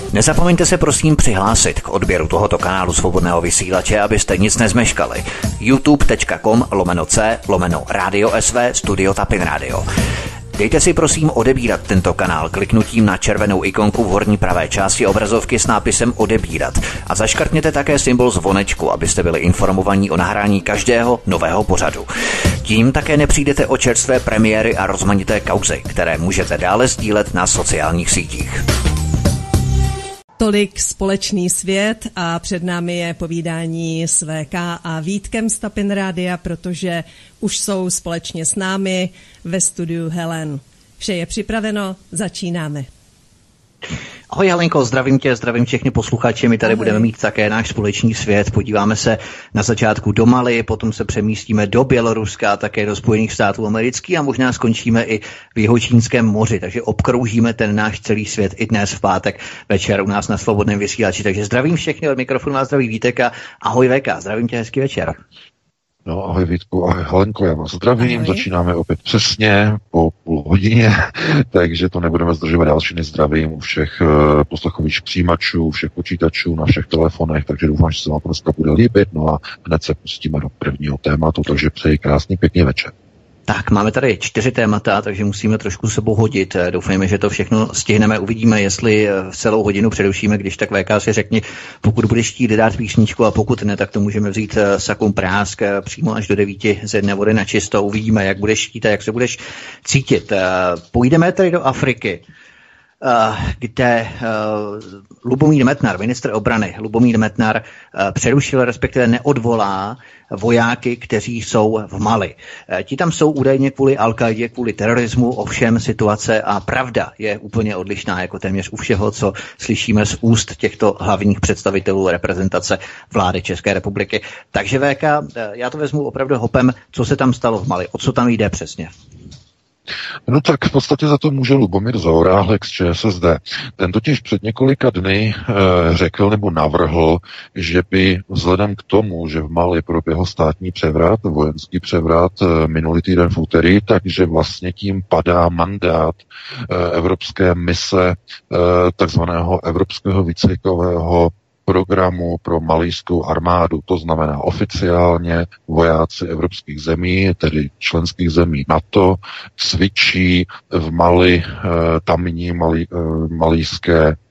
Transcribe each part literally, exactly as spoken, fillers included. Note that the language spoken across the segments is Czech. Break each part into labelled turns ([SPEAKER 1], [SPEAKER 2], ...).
[SPEAKER 1] Nezapomeňte se prosím přihlásit k odběru tohoto kanálu Svobodného vysílače, abyste nic nezmeškali. youtube.com lomeno c lomeno Radio S V Studio Tapin Radio. Dejte si prosím odebírat tento kanál kliknutím na červenou ikonku v horní pravé části obrazovky s nápisem odebírat a zaškrtněte také symbol zvonečku, abyste byli informovaní o nahrání každého nového pořadu. Tím také nepřijdete o čerstvé premiéry a rozmanité kauzy, které můžete dále sdílet na sociálních sítích.
[SPEAKER 2] Tolik Společný svět a před námi je povídání s V K a Vítkem z Tapin Rádia, protože už jsou společně s námi ve studiu Helen. Vše je připraveno, začínáme.
[SPEAKER 1] Ahoj Helenko, zdravím tě, zdravím všechny posluchače, my tady Ahoj. Budeme mít také náš společný svět, podíváme se na začátku do Mali, potom se přemístíme do Běloruska, také do Spojených států amerických a možná skončíme i v Jihočínském moři, takže obkroužíme ten náš celý svět i dnes v pátek večer u nás na Svobodném vysílači, takže zdravím všechny od mikrofonu a zdraví Vítek a ahoj V K, zdravím tě, hezký večer.
[SPEAKER 3] No, ahoj Vítku, ahoj Helenko, já vás zdravím, ahoj. Začínáme opět přesně po půl hodině, takže to nebudeme zdržovat další zdravím u všech uh, poslechových přijímačů, všech počítačů, na všech telefonech, takže doufám, že se vám to dneska bude líbit, no a hned se pustíme do prvního tématu, takže přeji krásný, pěkný večer.
[SPEAKER 1] Tak, máme tady čtyři témata, takže musíme trošku sebou hodit. Doufejme, že to všechno stihneme. Uvidíme, jestli v celou hodinu přerušíme, když tak V K si řekni, pokud budeš chtít dát písničku a pokud ne, tak to můžeme vzít sakou prásk přímo až do devíti z jedné vody na čisto. Uvidíme, jak budeš chtít a jak se budeš cítit. Půjdeme tady do Afriky, kde Lubomír Metnar, ministr obrany Lubomír Metnar, přerušil, respektive neodvolá vojáky, kteří jsou v Mali. Ti tam jsou údajně kvůli Al-Kaidě, kvůli terorismu, ovšem situace a pravda je úplně odlišná, jako téměř u všeho, co slyšíme z úst těchto hlavních představitelů reprezentace vlády České republiky. Takže V K, já to vezmu opravdu hopem, co se tam stalo v Mali, o co tam jde přesně.
[SPEAKER 3] No tak v podstatě za to může Lubomír Zaorálek z Č S S D. Ten totiž před několika dny e, řekl nebo navrhl, že by vzhledem k tomu, že v Mali proběhl státní převrat, vojenský převrat e, minulý týden v úterý, takže vlastně tím padá mandát e, evropské mise e, takzvaného evropského výcvikového programu pro malijskou armádu, to znamená oficiálně vojáci evropských zemí, tedy členských zemí NATO, cvičí v Mali eh, tamní mali, eh, malijské eh,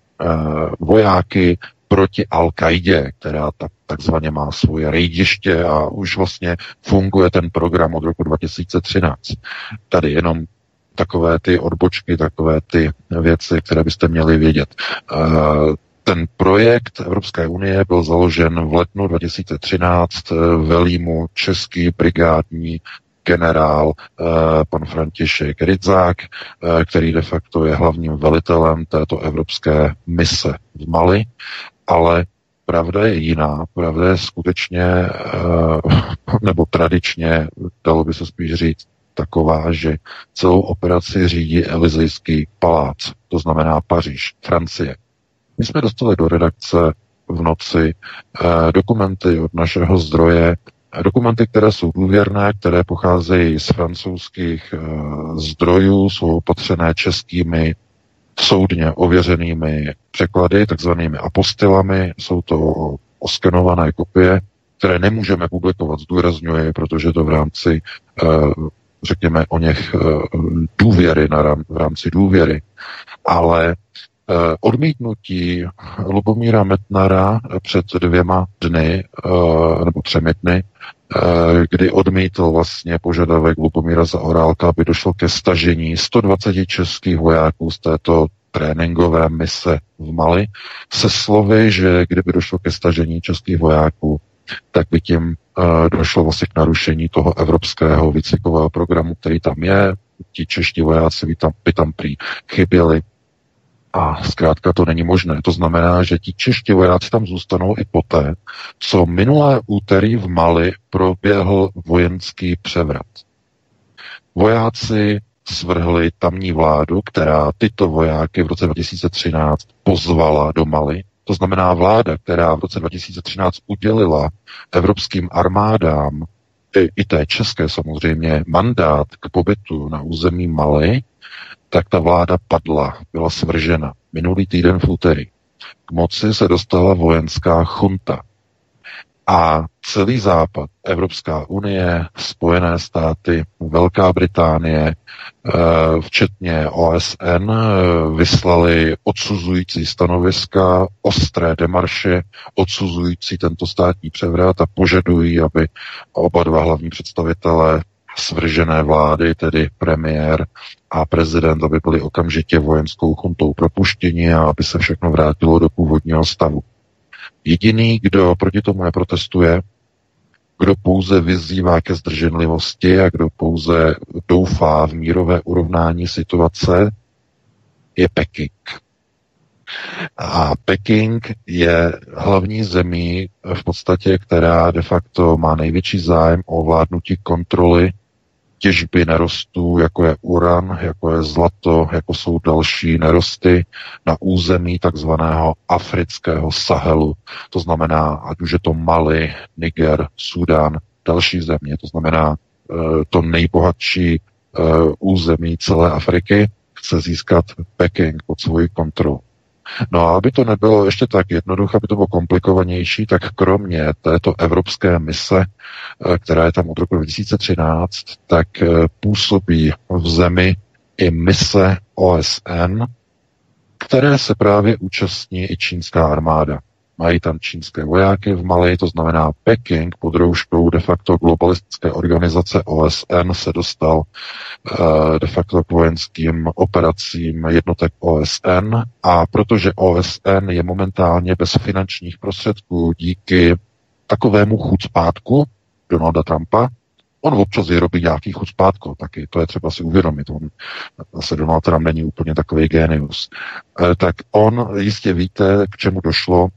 [SPEAKER 3] vojáky proti Al-Kaidě, která tak, takzvaně má svoje rejdiště a už vlastně funguje ten program od roku dva tisíce třináct. Tady jenom takové ty odbočky, takové ty věci, které byste měli vědět. Eh, Ten projekt Evropské unie byl založen v lednu dva tisíce třináct, velí mu český brigádní generál eh, pan František Rydzák, eh, který de facto je hlavním velitelem této evropské mise v Mali, ale pravda je jiná, pravda je skutečně, eh, nebo tradičně, dalo by se spíš říct, taková, že celou operaci řídí Elysejský palác, to znamená Paříž, Francie. My jsme dostali do redakce v noci eh, dokumenty od našeho zdroje, dokumenty, které jsou důvěrné, které pocházejí z francouzských eh, zdrojů, jsou opatřené českými soudně ověřenými překlady, takzvanými apostilami, jsou to oskenované kopie, které nemůžeme publikovat, zdůrazňuji, protože to v rámci, eh, řekněme, o něch eh, důvěry, na rám, v rámci důvěry, ale odmítnutí Lubomíra Metnara před dvěma dny, nebo třemi dny, kdy odmítl vlastně požadavek Lubomíra Zaorálka, aby došlo ke stažení sto dvacet českých vojáků z této tréninkové mise v Mali, se slovy, že kdyby došlo ke stažení českých vojáků, tak by tím došlo vlastně k narušení toho evropského výcvikového programu, který tam je. Ti čeští vojáci by tam, by tam prý chyběli. A zkrátka to není možné. To znamená, že ti čeští vojáci tam zůstanou i poté, co minulé úterý v Mali proběhl vojenský převrat. Vojáci svrhli tamní vládu, která tyto vojáky v roce dva tisíce třináct pozvala do Mali. To znamená vláda, která v roce dva tisíce třináct udělila evropským armádám, i, i té české samozřejmě, mandát k pobytu na území Mali, tak ta vláda padla, byla svržena minulý týden v úterý. K moci se dostala vojenská chunta. A celý Západ, Evropská unie, Spojené státy, Velká Británie, včetně O S N, vyslali odsuzující stanoviska, ostré demarše, odsuzující tento státní převrat a požadují, aby oba dva hlavní představitelé svržené vlády, tedy premiér a prezident, aby byli okamžitě vojenskou chuntou propuštěni a aby se všechno vrátilo do původního stavu. Jediný, kdo proti tomu neprotestuje, kdo pouze vyzývá ke zdrženlivosti a kdo pouze doufá v mírové urovnání situace, je Peking. A Peking je hlavní zemí v podstatě, která de facto má největší zájem o ovládnutí kontroly těžby nerostů, jako je uran, jako je zlato, jako jsou další nerosty na území takzvaného afrického Sahelu. To znamená, ať už je to Mali, Niger, Súdán, další země. To znamená, to nejbohatší území celé Afriky chce získat Peking pod svoji kontrolu. No a aby to nebylo ještě tak jednoduché, aby to bylo komplikovanější, tak kromě této evropské mise, která je tam od roku dva tisíce třináct, tak působí v zemi i mise O S N, které se právě účastní i čínská armáda. Mají tam čínské vojáky v Mali, to znamená Peking pod rouškou de facto globalistické organizace O S N se dostal uh, de facto k vojenským operacím jednotek O S N a protože O S N je momentálně bez finančních prostředků díky takovému chucpátku Donalda Trumpa, on občas vyrobí nějaký chucpátko, taky to je třeba si uvědomit. On, zase Donald Trump není úplně takový génius. Uh, tak on, jistě víte, k čemu došlo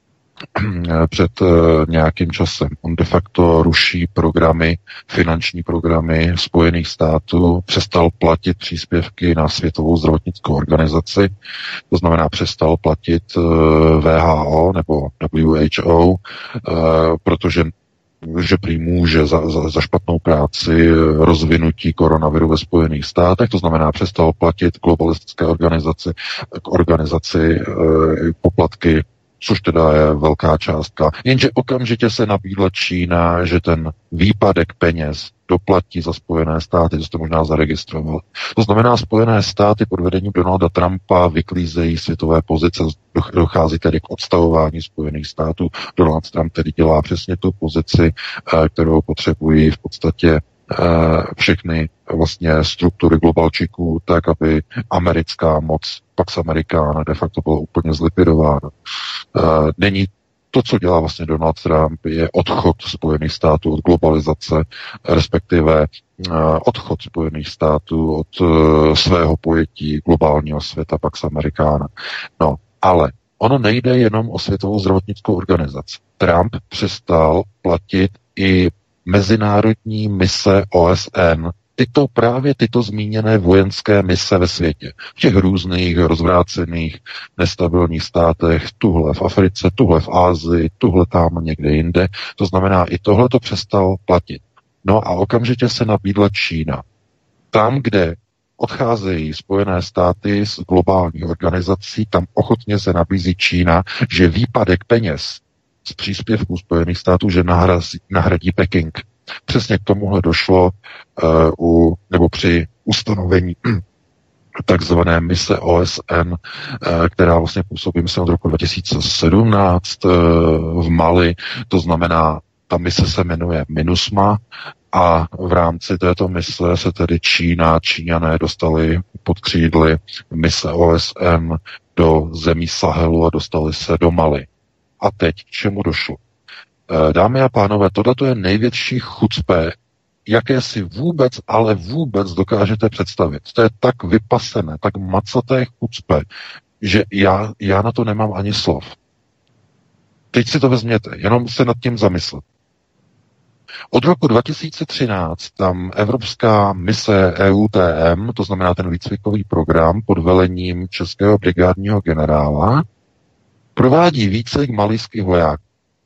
[SPEAKER 3] před uh, nějakým časem. On de facto ruší programy, finanční programy Spojených států, přestal platit příspěvky na Světovou zdravotnickou organizaci, to znamená přestal platit uh, W H O nebo W H O, uh, protože že prý může za, za, za špatnou práci rozvinutí koronaviru ve Spojených státech, to znamená přestal platit globalistické organizaci, k organizaci uh, poplatky, což teda je velká částka. Jenže okamžitě se nabídla Čína, že ten výpadek peněz doplatí za Spojené státy, to jste možná zaregistrovali. To znamená, Spojené státy pod vedením Donalda Trumpa vyklízejí světové pozice, dochází tedy k odstavování Spojených států. Donald Trump tedy dělá přesně tu pozici, kterou potřebují v podstatě všechny vlastně struktury globalčiků, tak aby americká moc Pax Americana de facto byla úplně zlikvidována. Není to, co dělá vlastně Donald Trump, je odchod Spojených států od globalizace, respektive odchod Spojených států od svého pojetí globálního světa Pax Americana. No, ale ono nejde jenom o Světovou zdravotnickou organizaci. Trump přestal platit i mezinárodní mise O S N, tyto právě tyto zmíněné vojenské mise ve světě, v těch různých rozvrácených, nestabilních státech, tuhle v Africe, tuhle v Asii, tuhle tam někde jinde. To znamená, i tohle to přestal platit. No a okamžitě se nabídla Čína. Tam, kde odcházejí Spojené státy z globálních organizací, tam ochotně se nabízí Čína, že výpadek peněz z příspěvků Spojených států, že nahrazí, nahradí Peking. Přesně k tomuhle došlo uh, u, nebo při ustanovení takzvané mise O S N, uh, která vlastně působí mise od roku dva tisíce sedmnáct uh, v Mali. To znamená, ta mise se jmenuje MINUSMA a v rámci této mise se tedy Čína, Číňané dostali pod křídly mise O S N do zemí Sahelu a dostali se do Mali. A teď k čemu došlo? Dámy a pánové, tohle je největší chucpe, jaké si vůbec, ale vůbec dokážete představit. To je tak vypasené, tak macaté chucpe, že já, já na to nemám ani slov. Teď si to vezměte, jenom se nad tím zamyslet. Od roku dva tisíce třináct tam Evropská mise E U T M, to znamená ten výcvikový program pod velením českého brigádního generála, provádí výcvik malijských vojáků.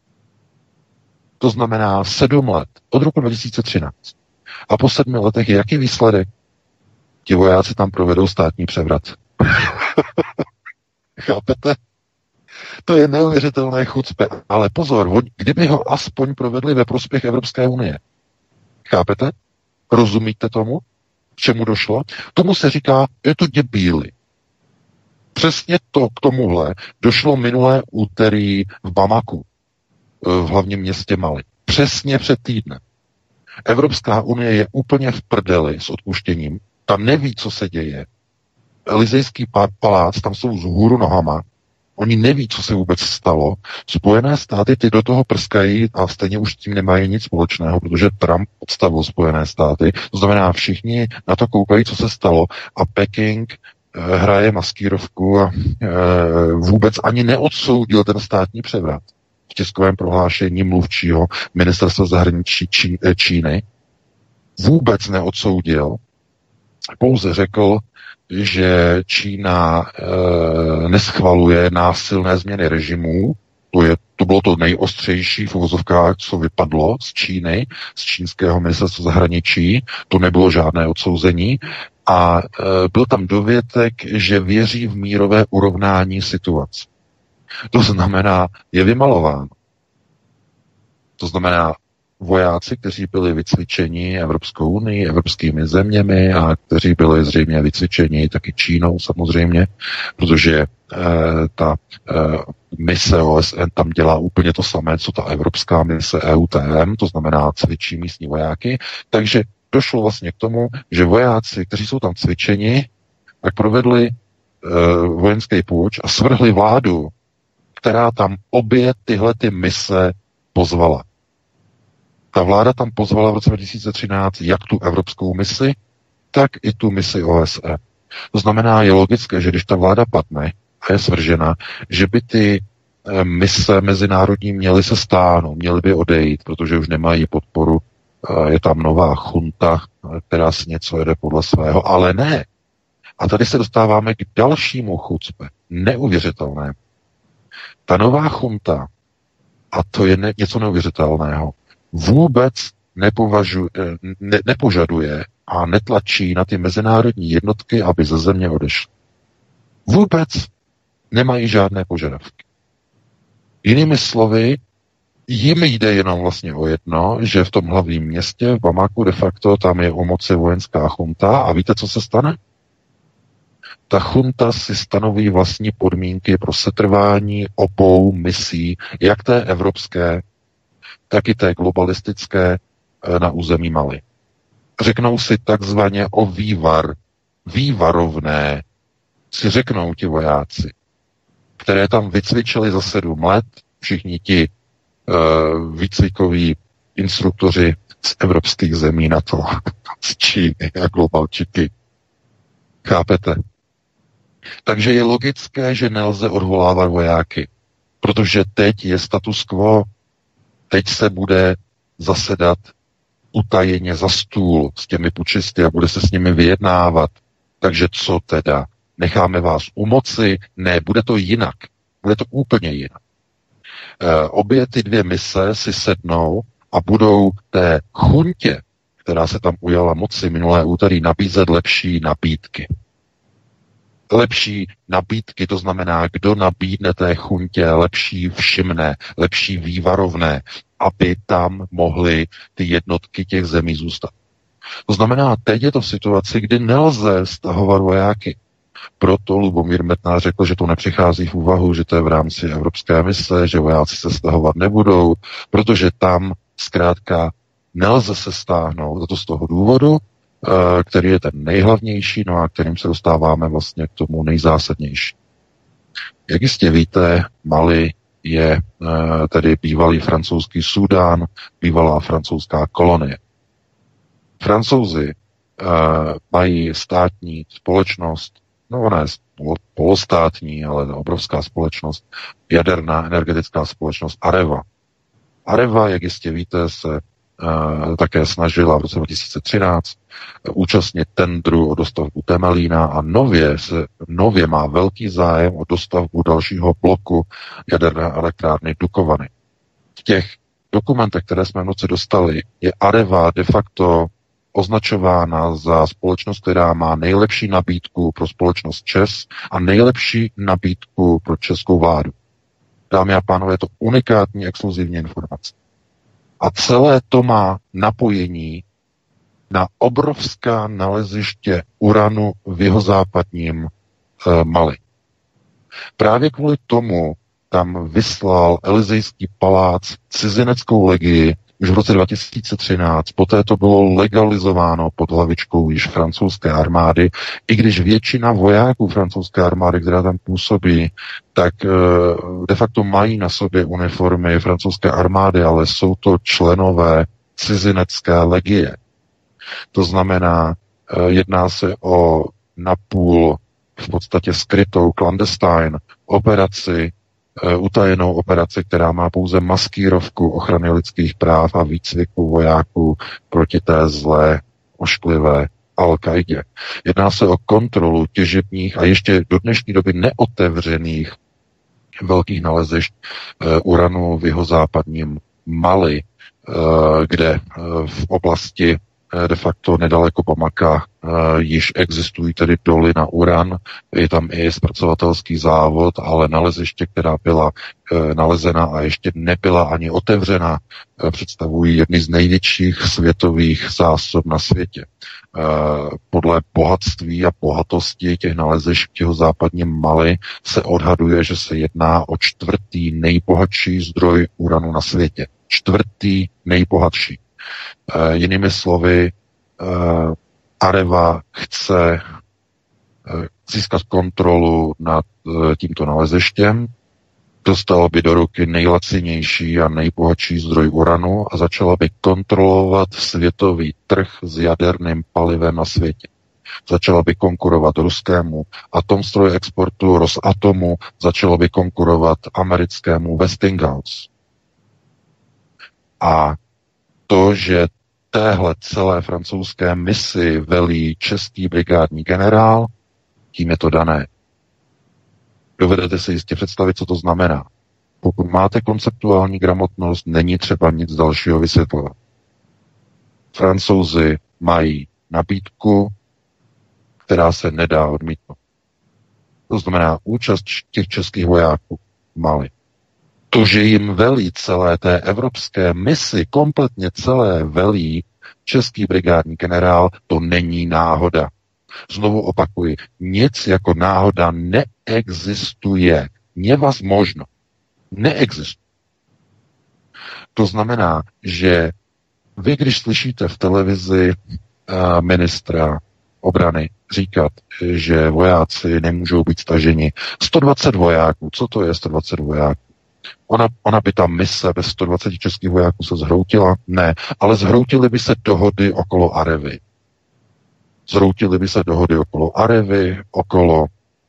[SPEAKER 3] To znamená sedm let, od roku dva tisíce třináct. A po sedmi letech je jaký výsledek? Ti vojáci tam provedou státní převrat. Chápete? To je neuvěřitelné chucpe. Ale pozor, kdyby ho aspoň provedli ve prospěch Evropské unie. Chápete? Rozumíte tomu? K čemu došlo? Tomu se říká, je to debíly. Přesně to k tomuhle došlo minulé úterý v Bamaku, v hlavním městě Mali. Přesně před týdnem. Evropská unie je úplně v prdeli s odpuštěním. Tam neví, co se děje. Elizejský palác, tam jsou z hůru nohama. Oni neví, co se vůbec stalo. Spojené státy ty do toho prskají a stejně už s tím nemají nic společného, protože Trump odstavil Spojené státy. To znamená, všichni na to koukají, co se stalo a Peking eh, hraje maskírovku a eh, vůbec ani neodsoudil ten státní převrat. V tiskovém prohlášení mluvčího ministerstva zahraničí Čí, eh, Číny vůbec neodsoudil, pouze řekl, že Čína e, neschvaluje násilné změny režimů. To, je, to bylo to nejostřejší v uvozovkách, co vypadlo z Číny, z čínského ministerstva zahraničí. To nebylo žádné odsouzení. A e, byl tam dovětek, že věří v mírové urovnání situace. To znamená, je vymalováno. To znamená, vojáci, kteří byli vycvičeni Evropskou unii, evropskými zeměmi a kteří byli zřejmě vycvičeni taky Čínou samozřejmě, protože e, ta e, mise O S N tam dělá úplně to samé, co ta evropská mise E U T M, to znamená cvičí místní vojáky, takže došlo vlastně k tomu, že vojáci, kteří jsou tam cvičeni, tak provedli e, vojenský půjč a svrhli vládu, která tam obě tyhle ty mise pozvala. Ta vláda tam pozvala v roce dva tisíce třináct jak tu evropskou misi, tak i tu misi O S N. To znamená, je logické, že když ta vláda padne a je svržena, že by ty mise mezinárodní měly se stáhnout, měly by odejít, protože už nemají podporu. Je tam nová chunta, která si něco jede podle svého, ale ne. A tady se dostáváme k dalšímu chucpe, neuvěřitelnému. Ta nová chunta, a to je ne, něco neuvěřitelného, vůbec nepovažuje, ne, nepožaduje a netlačí na ty mezinárodní jednotky, aby ze země odešly. Vůbec nemají žádné požadavky. Jinými slovy, jim jde jenom vlastně o jedno, že v tom hlavním městě, v Bamaku, de facto tam je u moci vojenská chunta a víte, co se stane? Ta chunta si stanoví vlastní podmínky pro setrvání obou misí, jak té evropské, tak i té globalistické na území Mali. Řeknou si takzvaně o vývar, vývarovné, si řeknou ti vojáci, které tam vycvičili za sedm let, všichni ti uh, výcvikoví instruktoři z evropských zemí na to, z Číny a globalčiky. Chápete? Takže je logické, že nelze odvolávat vojáky, protože teď je status quo, teď se bude zasedat utajeně za stůl s těmi pučisty a bude se s nimi vyjednávat. Takže co teda? Necháme vás u moci? Ne, bude to jinak. Bude to úplně jinak. E, obě ty dvě mise si sednou a budou té chuntě, která se tam ujala moci minulé úterý, nabízet lepší nabídky. Lepší nabídky, to znamená, kdo nabídne té chuntě lepší všimné, lepší vývarovné, aby tam mohly ty jednotky těch zemí zůstat. To znamená, teď je to v situaci, kdy nelze stahovat vojáky. Proto Lubomír Metnar řekl, že to nepřichází v úvahu, že to je v rámci evropské mise, že vojáci se stahovat nebudou, protože tam zkrátka nelze se stáhnout. To z toho důvodu, který je ten nejhlavnější, no a kterým se dostáváme vlastně k tomu nejzásadnější. Jak jistě víte, Mali je tedy bývalý francouzský Súdán, bývalá francouzská kolonie. Francouzi mají státní společnost, no ona je polostátní, ale obrovská společnost, jaderná energetická společnost Areva. Areva, jak jistě víte, se uh, také snažila v roce dva tisíce třináct účastnit tendru o dostavbu Temelína a nově, se, nově má velký zájem o dostavbu dalšího bloku jaderné elektrárny Dukovany. V těch dokumentech, které jsme v noci dostali, je Areva de facto označována za společnost, která má nejlepší nabídku pro společnost ČEZ a nejlepší nabídku pro českou vládu. Dámy a pánové, je to unikátní exkluzivní informace. A celé to má napojení na obrovská naleziště uranu v jihozápadním e, Mali. Právě kvůli tomu tam vyslal Elysejský palác cizineckou legii už v roce dva tisíce třináct. Poté to bylo legalizováno pod hlavičkou již francouzské armády, i když většina vojáků francouzské armády, která tam působí, tak de facto mají na sobě uniformy francouzské armády, ale jsou to členové cizinecké legie. To znamená, jedná se o napůl v podstatě skrytou clandestine operaci, utajenou operaci, která má pouze maskírovku ochrany lidských práv a výcviku vojáků proti té zlé, ošklivé Al-Kaidě. Jedná se o kontrolu těžebních a ještě do dnešní doby neotevřených velkých nalezišť uh, uranu v jihozápadním Mali, uh, kde uh, v oblasti de facto nedaleko Bamaka uh, již existují tedy doly na uran, je tam i zpracovatelský závod, ale naleziště, která byla uh, nalezena a ještě nebyla ani otevřena, uh, představují jedny z největších světových zásob na světě. Uh, podle bohatství a bohatosti těch nalezišť v jihozápadním Mali se odhaduje, že se jedná o čtvrtý nejbohatší zdroj uranu na světě. Čtvrtý nejbohatší. Uh, jinými slovy, uh, Areva chce uh, získat kontrolu nad uh, tímto nalezištěm, dostala by do ruky nejlacinější a nejbohatší zdroj uranu a začala by kontrolovat světový trh s jaderným palivem na světě. Začala by konkurovat ruskému atomstroj exportu Rosatomu, začala by konkurovat americkému Westinghouse. A to, že téhle celé francouzské misi velí český brigádní generál, tím je to dané. Dovedete si jistě představit, co to znamená. Pokud máte konceptuální gramotnost, není třeba nic dalšího vysvětlovat. Francouzi mají nabídku, která se nedá odmítnout. To znamená účast těch českých vojáků v Mali. To, že jim velí celé té evropské misi, kompletně celé velí český brigádní generál, to není náhoda. Znovu opakuji, nic jako náhoda neexistuje. Nevazmožno. Neexistuje. To znamená, že vy, když slyšíte v televizi uh, ministra obrany říkat, že vojáci nemůžou být staženi. sto dvacet vojáků, co to je sto dvacet vojáků? Ona, ona by ta mise bez sto dvacet českých vojáků se zhroutila? Ne, ale zhroutily by se dohody okolo Arevy. Zhroutily by se dohody okolo Arevy, okolo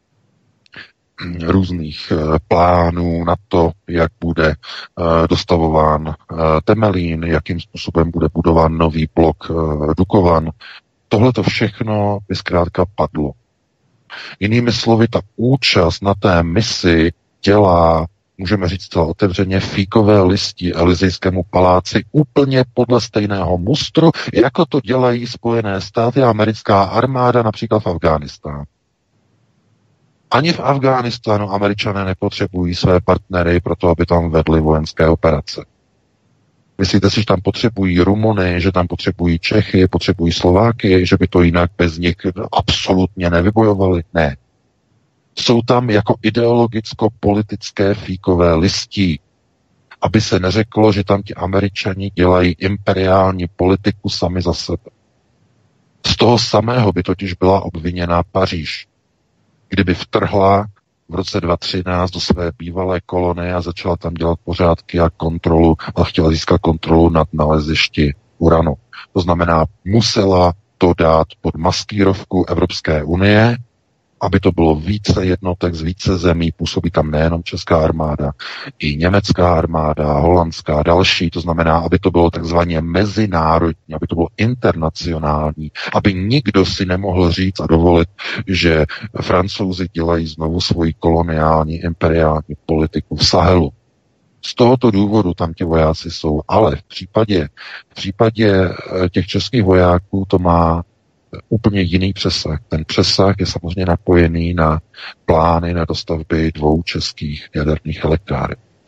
[SPEAKER 3] různých uh, plánů na to, jak bude uh, dostavován uh, Temelín, jakým způsobem bude budován nový blok uh, Dukovan. Tohle to všechno by zkrátka padlo. Jinými slovy, ta účast na té misi dělá, můžeme říct celá otevřeně, fíkové listí Elysejskému paláci úplně podle stejného mustru, jako to dělají Spojené státy a americká armáda například v Afghánistánu. Ani v Afghánistánu Američané nepotřebují své partnery pro to, aby tam vedli vojenské operace. Myslíte si, že tam potřebují Rumuny, že tam potřebují Čechy, potřebují Slováky, že by to jinak bez nich absolutně nevybojovali? Ne. Jsou tam jako ideologicko-politické fíkové listí, aby se neřeklo, že tam ti Američani dělají imperiální politiku sami za sebe. Z toho samého by totiž byla obviněná Paříž, kdyby vtrhla v roce dva tisíce třináct do své bývalé kolonie a začala tam dělat pořádky a kontrolu a chtěla získat kontrolu nad nalezišti uranu. To znamená, musela to dát pod maskírovku Evropské unie, aby to bylo více jednotek z více zemí, působí tam nejenom česká armáda, i německá armáda, holandská, další, to znamená, aby to bylo takzvaně mezinárodní, aby to bylo internacionální, aby nikdo si nemohl říct a dovolit, že Francouzi dělají znovu svoji koloniální, imperiální politiku v Sahelu. Z tohoto důvodu tam ti vojáci jsou, ale v případě, v případě těch českých vojáků to má úplně jiný přesah. Ten přesah je samozřejmě napojený na plány na dostavby dvou českých jaderných elektráren.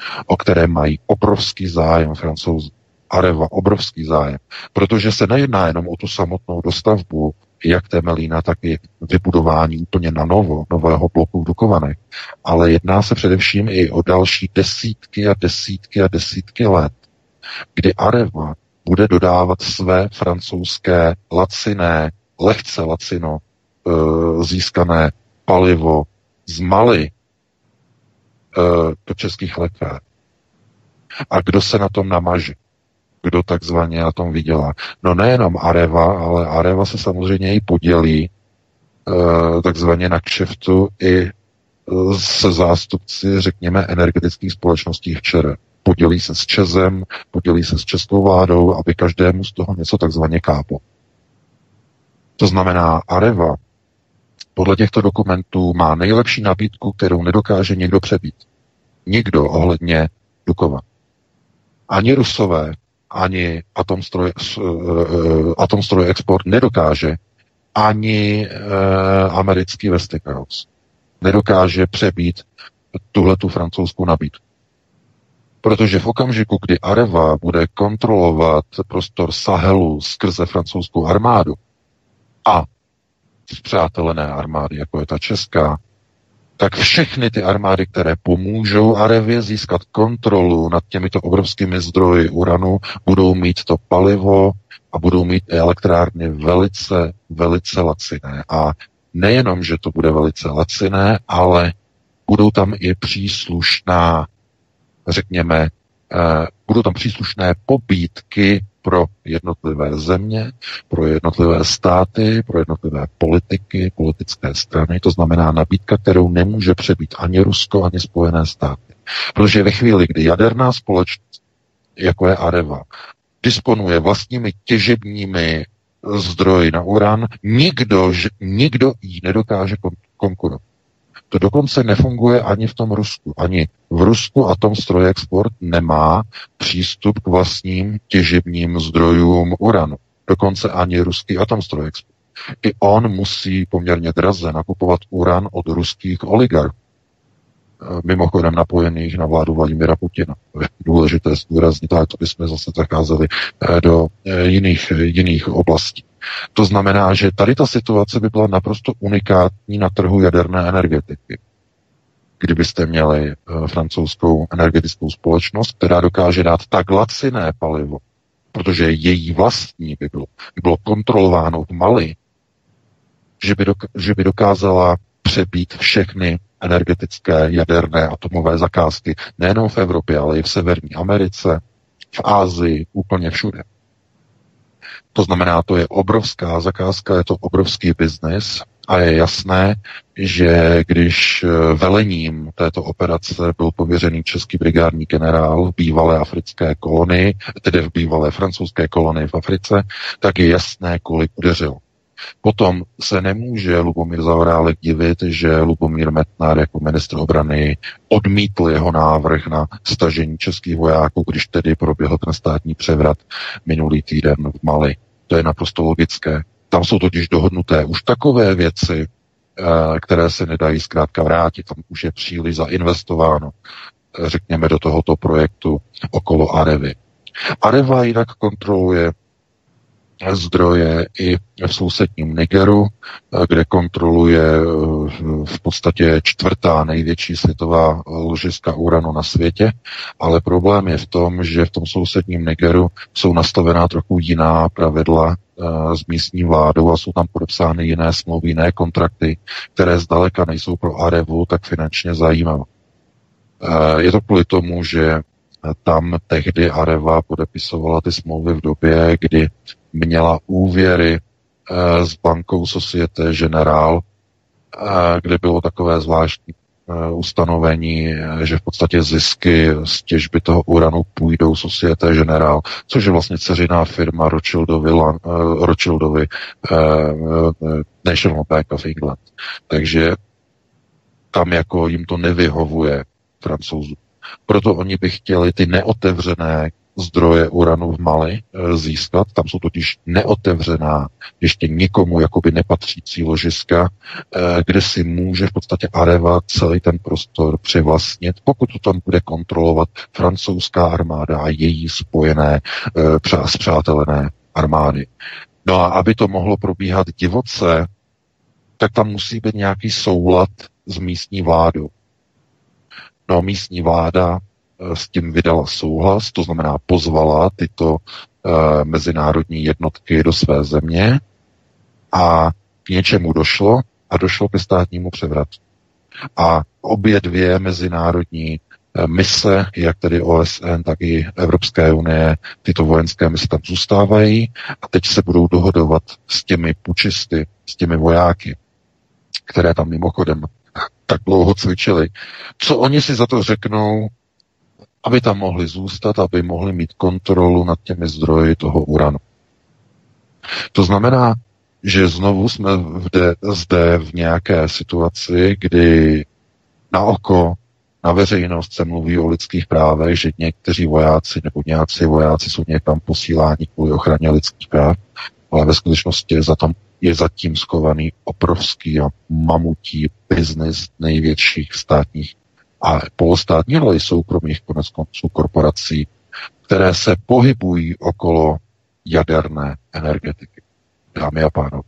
[SPEAKER 3] o které mají obrovský zájem Francouzi. Areva, obrovský zájem. Protože se nejedná jenom o tu samotnou dostavbu, jak Temelína, tak i vybudování úplně na novo, nového bloku v Dukovanech. Ale jedná se především i o další desítky a desítky a desítky let, kdy Areva bude dodávat své francouzské laciné, lehce lacino e, získané palivo z Mali e, do českých lekár. A kdo se na tom namaže? Kdo takzvaně na tom vydělá? No nejenom Areva, ale Areva se samozřejmě i podělí e, takzvaně na kšeftu i se zástupci, řekněme, energetických společností včera. Podělí se s ČEZem, podělí se s českou vládou, aby každému z toho něco takzvaně káplo. To znamená, Areva podle těchto dokumentů má nejlepší nabídku, kterou nedokáže nikdo přebít. Nikdo ohledně Dukovan. Ani Rusové, ani Atomstroj, Atomstroj Export nedokáže, ani e, americký Westinghouse nedokáže přebít tuhletu francouzskou nabídku. Protože v okamžiku, kdy Areva bude kontrolovat prostor Sahelu skrze francouzskou armádu a spřátelené armády, jako je ta česká, tak všechny ty armády, které pomůžou Arevě získat kontrolu nad těmito obrovskými zdroji uranu, budou mít to palivo a budou mít i elektrárny velice, velice laciné. A nejenom, že to bude velice laciné, ale budou tam i příslušná, řekněme, eh, budou tam příslušné pobídky pro jednotlivé země, pro jednotlivé státy, pro jednotlivé politiky, politické strany. To znamená nabídka, kterou nemůže přebít ani Rusko, ani Spojené státy. Protože ve chvíli, kdy jaderná společnost, jako je Areva, disponuje vlastními těžebními zdroji na uran, nikdo, nikdo jí nedokáže konkurovat. To dokonce nefunguje ani v tom Rusku. Ani v Rusku Atomstroj Export nemá přístup k vlastním těžebním zdrojům uranu. Dokonce ani ruský Atomstroj Export. I on musí poměrně draze nakupovat uran od ruských oligarchů. Mimochodem napojených na vládu Vladimira Putina. To je důležité zdůraznit, ale to bychom zase zacházeli do jiných, jiných oblastí. To znamená, že tady ta situace by byla naprosto unikátní na trhu jaderné energetiky. Kdybyste měli francouzskou energetickou společnost, která dokáže dát tak laciné palivo, protože její vlastní by bylo, by bylo kontrolováno v Mali, že by, doka- že by dokázala přebít všechny energetické, jaderné, atomové zakázky, nejenom v Evropě, ale i v Severní Americe, v Asii, úplně všude. To znamená, to je obrovská zakázka, je to obrovský biznis a je jasné, že když velením této operace byl pověřený český brigádní generál v bývalé africké kolonii, tedy v bývalé francouzské kolonii v Africe, tak je jasné, kolik udeřil. Potom se nemůže Lubomír Zaorálek divit, že Lubomír Metnar jako ministr obrany odmítl jeho návrh na stažení českých vojáků, když tedy proběhl ten státní převrat minulý týden v Mali. To je naprosto logické. Tam jsou totiž dohodnuté už takové věci, které se nedají zkrátka vrátit. Tam už je příliš zainvestováno, řekněme, do tohoto projektu okolo Arevy. Areva jinak kontroluje zdroje i v sousedním Nigeru, kde kontroluje v podstatě čtvrtá největší světová ložiska uranu na světě, ale problém je v tom, že v tom sousedním Nigeru jsou nastavená trochu jiná pravidla s místní vládou a jsou tam podepsány jiné smlouvy, jiné kontrakty, které zdaleka nejsou pro Arevu tak finančně zajímavé. Je to kvůli tomu, že tam tehdy Areva podepisovala ty smlouvy v době, kdy měla úvěry e, s bankou Societe Generale, e, kde bylo takové zvláštní e, ustanovení, e, že v podstatě zisky z těžby toho uranu půjdou Societe Generale, což je vlastně dceřiná firma Rothschildovi, e, Rothschildovi e, e, National Bank of England. Takže tam jako jim to nevyhovuje Francouzů. Proto oni by chtěli ty neotevřené zdroje uranu v Mali e, získat. Tam jsou totiž neotevřená, ještě nikomu jakoby nepatřící ložiska, e, kde si může v podstatě Areva celý ten prostor přivlastnit, pokud to tam bude kontrolovat francouzská armáda a její spojené e, spřátelené armády. No a aby to mohlo probíhat divoce, tak tam musí být nějaký soulad s místní vládou. No místní vláda s tím vydala souhlas, to znamená pozvala tyto e, mezinárodní jednotky do své země a k něčemu došlo a došlo ke státnímu převratu. A obě dvě mezinárodní e, mise, jak tedy O S N, tak i Evropské unie, tyto vojenské mise tam zůstávají a teď se budou dohodovat s těmi pučisty, s těmi vojáky, které tam mimochodem tak dlouho cvičili. Co oni si za to řeknou, aby tam mohli zůstat, aby mohli mít kontrolu nad těmi zdroji toho uranu. To znamená, že znovu jsme vde, zde v nějaké situaci, kdy na oko, na veřejnost se mluví o lidských právech, že někteří vojáci nebo nějací vojáci jsou někam posíláni kvůli ochraně lidských práv, ale ve skutečnosti je, za tam, je zatím schovaný obrovský a mamutí biznis největších státních a polostátních, ale i soukromých konec konců korporací, které se pohybují okolo jaderné energetiky. Dámy a pánové.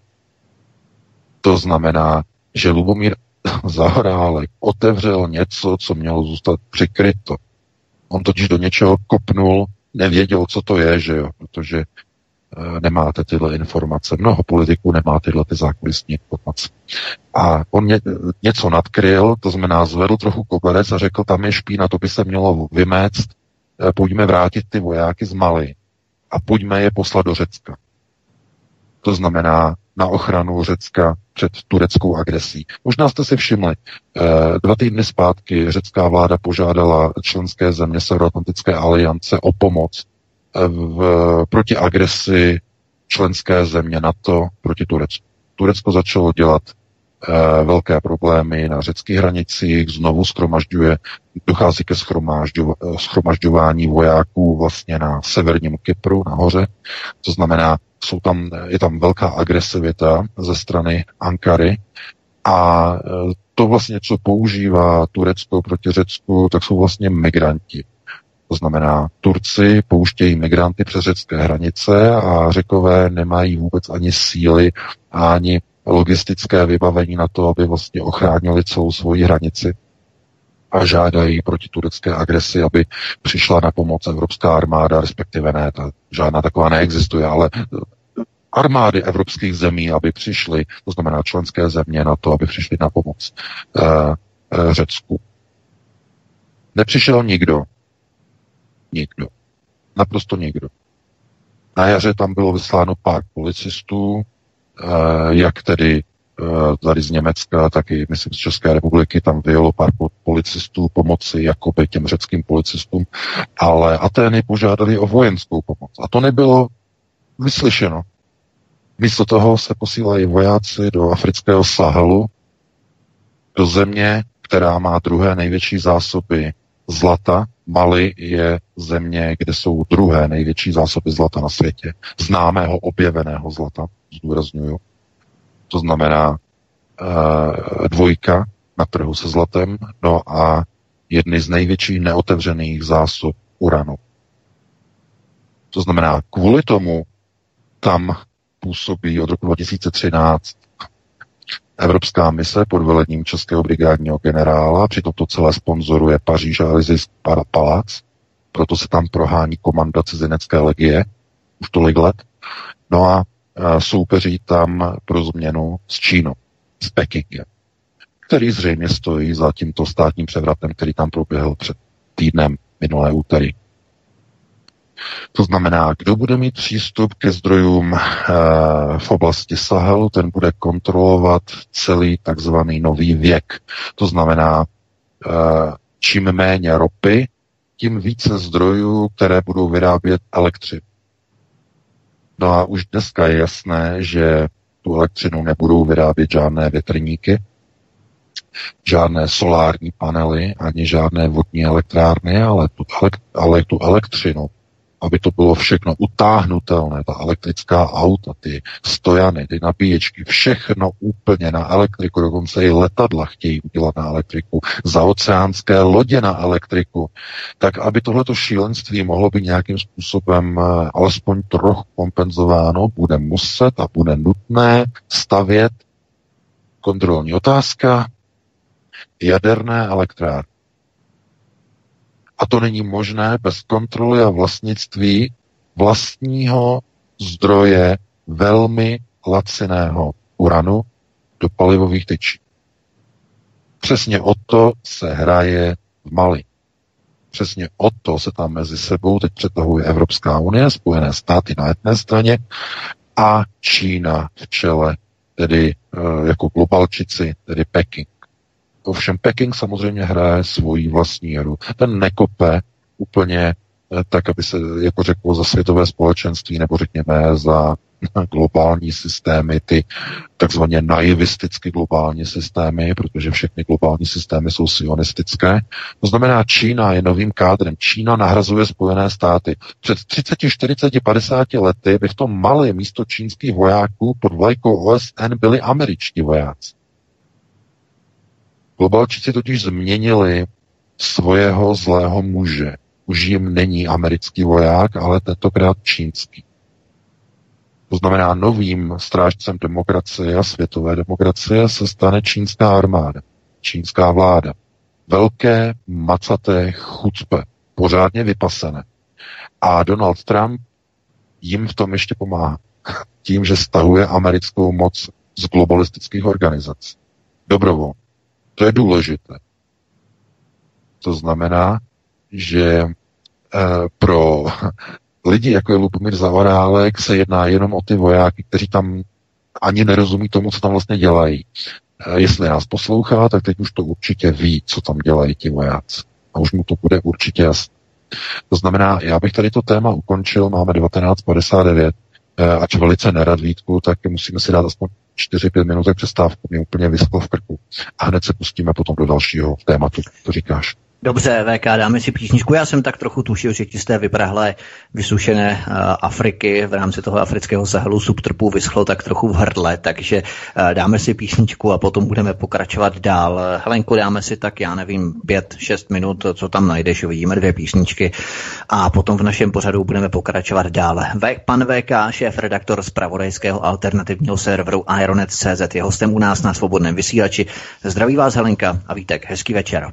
[SPEAKER 3] To znamená, že Lubomír Zaorálek otevřel něco, co mělo zůstat přikryto. On totiž do něčeho kopnul, nevěděl, co to je, že jo, protože e, nemáte tyhle informace. Mnoho politiků nemá tyhle ty zákulisní informace. A on ně, něco nadkryl, to znamená zvedl trochu koberec a řekl, tam je špína, to by se mělo vyméct, e, pojďme vrátit ty vojáky z Mali a pojďme je poslat do Řecka. To znamená na ochranu Řecka před tureckou agresí. Možná jste si všimli, dva týdny zpátky řecká vláda požádala členské země Severoatlantické aliance o pomoc v, proti agresi členské země NATO proti Turecku. Turecko začalo dělat eh, velké problémy na řeckých hranicích, znovu schromažďuje, dochází ke schromažďování vojáků vlastně na severním Kypru, nahoře. To znamená, jsou tam, je tam velká agresivita ze strany Ankary a to vlastně, co používá Turecko proti Řecku, tak jsou vlastně migranti. To znamená, Turci pouštějí migranty přes řecké hranice a Řekové nemají vůbec ani síly, ani logistické vybavení na to, aby vlastně ochránili celou svoji hranici a žádají proti turecké agresi, aby přišla na pomoc evropská armáda, respektive ne, ta, žádná taková neexistuje, ale armády evropských zemí, aby přišly, to znamená členské země na to, aby přišly na pomoc uh, uh, Řecku. Nepřišel nikdo. Nikdo. Naprosto nikdo. Na jaře tam bylo vysláno pár policistů, uh, jak tedy uh, tady z Německa, tak i myslím z České republiky, tam vyjelo pár policistů pomoci jakoby těm řeckým policistům, ale Atény požádali o vojenskou pomoc. A to nebylo vyslyšeno. Místo toho se posílají vojáci do afrického Sahelu, do země, která má druhé největší zásoby zlata. Mali je země, kde jsou druhé největší zásoby zlata na světě. Známého objeveného zlata, zdůrazňuju. To znamená e, dvojka na trhu se zlatem, no a jedny z největších neotevřených zásob uranu. To znamená, kvůli tomu tam působí od roku dva tisíce třináct evropská mise pod velením českého brigádního generála, přitom to celé sponzoruje Paříž a Elysejský palác, proto se tam prohání komanda cizinecké legie už tolik let. No a soupeří tam pro změnu s Čínou, s Pekingem, který zřejmě stojí za tímto státním převratem, který tam proběhl před týdnem minulé úterý. To znamená, kdo bude mít přístup ke zdrojům e, v oblasti Sahelu, ten bude kontrolovat celý takzvaný nový věk. To znamená, e, čím méně ropy, tím více zdrojů, které budou vyrábět elektřinu. No a už dneska je jasné, že tu elektřinu nebudou vyrábět žádné větrníky, žádné solární panely, ani žádné vodní elektrárny, ale tu, ale tu elektřinu aby to bylo všechno utáhnutelné, ta elektrická auta, ty stojany, ty nabíječky, všechno úplně na elektriku, dokonce i letadla chtějí udělat na elektriku, zaoceánské lodě na elektriku, tak aby tohleto šílenství mohlo být nějakým způsobem alespoň trochu kompenzováno, bude muset a bude nutné stavět, kontrolní otázka, jaderné elektrárny. A to není možné bez kontroly a vlastnictví vlastního zdroje velmi laciného uranu do palivových tyčí. Přesně o to se hraje v Mali. Přesně o to se tam mezi sebou teď přetahuje Evropská unie, Spojené státy na jedné straně a Čína v čele, tedy e, jako globalčici, tedy Peking. Ovšem Peking samozřejmě hraje svoji vlastní hru. Ten nekope úplně tak, aby se jako řeklo za světové společenství, nebo řekněme za globální systémy, ty takzvaně naivisticky globální systémy, protože všechny globální systémy jsou sionistické. To znamená, Čína je novým kádrem. Čína nahrazuje Spojené státy. Před třicet, čtyřicet, padesát lety by v tom Mali místo čínských vojáků pod vlajkou O S N byli američtí vojáci. Globalčici totiž změnili svého zlého muže. Už jim není americký voják, ale tentokrát čínský. To znamená, novým strážcem demokracie a světové demokracie se stane čínská armáda, čínská vláda. Velké, macaté chucpe, pořádně vypasené. A Donald Trump jim v tom ještě pomáhá. Tím, že stahuje americkou moc z globalistických organizací. Dobrovolně. To je důležité. To znamená, že e, pro lidi, jako je Lubomír Zaorálek, se jedná jenom o ty vojáky, kteří tam ani nerozumí tomu, co tam vlastně dělají. E, jestli nás poslouchá, tak teď už to určitě ví, co tam dělají ti vojáci. A už mu to bude určitě jasné. To znamená, já bych tady to téma ukončil, máme devatenáct padesát devět, e, ač velice nerad, Vítku, tak musíme si dát aspoň čtyři pět minutek přestávku, mě úplně vyschlo v krku. A hned se pustíme potom do dalšího tématu, to říkáš.
[SPEAKER 1] Dobře, V K, dáme si písničku. Já jsem tak trochu tušil, že ti z té vyprahlé, vysušené uh, Afriky v rámci toho afrického Sahelu subtropu vyschlo tak trochu v hrdle, takže uh, dáme si písničku a potom budeme pokračovat dál. Helenko, dáme si tak, já nevím, pět šest minut, co tam najdeš, uvidíme dvě písničky a potom v našem pořadu budeme pokračovat dál. V, pan V K, šéf-redaktor zpravodajského alternativního serveru Ironet tečka cé zet, je hostem u nás na Svobodném vysílači. Zdraví vás Helenka a Vítek, hezký večer.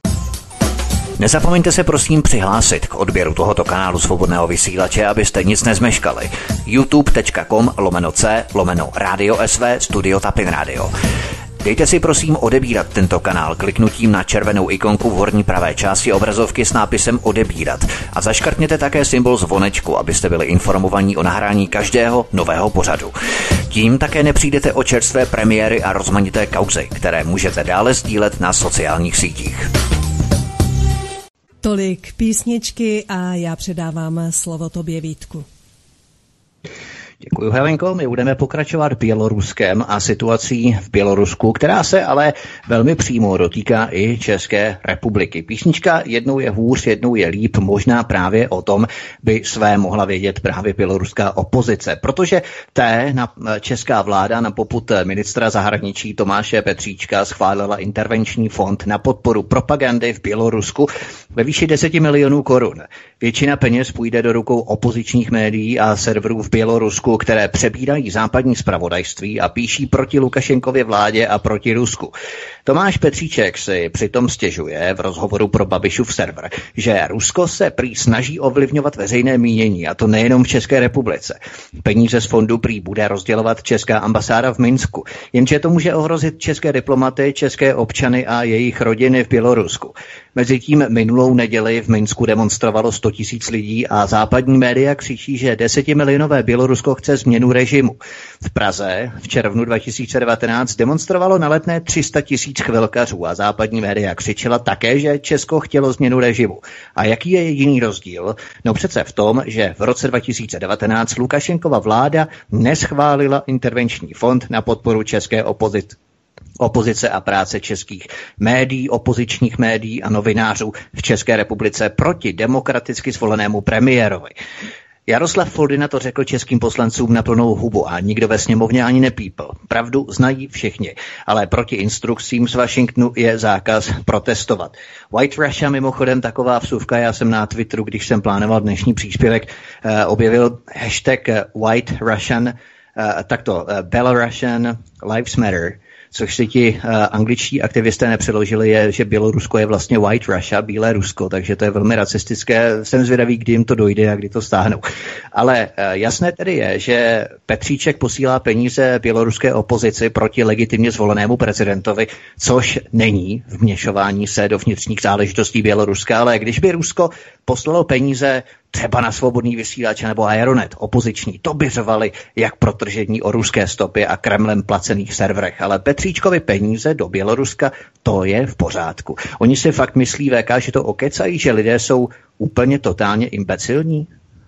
[SPEAKER 1] Nezapomeňte se prosím přihlásit k odběru tohoto kanálu Svobodného vysílače, abyste nic nezmeškali. youtube tečka com lomeno c lomeno radio sv studio Tapin Radio. Dejte si prosím odebírat tento kanál kliknutím na červenou ikonku v horní pravé části obrazovky s nápisem odebírat a zaškrtněte také symbol zvonečku, abyste byli informovaní o nahrání každého nového pořadu. Tím také nepřijdete o čerstvé premiéry a rozmanité kauzy, které můžete dále sdílet na sociálních sítích.
[SPEAKER 2] Tolik písničky a já předávám slovo tobě, Vítku.
[SPEAKER 1] Děkuji, Helenko. My budeme pokračovat Běloruskem a situací v Bělorusku, která se ale velmi přímo dotýká i České republiky. Písnička jednou je hůř, jednou je líp, možná právě o tom by své mohla vědět právě běloruská opozice, protože té na česká vláda na popud ministra zahraničí Tomáše Petříčka schválila intervenční fond na podporu propagandy v Bělorusku ve výši deset milionů korun. Většina peněz půjde do rukou opozičních médií a serverů v Bělorusku, které přebírají západní zpravodajství a píší proti Lukašenkově vládě a proti Rusku. Tomáš Petříček si přitom stěžuje v rozhovoru pro Babišův server, že Rusko se prý snaží ovlivňovat veřejné mínění, a to nejenom v České republice. Peníze z fondu prý bude rozdělovat česká ambasáda v Minsku, jenže to může ohrozit české diplomaty, české občany a jejich rodiny v Bělorusku. Mezitím minulou neděli v Minsku demonstrovalo sto tisíc lidí a západní média křičí, že desetimilionové Bělorusko chce změnu režimu. V Praze v červnu dva tisíce devatenáct demonstrovalo na Letné tři sta tisíc chvilkařů a západní média křičela také, že Česko chtělo změnu režimu. A jaký je jediný rozdíl? No přece v tom, že v roce dva tisíce devatenáct Lukašenkova vláda neschválila intervenční fond na podporu české opozice. opozice a práce českých médií, opozičních médií a novinářů v České republice proti demokraticky zvolenému premiérovi. Jaroslav Foldyna to řekl českým poslancům na plnou hubu a nikdo ve sněmovně ani nepípl. Pravdu znají všichni, ale proti instrukcím z Washingtonu je zákaz protestovat. White Russia, mimochodem taková vsuvka, já jsem na Twitteru, když jsem plánoval dnešní příspěvek, objevil hashtag White Russian, takto Belarusian Lives Matter, což si ti uh, angličtí aktivisté nepřeložili, je, že Bělorusko je vlastně White Russia, bílé Rusko, takže to je velmi racistické. Jsem zvědavý, kdy jim to dojde a kdy to stáhnou. Ale uh, jasné tedy je, že Petříček posílá peníze běloruské opozici proti legitimně zvolenému prezidentovi, což není vměšování se do vnitřních záležitostí Běloruska, ale když by Rusko poslalo peníze třeba na Svobodný vysílač nebo Aeronet, opoziční, to by řvali jak protržení o ruské stopě a Kremlem placených serverech. Ale Petříčkovi peníze do Běloruska, to je v pořádku. Oni si fakt myslí, V K, že to okecají, že lidé jsou úplně totálně imbecilní?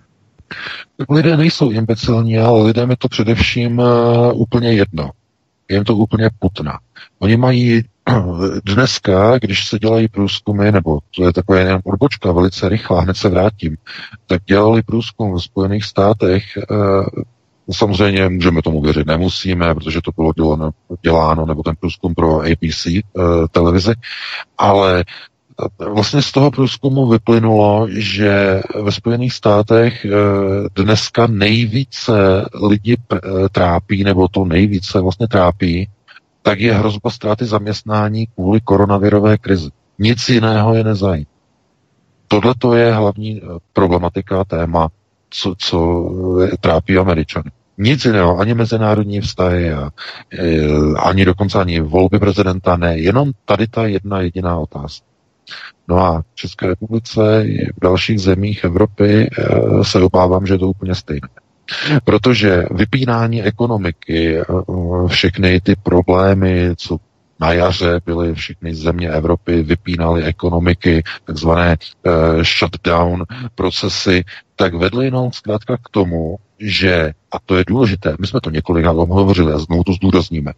[SPEAKER 3] Lidé nejsou imbecilní, ale lidem je to především uh, úplně jedno. Je jim to úplně putna. Oni mají dneska, když se dělají průzkumy, nebo to je taková jenom odbočka, velice rychlá, hned se vrátím, tak dělali průzkum v Spojených státech, e, samozřejmě můžeme tomu věřit, nemusíme, protože to bylo děláno, děláno nebo ten průzkum pro A B C e, televizi, ale vlastně z toho průzkumu vyplynulo, že ve Spojených státech e, dneska nejvíce lidi pr- trápí, nebo to nejvíce vlastně trápí, tak je hrozba ztráty zaměstnání kvůli koronavirové krizi. Nic jiného je nezajímá. Tohle to je hlavní problematika, téma, co, co trápí Američany. Nic jiného, ani mezinárodní vztahy, a, e, ani dokonce ani volby prezidenta, ne, jenom tady ta jedna jediná otázka. No a v České republice i v dalších zemích Evropy e, se obávám, že je to úplně stejné. Protože vypínání ekonomiky, všechny ty problémy, co na jaře byly všechny země Evropy, vypínaly ekonomiky, takzvané uh, shutdown procesy, tak vedly jenom zkrátka k tomu, že, a to je důležité, my jsme to několikrát hovořili a znovu to zdůrazníme,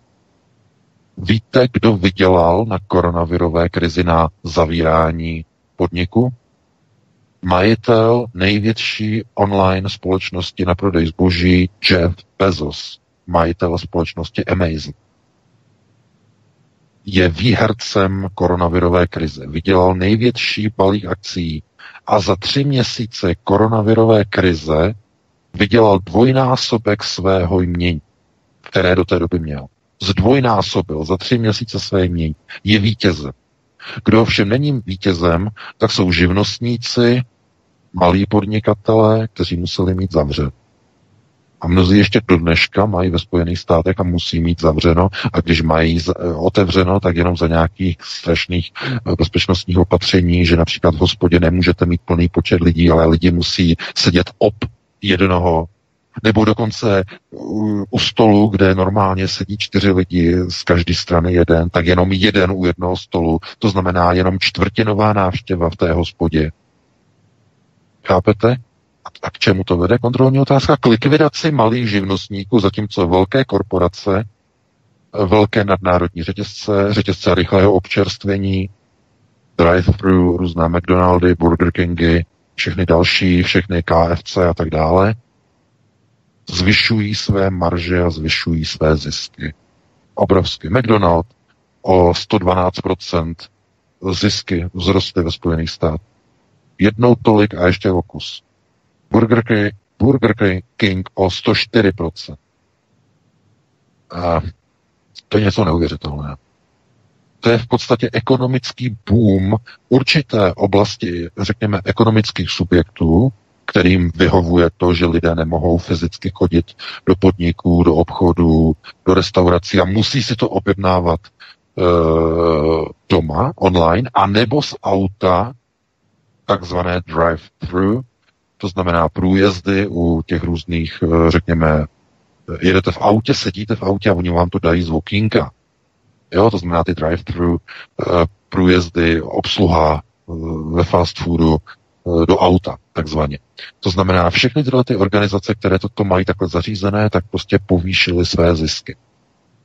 [SPEAKER 3] víte, kdo vydělal na koronavirové krizi, na zavírání podniku? Majitel největší online společnosti na prodej zboží Jeff Bezos, majitel společnosti Amazon, je výhercem koronavirové krize. Vydělal největší balík akcí a za tři měsíce koronavirové krize vydělal dvojnásobek svého jmění, které do té doby měl. Zdvojnásobil za tři měsíce své jmění. Je vítězem. Kdo ovšem není vítězem, tak jsou živnostníci, malí podnikatelé, kteří museli mít zavřeno. A mnozí ještě do dneška mají ve Spojených státech a musí mít zavřeno, a když mají otevřeno, tak jenom za nějakých strašných bezpečnostních opatření, že například v hospodě nemůžete mít plný počet lidí, ale lidi musí sedět ob jednoho, nebo dokonce u stolu, kde normálně sedí čtyři lidi z každé strany jeden, tak jenom jeden u jednoho stolu, to znamená jenom čtvrtinová návštěva v té hospodě. Chápete? A k čemu to vede? Kontrolní otázka. K likvidaci malých živnostníků, zatímco velké korporace, velké nadnárodní řetězce, řetězce rychlého občerstvení, drive-thru, různé McDonaldy, Burger Kingy, všechny další, všechny K F C a tak dále, zvyšují své marže a zvyšují své zisky. Obrovsky. McDonald o sto dvanáct procent zisky vzrostly ve Spojených státech. Jednou tolik a ještě o kus. Burger King, Burger King o sto čtyři procent. A to je něco neuvěřitelného. To je v podstatě ekonomický boom určité oblasti, řekněme, ekonomických subjektů, kterým vyhovuje to, že lidé nemohou fyzicky chodit do podniků, do obchodů, do restaurací a musí si to objednávat e, doma, online, anebo z auta, takzvané drive-thru, to znamená průjezdy u těch různých, řekněme, jedete v autě, sedíte v autě a oni vám to dají z okýnka. Jo, to znamená ty drive-thru, průjezdy, obsluha ve fast foodu do auta, takzvaně. To znamená, všechny tyhle ty organizace, které toto mají takhle zařízené, tak prostě povýšily své zisky.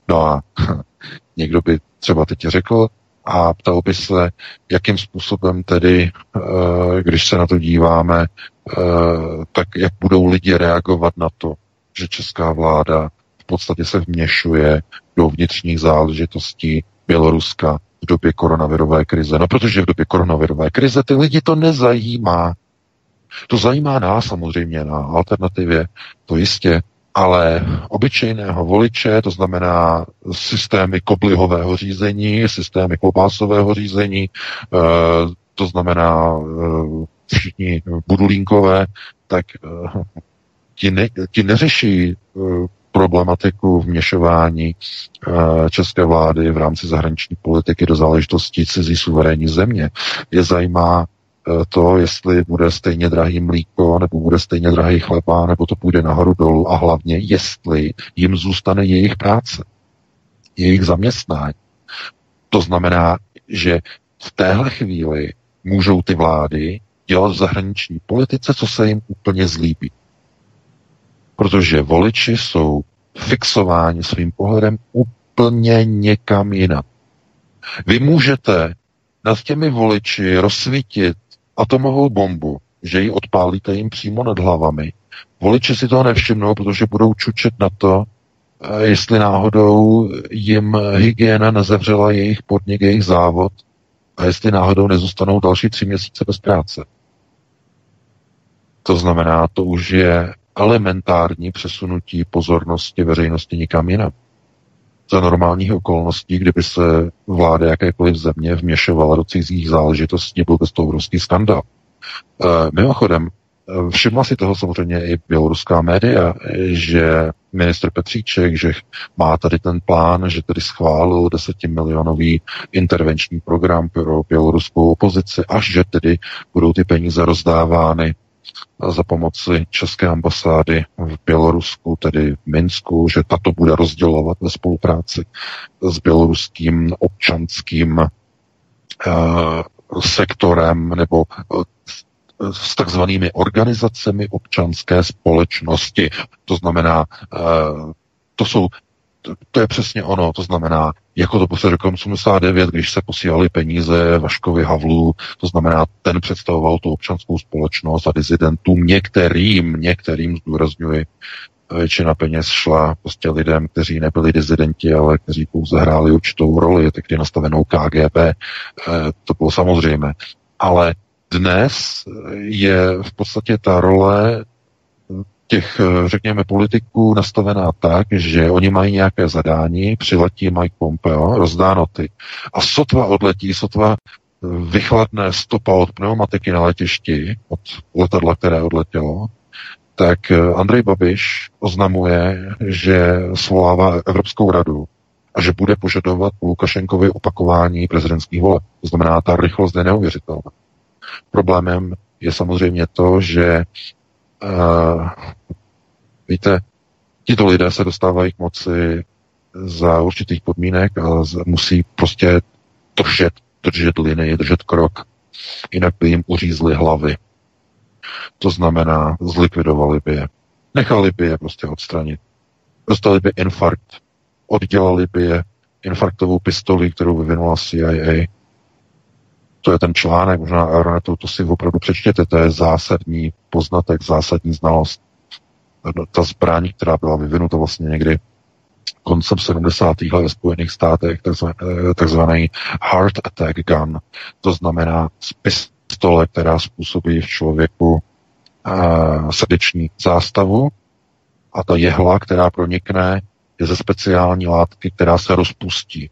[SPEAKER 3] No a někdo by třeba teď řekl a ptal by se, jakým způsobem tedy, když se na to díváme, tak jak budou lidi reagovat na to, že česká vláda v podstatě se vměšuje do vnitřních záležitostí Běloruska v době koronavirové krize. No protože v době koronavirové krize ty lidi to nezajímá. To zajímá nás samozřejmě na Alternativě, to jistě, ale obyčejného voliče, to znamená systémy koblihového řízení, systémy klobásového řízení, to znamená všichni budulínkové, tak ti, ne, ti neřeší problematiku vměšování české vlády v rámci zahraniční politiky do záležitostí cizí suverénní země. Je zajímá to, jestli bude stejně drahý mlíko, nebo bude stejně drahý chleba, nebo to půjde nahoru dolů a hlavně, jestli jim zůstane jejich práce, jejich zaměstnání. To znamená, že v téhle chvíli můžou ty vlády dělat v zahraniční politice, co se jim úplně zlíbí. Protože voliči jsou fixováni svým pohledem úplně někam jinam. Vy můžete nad těmi voliči rozsvítit atomovou bombu, že ji odpálíte jim přímo nad hlavami. Voliči si toho nevšimnou, protože budou čučet na to, jestli náhodou jim hygiena nezavřela jejich podnik, jejich závod a jestli náhodou nezůstanou další tři měsíce bez práce. To znamená, to už je elementární přesunutí pozornosti veřejnosti nikam jinam. Za normálních okolností, kdyby se vláda jakékoliv země vměšovala do cizích záležitostí, byl to obrovský skandál. E, mimochodem, všimla si toho samozřejmě i běloruská média, že ministr Petříček, že má tady ten plán, že tedy schválil desetimilionový intervenční program pro běloruskou opozici, až že tedy budou ty peníze rozdávány za pomoci české ambasády v Bělorusku, tedy v Minsku, že tato bude rozdělovat ve spolupráci s běloruským občanským uh, sektorem nebo uh, s takzvanými organizacemi občanské společnosti. To znamená, uh, to jsou to je přesně ono, to znamená, jako to po roku osmdesát devět, když se posílali peníze Vaškovi Havlu, to znamená, ten představoval tu občanskou společnost a dizidentům, některým, některým zdůrazňuji, většina peněz šla prostě lidem, kteří nebyli dizidenti, ale kteří pouze hráli určitou roli, tehdy nastavenou K G B, to bylo samozřejmé. Ale dnes je v podstatě ta role těch, řekněme, politiků nastavená tak, že oni mají nějaké zadání, přiletí Mike Pompeo, rozdá noty a sotva odletí, sotva vychladne stopa od pneumatiky na letišti, od letadla, které odletělo, tak Andrej Babiš oznamuje, že svolává Evropskou radu a že bude požadovat po Lukašenkovi opakování prezidentských voleb. To znamená, ta rychlost je neuvěřitelná. Problémem je samozřejmě to, že Uh, víte, tito lidé se dostávají k moci za určitých podmínek a musí prostě držet, držet linii, držet krok, jinak by jim uřízli hlavy. To znamená, zlikvidovali by je. Nechali by je prostě odstranit. Dostali by infarkt. Oddělali by je infarktovou pistoli, kterou vyvinula C I A. To je ten článek, možná Aeronetu, to si opravdu přečtěte, to je zásadní poznatek, zásadní znalost. Ta zbraň, která byla vyvinuta vlastně někdy koncem sedmdesátých let ve Spojených státech, takzvaný heart attack gun, to znamená z pistole, která způsobí v člověku uh, srdeční zástavu a ta jehla, která pronikne, je ze speciální látky, která se rozpustí.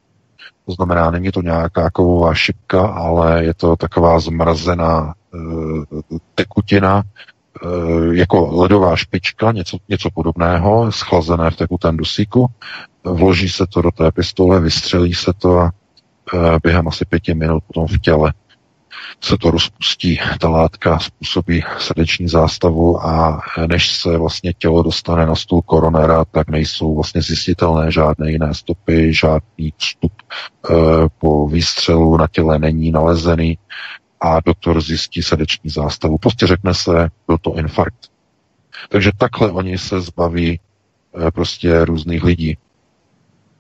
[SPEAKER 3] To znamená, není to nějaká kovová šipka, ale je to taková zmrazená e, tekutina, e, jako ledová špička, něco, něco podobného, schlazené v tekutém dusíku. Vloží se to do té pistole, vystřelí se to a e, během asi pěti minut potom v těle se to rozpustí, ta látka způsobí srdeční zástavu a než se vlastně tělo dostane na stůl koronera, tak nejsou vlastně zjistitelné žádné jiné stopy, žádný vstup e, po výstřelu na těle není nalezený a doktor zjistí srdeční zástavu. Prostě řekne se, byl to infarkt. Takže takhle oni se zbaví e, prostě různých lidí.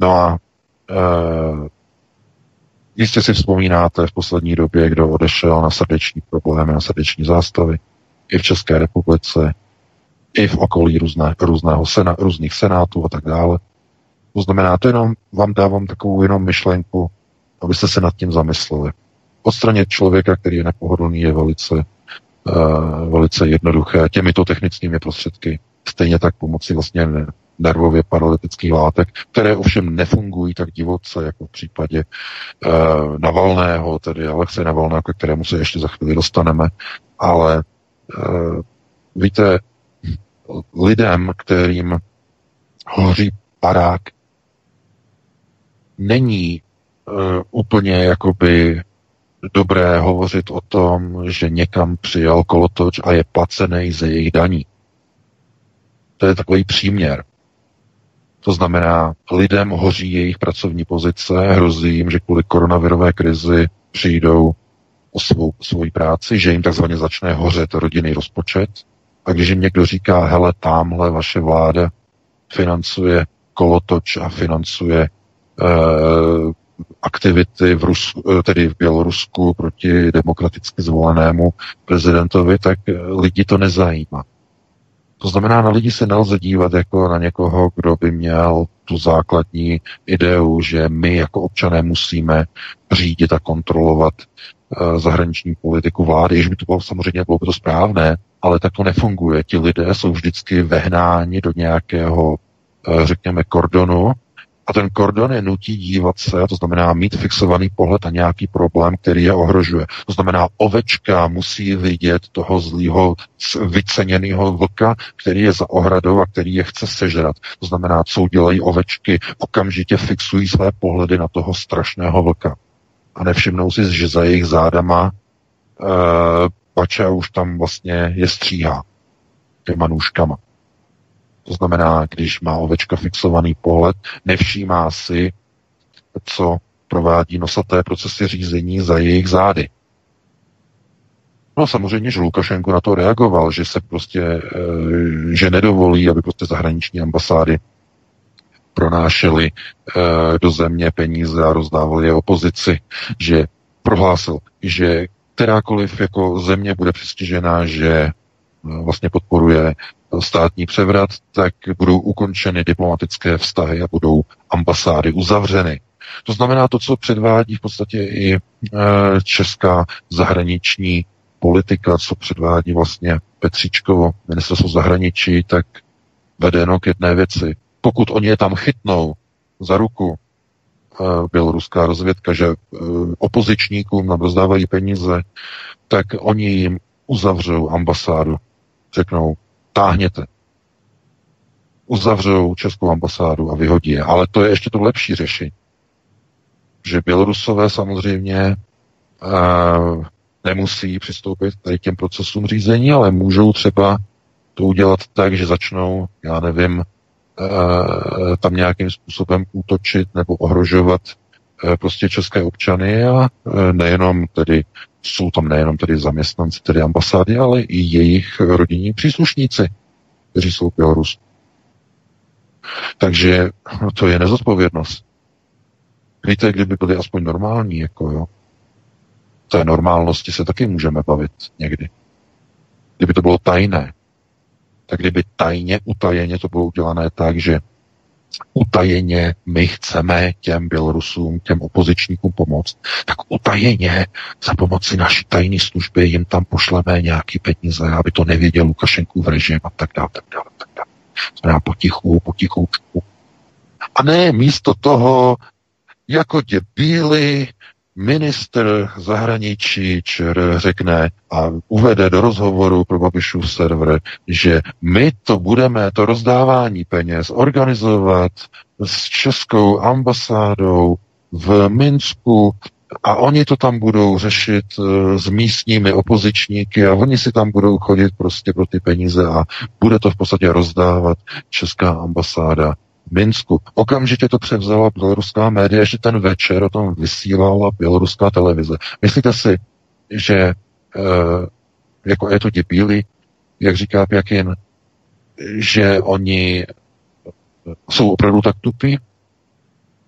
[SPEAKER 3] No a e, jistě si vzpomínáte v poslední době, kdo odešel na srdeční problémy, na srdeční zástavy, i v České republice, i v okolí různé, různého sena, různých senátů a tak dále. To znamená, to jenom vám dávám takovou jenom myšlenku, abyste se nad tím zamysleli. Odstranit člověka, který je nepohodlný, je velice, uh, velice jednoduché těmito technickými prostředky. Stejně tak pomocí vlastně nervově paralytických látek, které ovšem nefungují tak divoce, jako v případě uh, Navalného, tedy Alexeje Navalného, ke kterému se ještě za chvíli dostaneme. Ale uh, víte, lidem, kterým hoří barák, není uh, úplně jakoby dobré hovořit o tom, že někam přijal kolotoč a je placený ze jejich daní. To je takový příměr. To znamená, lidem hoří jejich pracovní pozice, hrozí jim, že kvůli koronavirové krizi přijdou o svou, svoji práci, že jim takzvaně začne hořet rodinný rozpočet. A když jim někdo říká, hele, támhle vaše vláda financuje kolotoč a financuje eh, aktivity v Rusku, tedy v Bělorusku proti demokraticky zvolenému prezidentovi, tak lidi to nezajímá. To znamená, na lidi se nelze dívat jako na někoho, kdo by měl tu základní ideu, že my jako občané musíme řídit a kontrolovat uh, zahraniční politiku vlády, jež by to bylo samozřejmě bylo by to správné, ale tak to nefunguje. Ti lidé jsou vždycky vehnáni do nějakého, uh, řekněme, kordonu, a ten kordon je nutí dívat se, to znamená mít fixovaný pohled na nějaký problém, který je ohrožuje. To znamená, ovečka musí vidět toho zlýho, vyceněného vlka, který je za ohradou a který je chce sežrat. To znamená, co dělají ovečky, okamžitě fixují své pohledy na toho strašného vlka. A nevšimnou si, že za jejich zádama e, pača už tam vlastně je stříhá těma nůžkama. To znamená, když má ovečka fixovaný pohled, nevšímá si, co provádí nosaté procesy řízení za jejich zády. No samozřejmě, že Lukašenko na to reagoval, že se prostě, že nedovolí, aby prostě zahraniční ambasády pronášely do země peníze a rozdávali je opozici, že prohlásil, že kterákoliv jako země bude přistižená, že vlastně podporuje státní převrat, tak budou ukončeny diplomatické vztahy a budou ambasády uzavřeny. To znamená to, co předvádí v podstatě i česká zahraniční politika, co předvádí vlastně Petříčkovo ministerstvo zahraničí, tak vede jenom k jedné věci. Pokud oni je tam chytnou za ruku, běloruská rozvědka, že opozičníkům nám rozdávají peníze, tak oni jim uzavřou ambasádu. Řeknou, táhněte. Uzavřou českou ambasádu a vyhodí je. Ale to je ještě to lepší řešení. Že Bělorusové samozřejmě uh, nemusí přistoupit tady k těm procesům řízení, ale můžou třeba to udělat tak, že začnou, já nevím, uh, tam nějakým způsobem útočit nebo ohrožovat uh, prostě české občany a uh, nejenom tedy jsou tam nejenom tedy zaměstnanci, tedy ambasády, ale i jejich rodinní příslušníci, kteří jsou v Bělorusku. Takže to je nezodpovědnost. Víte, kdyby byli aspoň normální, jako jo, té normálnosti se taky můžeme bavit někdy. Kdyby to bylo tajné, tak kdyby tajně, utajeně to bylo udělané tak, že utajeně my chceme těm Bělorusům, těm opozičníkům pomoct, tak utajeně za pomoci naší tajné služby jim tam pošleme nějaký peníze, aby to nevěděl Lukašenkův režim a tak dále, tak dále, tak dále. Znamená potichu, potichoučku. A ne místo toho, jako debíli, ministr zahraničí ČR řekne a uvede do rozhovoru pro Babišův server, že my to budeme, to rozdávání peněz organizovat s českou ambasádou v Minsku a oni to tam budou řešit s místními opozičníky a oni si tam budou chodit prostě pro ty peníze a bude to v podstatě rozdávat česká ambasáda v Minsku. Okamžitě to převzala běloruská média, že ten večer o tom vysílala běloruská televize. Myslíte si, že e, jako je to debíli, jak říká Pjakin, že oni jsou opravdu tak tupí?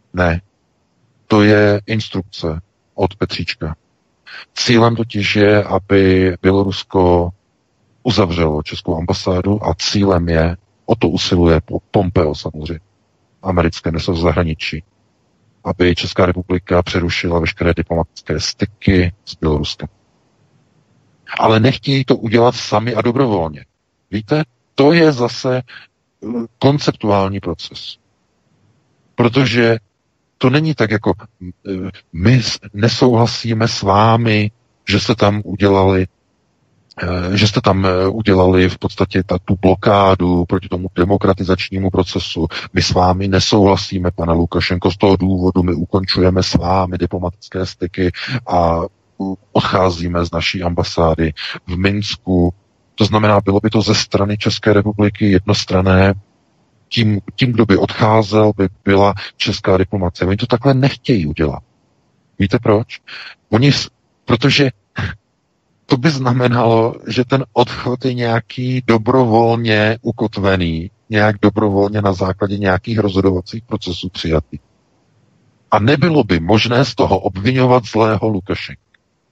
[SPEAKER 3] Ne. To je instrukce od Petříčka. Cílem totiž je, aby Bělorusko uzavřelo českou ambasádu a cílem je, o to usiluje Pompeo samozřejmě, americké ministerstvo zahraničí, aby Česká republika přerušila veškeré diplomatické styky s Běloruskem. Ale nechtějí to udělat sami a dobrovolně. Víte, to je zase konceptuální proces. Protože to není tak, jako my nesouhlasíme s vámi, že jste tam udělali že jste tam udělali v podstatě ta, tu blokádu proti tomu demokratizačnímu procesu. My s vámi nesouhlasíme, pane Lukašenko, z toho důvodu my ukončujeme s vámi diplomatické styky a odcházíme z naší ambasády v Minsku. To znamená, bylo by to ze strany České republiky jednostranné. Tím, tím, kdo by odcházel, by byla česká diplomacie. Oni to takhle nechtějí udělat. Víte proč? Oni, protože to by znamenalo, že ten odchod je nějaký dobrovolně ukotvený, nějak dobrovolně na základě nějakých rozhodovacích procesů přijatý. A nebylo by možné z toho obvinovat zlého Lukašenka,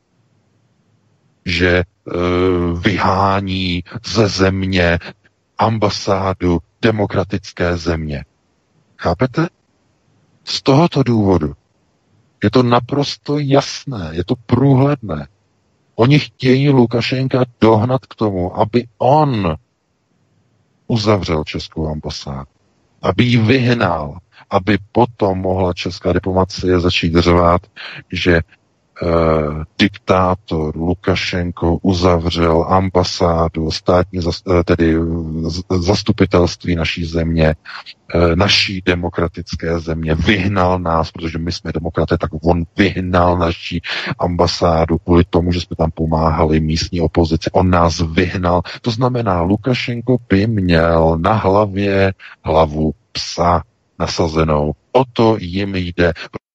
[SPEAKER 3] že e, vyhání ze země ambasádu demokratické země. Chápete? Z tohoto důvodu je to naprosto jasné, je to průhledné. Oni chtějí Lukašenka dohnat k tomu, aby on uzavřel českou ambasádu, aby ji vyhnal, aby potom mohla česká diplomacie začít řvát, že Uh, diktátor Lukašenko uzavřel ambasádu, státní zas, tedy zastupitelství naší země, uh, naší demokratické země, vyhnal nás, protože my jsme demokraté, tak on vyhnal naší ambasádu kvůli tomu, že jsme tam pomáhali místní opozici. On nás vyhnal. To znamená, Lukašenko by měl na hlavě hlavu psa nasazenou. O to jim jde.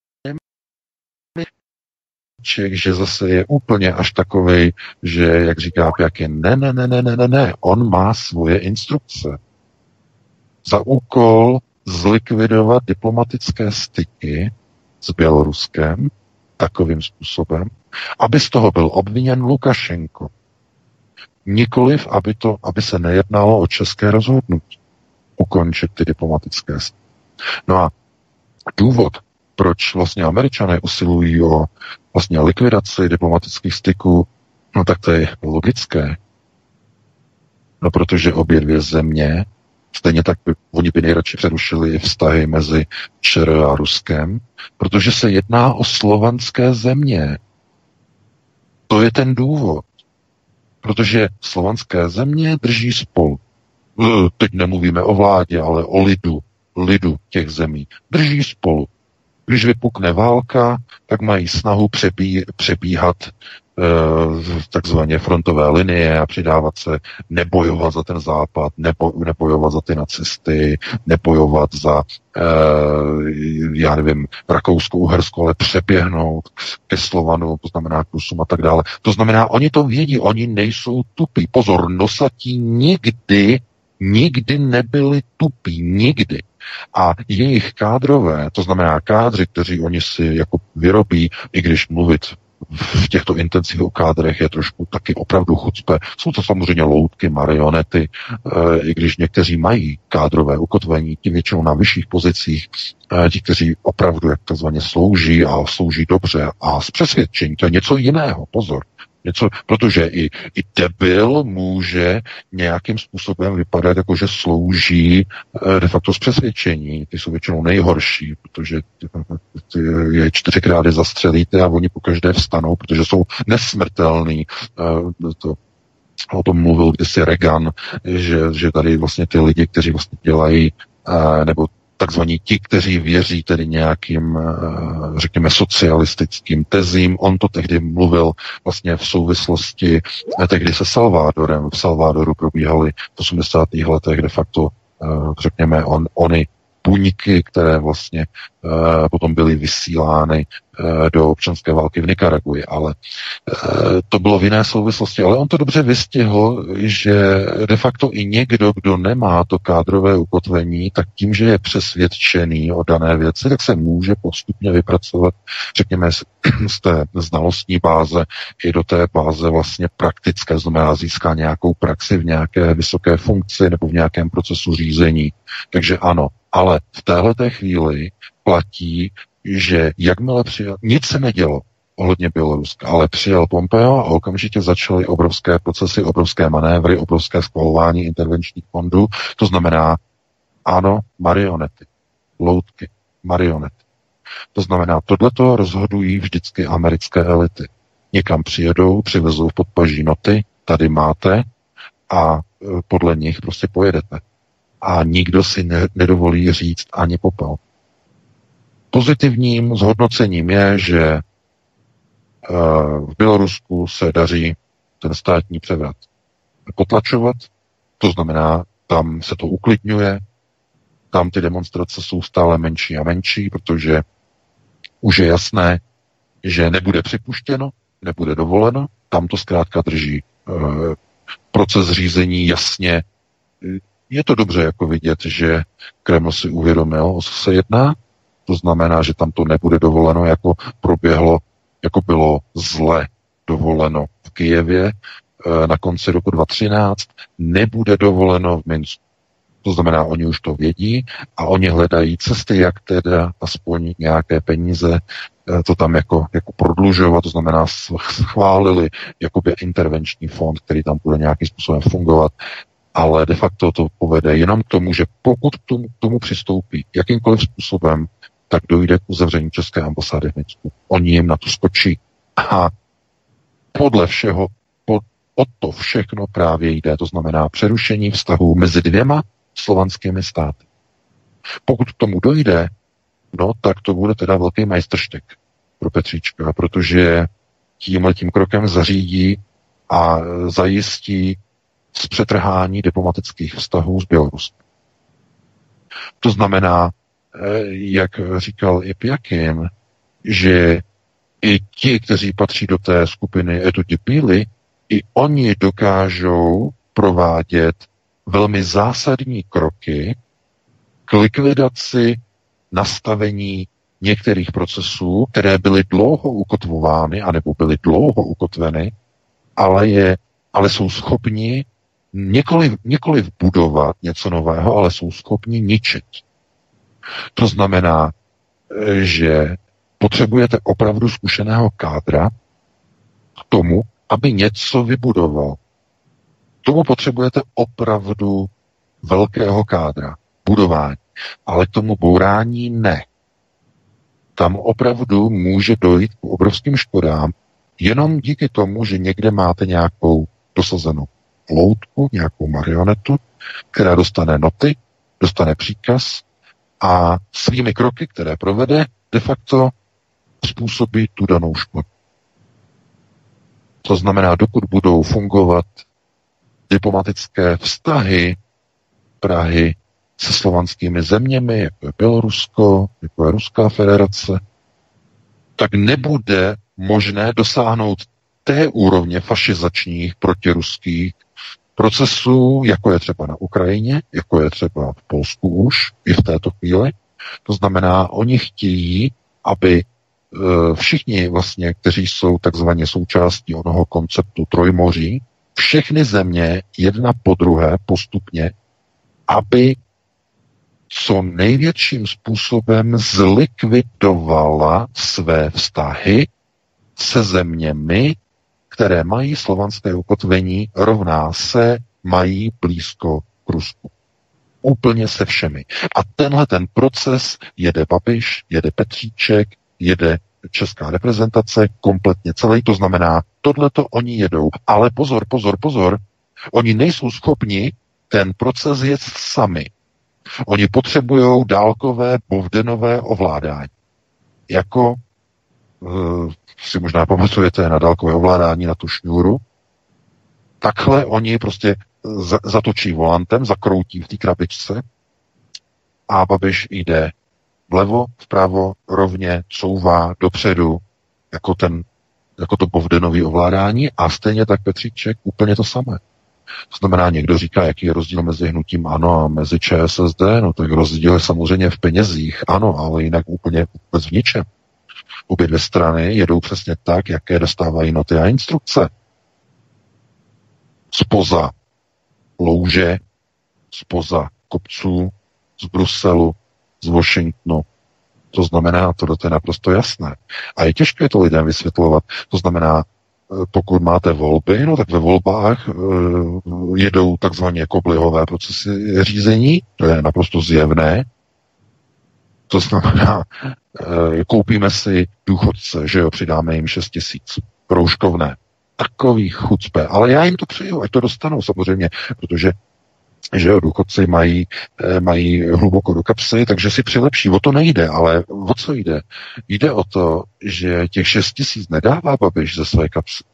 [SPEAKER 3] Že zase je úplně až takovej, že, jak říká Pjakin, ne, ne, ne, ne, ne, ne, ne, on má svoje instrukce. Za úkol zlikvidovat diplomatické styky s Běloruskem takovým způsobem, aby z toho byl obviněn Lukašenko. Nikoliv, aby, to, aby se nejednalo o české rozhodnutí ukončit ty diplomatické styky. No a důvod, proč vlastně Američané usilují o vlastně likvidaci diplomatických styků, no tak to je logické. No protože obě dvě země, stejně tak by, oni by nejradši přerušili vztahy mezi ČR a Ruskem, protože se jedná o slovanské země. To je ten důvod. Protože slovanské země drží spolu. Teď nemluvíme o vládě, ale o lidu, lidu těch zemí. Drží spolu. Když vypukne válka, tak mají snahu přebí, přebíhat e, takzvaně frontové linie a přidávat se, nebojovat za ten západ, nebo, nebojovat za ty nacisty, nebojovat za, e, já nevím, Rakousko-Uhersko, ale přeběhnout ke Slovanu, to znamená k Rusům a tak dále. To znamená, oni to vědí, oni nejsou tupí. Pozor, nosatí nikdy, nikdy nebyli tupí, nikdy. A jejich kádrové, to znamená kádři, kteří oni si jako vyrobí, i když mluvit v těchto intencích o kádrech je trošku taky opravdu chucpe. Jsou to samozřejmě loutky, marionety, e, i když někteří mají kádrové ukotvení, ti většinou na vyšších pozicích, e, ti, kteří opravdu jak takzvaně slouží a slouží dobře a s přesvědčením, to je něco jiného, pozor. Něco, protože i, i debil může nějakým způsobem vypadat jako, že slouží de facto z přesvědčení. Ty jsou většinou nejhorší, protože ty, ty je čtyřikrát je zastřelíte a oni pokaždé vstanou, protože jsou nesmrtelný. To, o tom mluvil kdysi Reagan, že, že tady vlastně ty lidi, kteří vlastně dělají nebo takzvaní ti, kteří věří tedy nějakým, řekněme, socialistickým tezím. On to tehdy mluvil vlastně v souvislosti tehdy se Salvadorem. V Salvadoru probíhaly v osmdesátých letech de facto, řekněme, on, ony buňky, které vlastně uh, potom byly vysílány uh, do občanské války v Nikaraguji, ale uh, to bylo v jiné souvislosti. Ale on to dobře vystihl, že de facto i někdo, kdo nemá to kádrové ukotvení, tak tím, že je přesvědčený o dané věci, tak se může postupně vypracovat, řekněme, z té znalostní báze i do té báze vlastně praktické, znamená získá nějakou praxi v nějaké vysoké funkci nebo v nějakém procesu řízení. Takže ano, ale v téhleté chvíli platí, že jakmile přijel, nic se nedělo ohledně Běloruska, ale přijel Pompeo a okamžitě začaly obrovské procesy, obrovské manévry, obrovské schvalování intervenčních fondů. To znamená, ano, marionety, loutky, marionety. To znamená, tohleto rozhodují vždycky americké elity. Někam přijedou, přivezou v podpaží noty, tady máte a podle nich prostě pojedete. A nikdo si ne, nedovolí říct ani popel. Pozitivním zhodnocením je, že uh, v Bělorusku se daří ten státní převrat potlačovat, to znamená, tam se to uklidňuje, tam ty demonstrace jsou stále menší a menší, protože už je jasné, že nebude připuštěno, nebude dovoleno, tam to zkrátka drží uh, proces řízení jasně. Je to dobře jako vidět, že Kreml si uvědomil, o co se jedná. To znamená, že tam to nebude dovoleno, jako proběhlo, jako bylo zle dovoleno v Kyjevě na konci roku dva tisíce třináct, nebude dovoleno v Minsku. To znamená, oni už to vědí a oni hledají cesty, jak teda aspoň nějaké peníze to tam jako, jako prodlužovat, to znamená schválili jakoby intervenční fond, který tam bude nějakým způsobem fungovat, ale de facto to povede jenom k tomu, že pokud k tomu, k tomu přistoupí jakýmkoliv způsobem, tak dojde k uzavření české ambasády v Minsku. Oni jim na to skočí a podle všeho, pod, o to všechno právě jde, to znamená přerušení vztahů mezi dvěma slovanskými státy. Pokud k tomu dojde, no tak to bude teda velký majstrštěk pro Petříčka, protože tímhletím krokem zařídí a zajistí zpřetrhání diplomatických vztahů s Běloruskem. To znamená, jak říkal i Pjakin, že i ti, kteří patří do té skupiny Etudipíly, i oni dokážou provádět velmi zásadní kroky k likvidaci nastavení některých procesů, které byly dlouho ukotvovány, anebo byly dlouho ukotveny, ale, je, ale jsou schopni nikoliv, nikoliv budovat něco nového, ale jsou schopni ničit. To znamená, že potřebujete opravdu zkušeného kádra k tomu, aby něco vybudoval. K tomu potřebujete opravdu velkého kádra, budování. Ale k tomu bourání ne. Tam opravdu může dojít k obrovským škodám jenom díky tomu, že někde máte nějakou dosazenou loutku, nějakou marionetu, která dostane noty, dostane příkaz a svými kroky, které provede, de facto způsobí tu danou škodu. To znamená, dokud budou fungovat diplomatické vztahy Prahy se slovanskými zeměmi, jako je Bělorusko, jako je Ruská federace, tak nebude možné dosáhnout té úrovně fašizačních protiruských procesů, jako je třeba na Ukrajině, jako je třeba v Polsku už, i v této chvíli. To znamená, oni chtějí, aby všichni vlastně, kteří jsou takzvaně součástí onoho konceptu Trojmoří, všechny země jedna po druhé postupně, aby co největším způsobem zlikvidovala své vztahy se zeměmi, které mají slovanské ukotvení, rovná se mají blízko k Rusku. Úplně se všemi. A tenhle ten proces jede Babiš, jede Petříček, jede česká reprezentace, kompletně celý, to znamená, tohleto oni jedou. Ale pozor, pozor, pozor, oni nejsou schopni ten proces jet sami. Oni potřebují dálkové bovdenové ovládání. Jako uh, si možná pamatujete na dálkové ovládání na tu šňůru, takhle oni prostě zatočí volantem, zakroutí v té krabičce a Babiš jde vlevo, vpravo, rovně, couvá dopředu, jako, ten, jako to povdenový ovládání a stejně tak Petříček úplně to samé. To znamená, někdo říká, jaký je rozdíl mezi hnutím ANO a mezi ČSSD, no tak rozdíl je samozřejmě v penězích, ano, ale jinak úplně vůbec v ničem. Obě dvě strany jedou přesně tak, jaké dostávají noty a instrukce. Spoza louže, spoza kopců, z Bruselu, z Washingtonu. To znamená, to je naprosto jasné. A je těžké to lidem vysvětlovat. To znamená, pokud máte volby, no tak ve volbách e, jedou takzvaně koblihové procesy řízení, to je naprosto zjevné. To znamená, e, koupíme si důchodce, že jo, přidáme jim šest tisíc rouškovné. Takový chucpe. Ale já jim to přeju, ať to dostanou samozřejmě, protože že jo, důchodci mají, mají hluboko do kapsy, takže si přilepší. O to nejde, ale o co jde? Jde o to, že těch šest tisíc nedává Babiš ze své kapsy.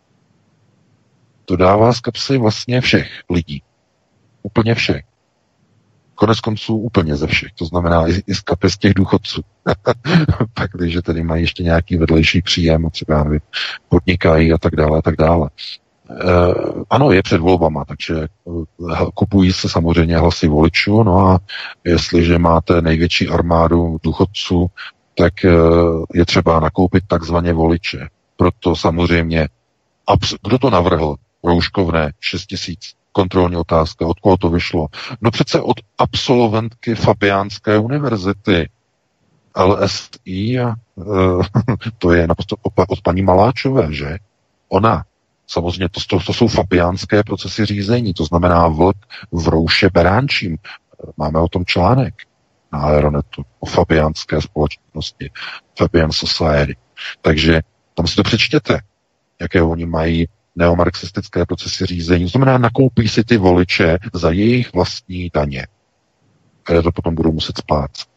[SPEAKER 3] To dává z kapsy vlastně všech lidí. Úplně všech. Konec konců úplně ze všech. To znamená i, i z kapes těch důchodců. Pak, když tedy mají ještě nějaký vedlejší příjem, třeba nevím, podnikají a tak dále, a tak dále. Uh, ano, je před volbama, takže uh, kupují se samozřejmě hlasy voličů, no a jestliže máte největší armádu důchodců, tak uh, je třeba nakoupit takzvaně voliče. Proto samozřejmě, abs- kdo to navrhl? Rouškovné, šest tisíc, kontrolní otázka, od koho to vyšlo? No přece od absolventky Fabiánské univerzity, L S I, a, uh, to je naprosto od paní Maláčové, že? Ona. Samozřejmě to, to, to jsou fabiánské procesy řízení, to znamená vlk v rouše beránčím. Máme o tom článek na Aeronetu o fabiánské společnosti, Fabian Society. Takže tam si to přečtěte, jaké oni mají neomarxistické procesy řízení. To znamená, nakoupí si ty voliče za jejich vlastní daně, které to potom budou muset splácet.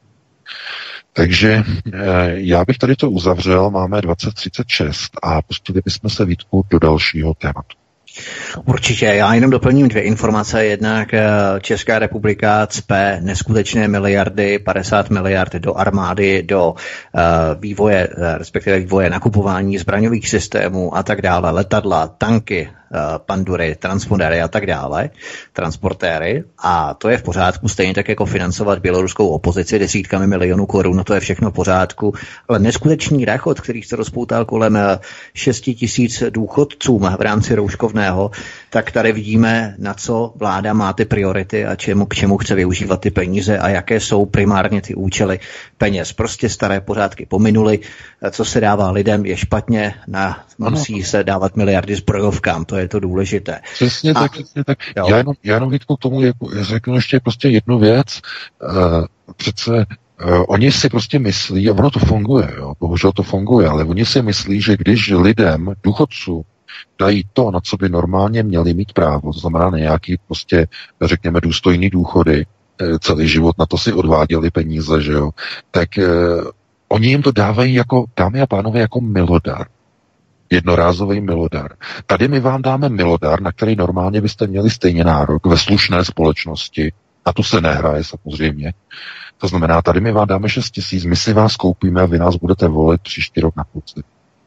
[SPEAKER 3] Takže já bych tady to uzavřel, máme dvacet třicet šest a pustili bychom se, Vítku, do dalšího tématu.
[SPEAKER 1] Určitě, já jenom doplním dvě informace. Jednak Česká republika cpe neskutečné miliardy, padesát miliard do armády, do uh, vývoje, respektive vývoje nakupování zbraňových systémů a tak dále, letadla, tanky, uh, pandury, transpondery a tak dále, transportéry. A to je v pořádku, stejně tak jako financovat běloruskou opozici desítkami milionů korun, no to je všechno v pořádku. Ale neskutečný rachot, který se rozpoutal kolem šest tisíc důchodcům v rámci rouškovného, tak tady vidíme, na co vláda má ty priority a čemu, k čemu chce využívat ty peníze a jaké jsou primárně ty účely peněz. Prostě staré pořádky pominuly, co se dává lidem je špatně, na, musí se dávat miliardy zbrojovkám, to je to důležité.
[SPEAKER 3] Přesně a, tak, přesně tak. Já jenom, já jenom Vítku, k tomu řeknu ještě prostě jednu věc. Uh, přece uh, oni si prostě myslí, a ono to funguje, jo, bohužel to funguje, ale oni si myslí, že když lidem, důchodců, dají to, na co by normálně měli mít právo, to znamená nějaký prostě, řekněme, důstojný důchody, celý život na to si odváděli peníze, že jo, tak eh, oni jim to dávají jako, dámy a pánové, jako milodar. Jednorázový milodar. Tady my vám dáme milodar, na který normálně byste měli stejně nárok ve slušné společnosti. A to se nehraje samozřejmě. To znamená, tady my vám dáme šest tisíc, my si vás koupíme a vy nás budete volit příští rok na podzim.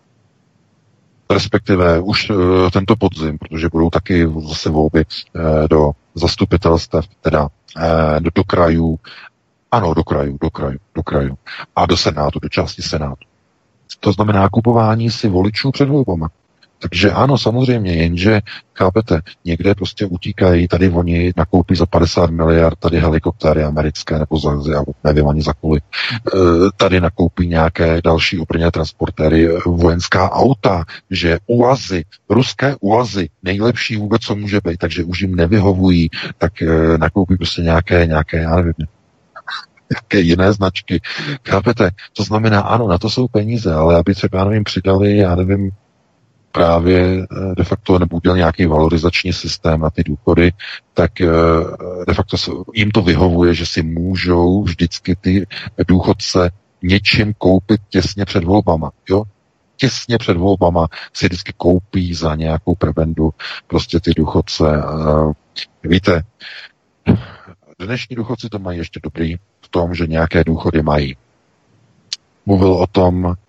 [SPEAKER 3] Respektive už uh, tento podzim, protože budou taky zase volby uh, do zastupitelstev, teda uh, do, do krajů, ano, do krajů, do krajů, do krajů a do senátu, do části senátu. To znamená kupování si voličů před volbama. Takže ano, samozřejmě, jenže, chápete, někde prostě utíkají, tady oni nakoupí za padesát miliard tady helikoptéry americké, nebo za, já nevím ani za kolik, tady nakoupí nějaké další obrněné transportéry, vojenská auta, že UAZy, ruské UAZy, nejlepší vůbec, co může být, takže už jim nevyhovují, tak nakoupí prostě nějaké, nějaké, já nevím, jaké jiné značky. Chápete? To znamená, ano, na to jsou peníze, ale aby třeba, já nevím, přidali, já nevím, právě de facto nebo udělal nějaký valorizační systém na ty důchody, tak de facto jim to vyhovuje, že si můžou vždycky ty důchodce něčím koupit těsně před volbama. Jo? Těsně před volbama si vždycky koupí za nějakou prebendu prostě ty důchodce. Víte, dnešní důchodci to mají ještě dobrý v tom, že nějaké důchody mají. Mluvil o tom uh,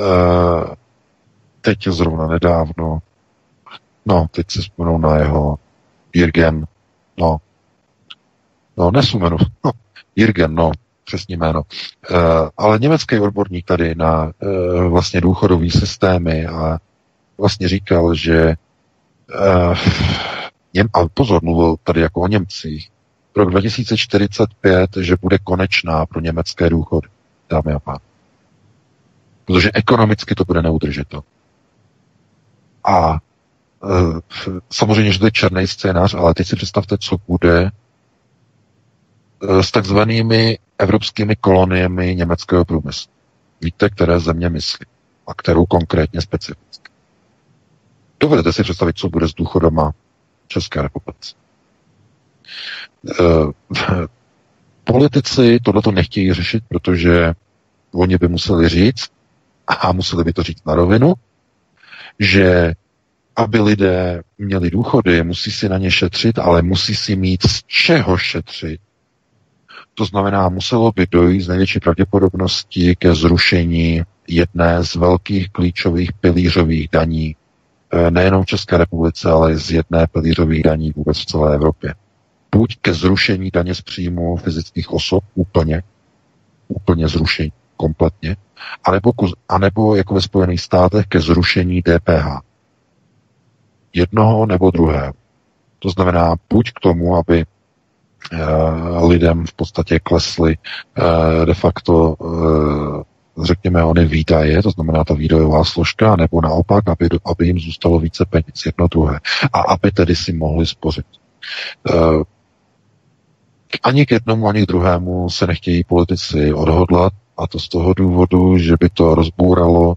[SPEAKER 3] teď zrovna nedávno, no, teď si vzpomenu na jeho Jürgen, no, no, nesumenu, no, Jürgen, no, přesně jméno, uh, ale německý odborník tady na uh, vlastně důchodový systémy a vlastně říkal, že uh, něm, ale pozor, mluvil tady jako o Němcích, rok dva tisíce čtyřicet pět, že bude konečná pro německé důchody, dámy a pánové. Protože ekonomicky to bude neudržitelné. A e, samozřejmě, že to je černý scénář, ale teď si představte, co bude e, s takzvanými evropskými koloniemi německého průmyslu. Víte, které země myslí a kterou konkrétně specificky. Dovedete si představit, co bude s důchodama České republice. E, politici tohleto nechtějí řešit, protože oni by museli říct, a museli by to říct na rovinu, že aby lidé měli důchody, musí si na ně šetřit, ale musí si mít z čeho šetřit. To znamená, muselo by dojít z největší pravděpodobnosti ke zrušení jedné z velkých klíčových pilířových daní, nejenom v České republice, ale z jedné pilířových daní vůbec v celé Evropě. Buď ke zrušení daně z příjmu fyzických osob úplně, úplně zrušení, kompletně, anebo, anebo jako ve Spojených státech ke zrušení D P H. Jednoho nebo druhého. To znamená buď k tomu, aby uh, lidem v podstatě klesly uh, de facto uh, řekněme ony výdaje, to znamená ta výdajová složka, nebo naopak, aby, aby jim zůstalo více peněz, jedno druhé. A aby tedy si mohli spořit. Uh, ani k jednomu, ani k druhému se nechtějí politici odhodlat, a to z toho důvodu, že by to rozbouralo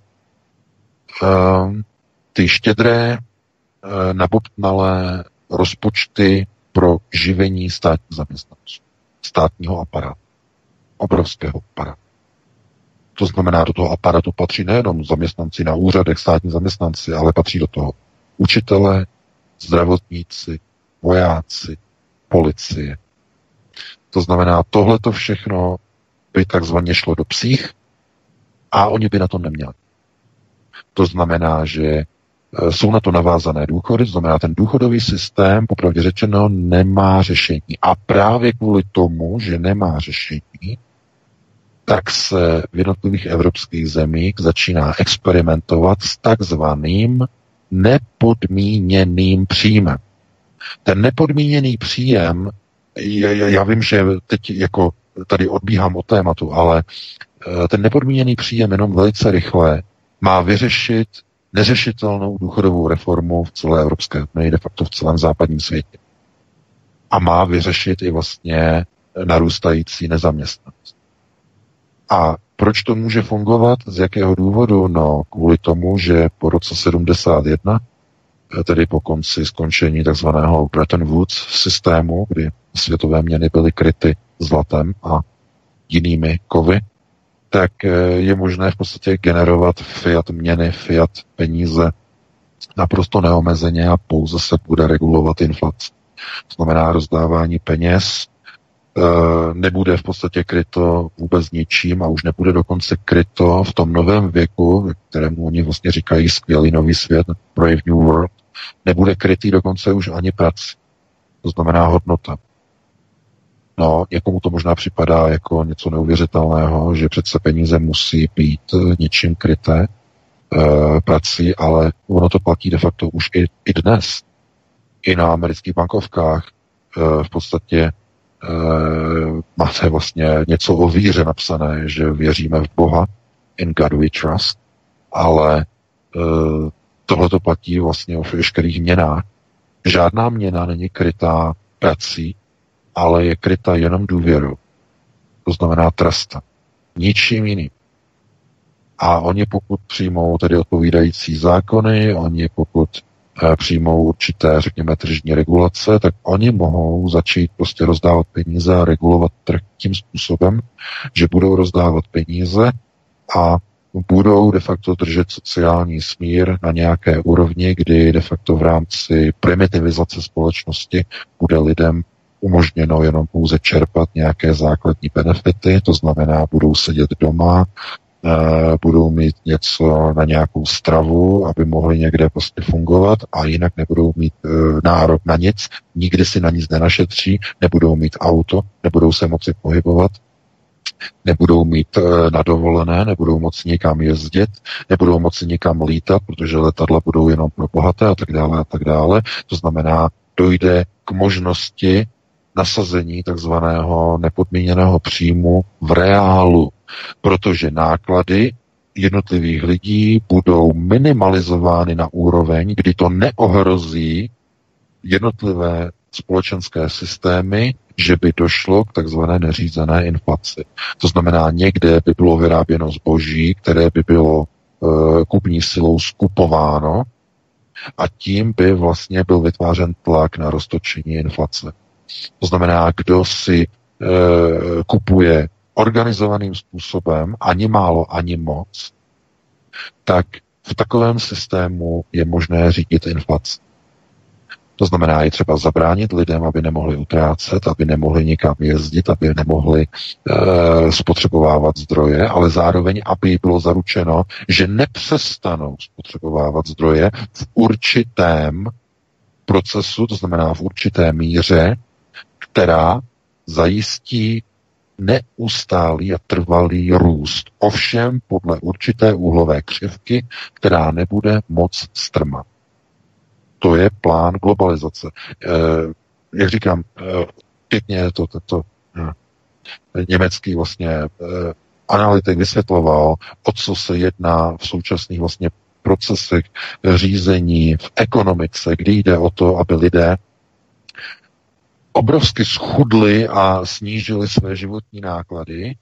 [SPEAKER 3] uh, ty štědré, uh, nabobtnalé rozpočty pro živení státních zaměstnanců, státního aparátu, obrovského aparátu. To znamená, do toho aparátu patří nejenom zaměstnanci na úřadech, státní zaměstnanci, ale patří do toho učitelé, zdravotníci, vojáci, policie. To znamená, tohleto všechno by takzvaně šlo do psích a oni by na to neměli. To znamená, že jsou na to navázané důchody, to znamená, ten důchodový systém, popravdě řečeno, nemá řešení. A právě kvůli tomu, že nemá řešení, tak se v jednotlivých evropských zemích začíná experimentovat s takzvaným nepodmíněným příjmem. Ten nepodmíněný příjem, já vím, že teď jako tady odbíhám od tématu, ale ten nepodmíněný příjem jenom velice rychle má vyřešit neřešitelnou důchodovou reformu v celé Evropské unii, de facto v celém západním světě. A má vyřešit i vlastně narůstající nezaměstnanost. A proč to může fungovat? Z jakého důvodu? No, kvůli tomu, že po roce sedmdesát jedna, tedy po konci skončení takzvaného Bretton Woods systému, kdy světové měny byly kryty zlatem a jinými kovy, tak je možné v podstatě generovat fiat měny, fiat peníze naprosto neomezeně a pouze se bude regulovat inflace. To znamená, rozdávání peněz nebude v podstatě kryto vůbec ničím a už nebude dokonce kryto v tom novém věku, kterému oni vlastně říkají skvělý nový svět, Brave New World, nebude krytý dokonce už ani prací. To znamená hodnota. No, někomu to možná připadá jako něco neuvěřitelného, že přece peníze musí být něčím kryté e, prací, ale ono to platí de facto už i, i dnes. I na amerických bankovkách e, v podstatě e, máte vlastně něco o víře napsané, že věříme v Boha, in God we trust, ale e, tohle to platí vlastně o všech měnách. Žádná měna není krytá prací, ale je kryta jenom důvěrou. To znamená tresta. Ničím jiným. A oni pokud přijmou tedy odpovídající zákony, oni pokud eh, přijmou určité, řekněme, tržní regulace, tak oni mohou začít prostě rozdávat peníze a regulovat trh tím způsobem, že budou rozdávat peníze a budou de facto držet sociální smír na nějaké úrovni, kdy de facto v rámci primitivizace společnosti bude lidem umožněno jenom pouze čerpat nějaké základní benefity, to znamená, budou sedět doma, budou mít něco na nějakou stravu, aby mohli někde prostě fungovat a jinak nebudou mít nárok na nic, nikdy si na nic nenašetří, nebudou mít auto, nebudou se moci pohybovat, nebudou mít na dovolené, nebudou moci nikam jezdit, nebudou moci nikam lítat, protože letadla budou jenom pro bohaté a tak dále a tak dále. To znamená, dojde k možnosti nasazení takzvaného nepodmíněného příjmu v reálu, protože náklady jednotlivých lidí budou minimalizovány na úroveň, kdy to neohrozí jednotlivé společenské systémy, že by došlo k takzvané neřízené inflaci. To znamená, někde by bylo vyráběno zboží, které by bylo e, kupní silou skupováno a tím by vlastně byl vytvářen tlak na roztočení inflace. To znamená, kdo si e, kupuje organizovaným způsobem, ani málo, ani moc, tak v takovém systému je možné řídit inflaci. To znamená, je třeba zabránit lidem, aby nemohli utrácet, aby nemohli nikam jezdit, aby nemohli e, spotřebovávat zdroje, ale zároveň, aby bylo zaručeno, že nepřestanou spotřebovávat zdroje v určitém procesu, to znamená v určité míře, která zajistí neustálý a trvalý růst. Ovšem podle určité úhlové křivky, která nebude moc strmat. To je plán globalizace. E, jak říkám, e, pěkně to, to, to e, německý vlastně e, analytik vysvětloval, o co se jedná v současných vlastně procesech řízení v ekonomice, kdy jde o to, aby lidé obrovsky schudli a snížili své životní náklady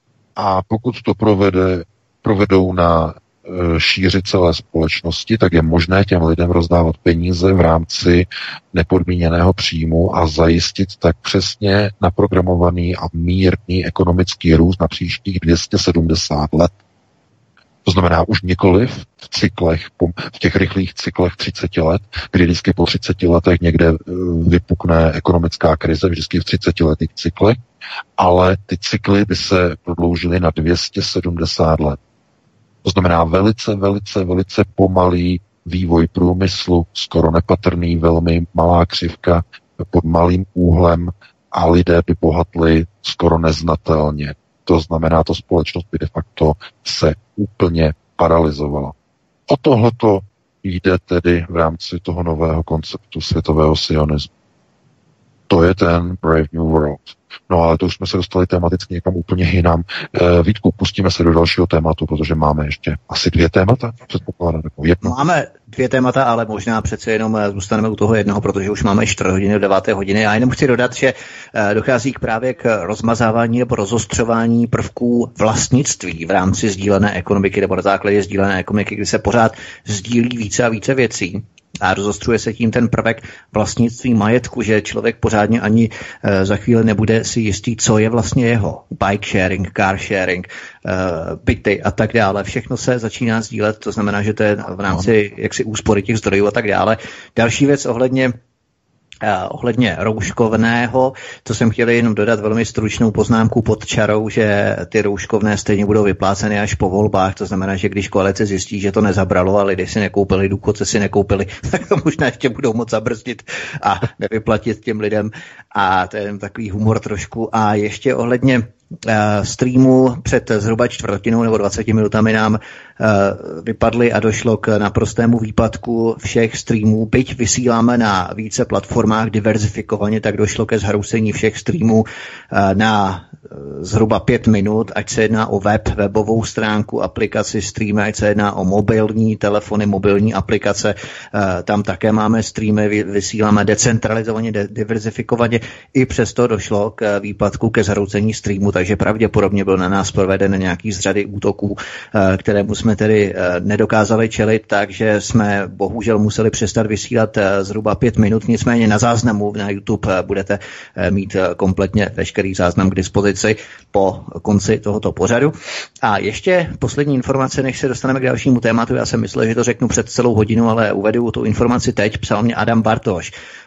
[SPEAKER 3] a pokud to provede, provedou na e, šíři celé společnosti, tak je možné těm lidem rozdávat peníze v rámci nepodmíněného příjmu a zajistit tak přesně naprogramovaný a mírný ekonomický růst na příštích dvě stě sedmdesát let. To znamená už nikoliv v cyklech, v těch rychlých cyklech třicet let, kdy vždycky po třiceti letech někde vypukne ekonomická krize, vždycky v třicetiletých cyklech, ale ty cykly by se prodloužily na dvě stě sedmdesát let. To znamená velice, velice, velice pomalý vývoj průmyslu, skoro nepatrný, velmi malá křivka pod malým úhlem a lidé by bohatli skoro neznatelně. To znamená, to společnost by de facto se úplně paralyzovala. O tohleto jde tedy v rámci toho nového konceptu světového sionismu. To je ten Brave New World. No ale to už jsme se dostali tematicky někam úplně jinam. E, Vítku, pustíme se do dalšího tématu, protože máme ještě asi dvě témata, předpokládám, nebo jedno.
[SPEAKER 1] Máme dvě témata, ale možná přece jenom zůstaneme u toho jednoho, protože už máme čtvrt hodiny do deváté hodiny. Já jenom chci dodat, že dochází k právě k rozmazávání nebo rozostřování prvků vlastnictví v rámci sdílené ekonomiky nebo na základě sdílené ekonomiky, kdy se pořád sdílí více a více věcí. A rozostřuje se tím ten prvek vlastnictví majetku, že člověk pořádně ani e, za chvíli nebude si jistý, co je vlastně jeho. Bike sharing, car sharing, e, byty a tak dále. Všechno se začíná sdílet, to znamená, že to je v rámci jaksi úspory těch zdrojů a tak dále. Další věc ohledně Uh, ohledně rouškovného, to jsem chtěl jenom dodat velmi stručnou poznámku pod čarou, že ty rouškovné stejně budou vypláceny až po volbách, to znamená, že když koalice zjistí, že to nezabralo a lidé si nekoupili, důchodci si nekoupili, tak to možná ještě budou moc zabrzdit a nevyplatit těm lidem a to je takový humor trošku. A ještě ohledně uh, streamu před zhruba čtvrtinou nebo dvaceti minutami nám uh, vypadly a došlo k naprostému výpadku všech streamů, byť vysíláme na více platformách diverzifikovaně, tak došlo ke zhroucení všech streamů na zhruba pět minut, ať se jedná o web, webovou stránku, aplikaci streamy, ať se jedná o mobilní telefony, mobilní aplikace, tam také máme streamy, vysíláme decentralizovaně, diverzifikovaně, i přesto došlo k výpadku, ke zhroucení streamu, takže pravděpodobně byl na nás proveden nějaký z řady útoků, kterému jsme tedy nedokázali čelit, takže jsme bohužel museli přestat vysílat zhruba pět minut, nicméně na záznamu na YouTube budete mít kompletně veškerý záznam k dispozici po konci tohoto pořadu. A ještě poslední informace, než se dostaneme k dalšímu tématu. Já jsem myslel, že to řeknu před celou hodinu, ale uvedu tu informaci teď. Psal mě Adam Bartoš.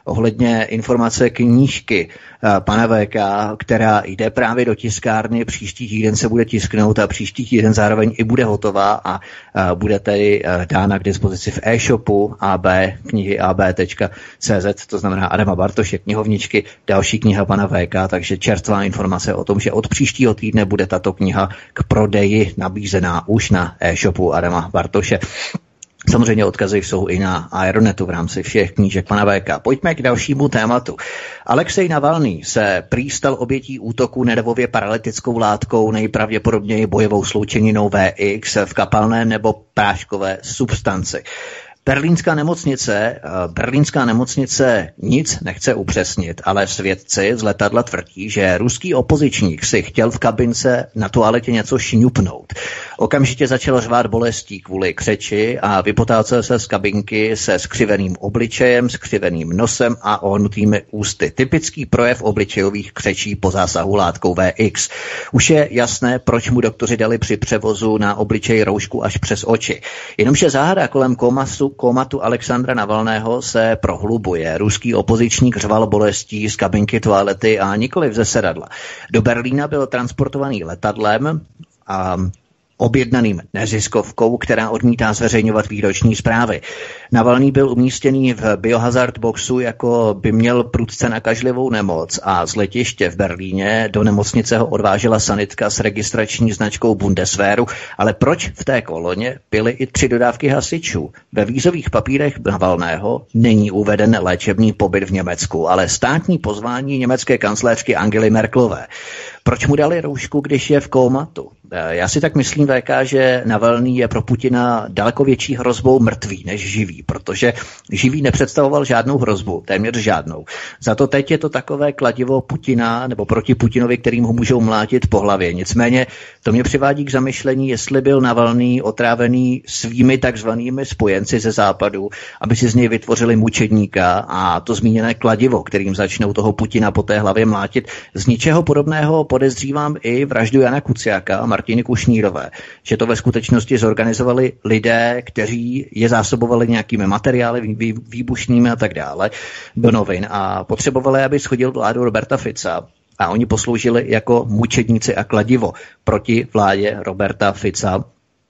[SPEAKER 1] ohledně informace knížky pana V K, která jde právě do tiskárny, příští týden se bude tisknout a příští týden zároveň i bude hotová a bude tedy dána k dispozici v e-shopu A B, knihy a b tečka cé zet, to znamená Adama Bartoše, knihovničky, další kniha pana V K, takže čerstvá informace o tom, že od příštího týdne bude tato kniha k prodeji nabízená už na e-shopu Adama Bartoše. Samozřejmě odkazy jsou i na Aeronetu v rámci všech knížek pana V K. Pojďme k dalšímu tématu. Alexej Navalný se prý stal obětí útoku nervově paralytickou látkou, nejpravděpodobněji bojovou sloučeninou V X v kapalné nebo práškové substanci. Berlínská nemocnice, berlínská nemocnice nic nechce upřesnit, ale svědci z letadla tvrdí, že ruský opozičník si chtěl v kabince na toaletě něco šňupnout. Okamžitě začal řvát bolestí kvůli křeči a vypotácel se z kabinky se skřiveným obličejem, skřiveným nosem a ohnutými ústy. Typický projev obličejových křečí po zásahu látkou V X. Už je jasné, proč mu doktoři dali při převozu na obličej roušku až přes oči. Jenomže záhada kolem komasu Komatu Alexandra Navalného se prohlubuje. Ruský opozičník řval bolestí z kabinky toalety a nikoliv ze sedadla. Do Berlína byl transportovaný letadlem a objednaným neziskovkou, která odmítá zveřejňovat výroční zprávy. Navalný byl umístěný v biohazard boxu, jako by měl prudce nakažlivou nemoc a z letiště v Berlíně do nemocnice ho odvážela sanitka s registrační značkou Bundeswehru, ale proč v té koloně byly i tři dodávky hasičů? Ve vízových papírech Navalného není uveden léčebný pobyt v Německu, ale státní pozvání německé kancléřky Angely Merkelové. Proč mu dali roušku, když je v kómatu? Já si tak myslím, V K, že Navalný je pro Putina daleko větší hrozbou mrtvý než živý, protože živý nepředstavoval žádnou hrozbu, téměř žádnou. Za to teď je to takové kladivo Putina, nebo proti Putinovi, kterým ho můžou mlátit po hlavě. Nicméně to mě přivádí k zamyšlení, jestli byl Navalný otrávený svými takzvanými spojenci ze západu, aby si z něj vytvořili mučedníka a to zmíněné kladivo, kterým začnou toho Putina po té hlavě mlátit. Z ničeho podobného podezřívám i vraždu Jana Kuciaka a Martiny Kušnírové, že to ve skutečnosti zorganizovali lidé, kteří je zásobovali nějakými materiály výbušnými a tak dále do novin a potřebovali, aby shodil vládu Roberta Fica. A oni posloužili jako mučedníci a kladivo proti vládě Roberta Fica.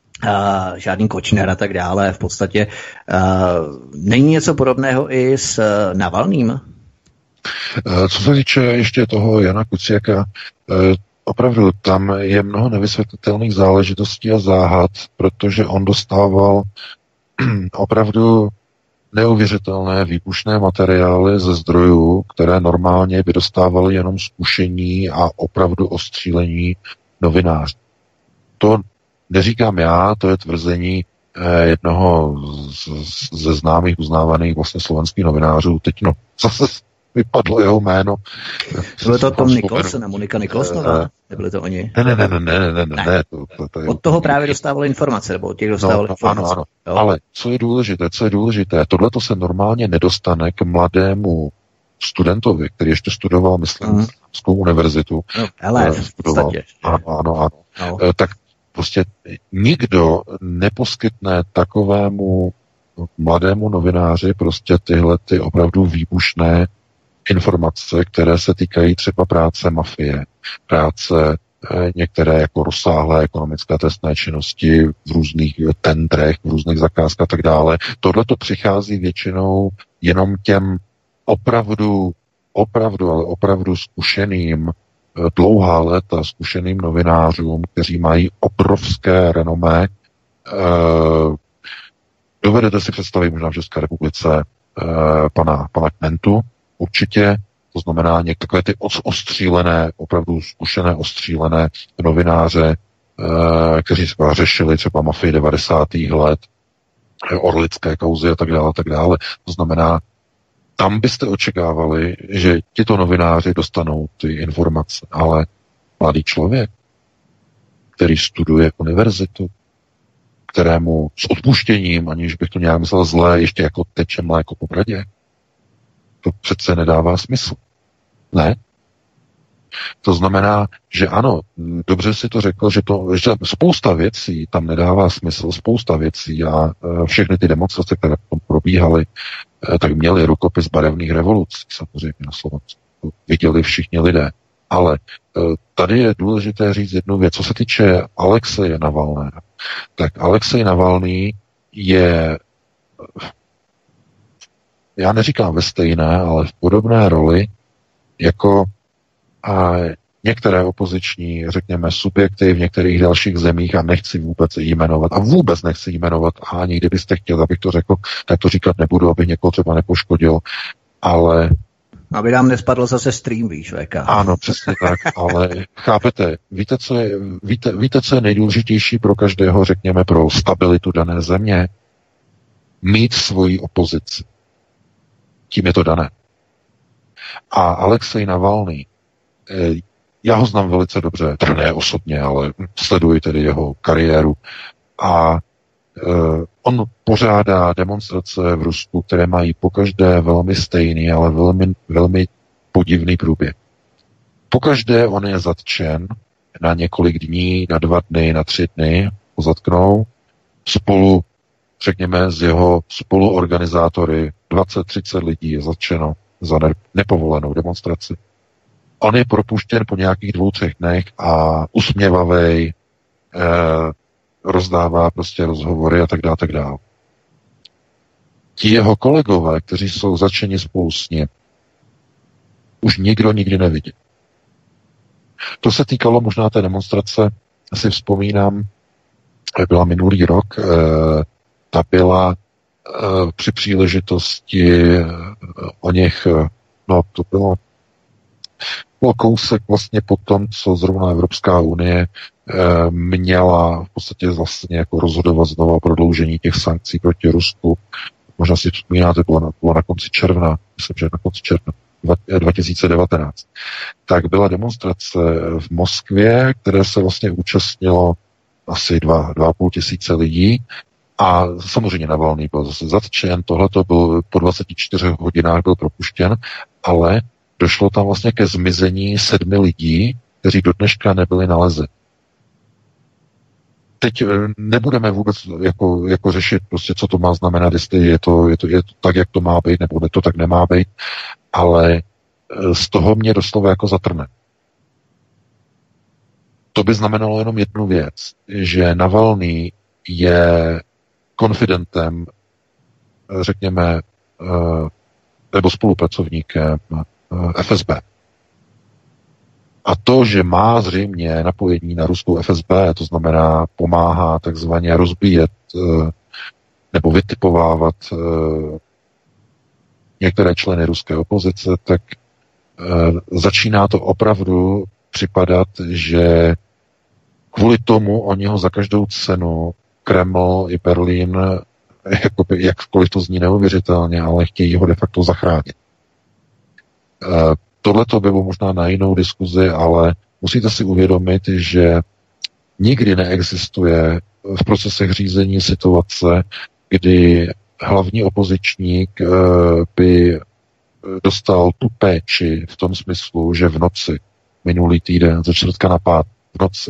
[SPEAKER 1] A žádný Kočner a tak dále. V podstatě není něco podobného i s Navalným?
[SPEAKER 3] Co se týče ještě toho Jana Kuciaka, opravdu tam je mnoho nevysvětlitelných záležitostí a záhad, protože on dostával opravdu neuvěřitelné výbušné materiály ze zdrojů, které normálně by dostávali jenom zkušení a opravdu ostřílení novinářů. To neříkám já, to je tvrzení jednoho ze známých, uznávaných vlastně slovenských novinářů. Teď no, zase vypadlo jeho jméno.
[SPEAKER 1] Bylo to Tom Nicholson a Monika Nicholsonová? Nebyli to oni?
[SPEAKER 3] Ne, ne, ne, ne, ne, ne, ne. ne to, to, to je...
[SPEAKER 1] Od toho právě dostávali informace, nebo od těch dostávali
[SPEAKER 3] no,
[SPEAKER 1] informace.
[SPEAKER 3] Ano, ano. Ale co je důležité, co je důležité, tohle to se normálně nedostane k mladému studentovi, který ještě studoval, myslím, mm. Slovenskou univerzitu.
[SPEAKER 1] No, ale v podstatě.
[SPEAKER 3] Ano, ano, ano. No. Tak prostě nikdo neposkytne takovému mladému novináři prostě tyhle ty opravdu výbušné informace, které se týkají třeba práce mafie, práce eh, některé jako rozsáhlé ekonomické trestné činnosti v různých tendrech, v různých zakázkách a tak dále. Tohle to přichází většinou jenom těm opravdu, opravdu, ale opravdu zkušeným, eh, dlouhá léta zkušeným novinářům, kteří mají obrovské renomé. Eh, dovedete si představit možná v České republice eh, pana, pana Kmentu, určitě, to znamená některé ty ostřílené, opravdu zkušené ostřílené novináře, e, kteří třeba řešili třeba mafii devadesátých let, orlické kauzy a tak dále, a tak dále. To znamená, tam byste očekávali, že tito novináři dostanou ty informace, ale mladý člověk, který studuje univerzitu, kterému s odpuštěním, aniž bych to nějak myslel zlé, ještě jako teče mléko po bradě, to přece nedává smysl. Ne? To znamená, že ano, dobře si to řekl, že to, že spousta věcí tam nedává smysl, spousta věcí a všechny ty demonstrace, které probíhaly, tak měli rukopis barevných revolucí, samozřejmě na Slovensku. Viděli všichni lidé. Ale tady je důležité říct jednu věc. Co se týče Alexeje Navalného, tak Alexej Navalný je, já neříkám ve stejné, ale v podobné roli jako a některé opoziční, řekněme, subjekty v některých dalších zemích, a nechci vůbec jmenovat, a vůbec nechci jmenovat, a ani kdybyste chtěl, abych to řekl, tak to říkat nebudu, abych někoho třeba nepoškodil, ale...
[SPEAKER 1] Aby nám nespadl zase stream, víš, V K.
[SPEAKER 3] Ano, přesně tak, ale chápete, víte co, je, víte, víte, co je nejdůležitější pro každého, řekněme, pro stabilitu dané země? Mít svoji opozici. Tím je to dané. A Alexej Navalný, já ho znám velice dobře, teda ne osobně, ale sleduji tedy jeho kariéru a uh, on pořádá demonstrace v Rusku, které mají pokaždé velmi stejný, ale velmi, velmi podivný průběh. Pokaždé on je zatčen na několik dní, na dva dny, na tři dny, ho zatknou spolu, řekněme, s jeho spoluorganizátory, dvacet třicet lidí je zatčeno za nepovolenou demonstraci. On je propuštěn po nějakých dvou, třech dnech a usměvavej, eh, rozdává prostě rozhovory a tak dále, tak dále. Ti jeho kolegové, kteří jsou zatčeni spolu s ním, už nikdo nikdy nevidí. To se týkalo možná té demonstrace, asi vzpomínám, byla minulý rok, eh, ta byla eh, při příležitosti eh, o něch, eh, no to bylo Bylo kousek vlastně po tom, co zrovna Evropská unie e, měla v podstatě vlastně jako rozhodovat znovu o prodloužení těch sankcí proti Rusku. Možná si vzpomínáte, bylo na, bylo na konci června, myslím, že na konci června dva tisíce devatenáct. Tak byla demonstrace v Moskvě, které se vlastně účastnilo asi dva, dva a půl tisíce lidí. A samozřejmě Navalný byl zase zatčen, tohle to byl po dvaceti čtyřech hodinách byl propuštěn, ale došlo tam vlastně ke zmizení sedmi lidí, kteří do dneška nebyli nalezeni. Teď nebudeme vůbec jako, jako řešit, prostě, co to má znamenat, jestli je to, je, to, je to tak, jak to má být, nebo ne, to tak nemá být, ale z toho mě doslova jako zatrne. To by znamenalo jenom jednu věc, že Navalný je konfidentem, řekněme, nebo spolupracovníkem F S B. A to, že má zřejmě napojení na ruskou F S B, to znamená pomáhá takzvaně rozbíjet nebo vytipovávat některé členy ruské opozice, tak začíná to opravdu připadat, že kvůli tomu oni ho za každou cenu Kreml i Berlín, jakoby, jakkoliv to zní neuvěřitelně, ale chtějí ho de facto zachránit. Tohle to bylo možná na jinou diskuzi, ale musíte si uvědomit, že nikdy neexistuje v procesech řízení situace, kdy hlavní opozičník by dostal tu péči v tom smyslu, že v noci, minulý týden, ze čtvrtka na pátek, v noci,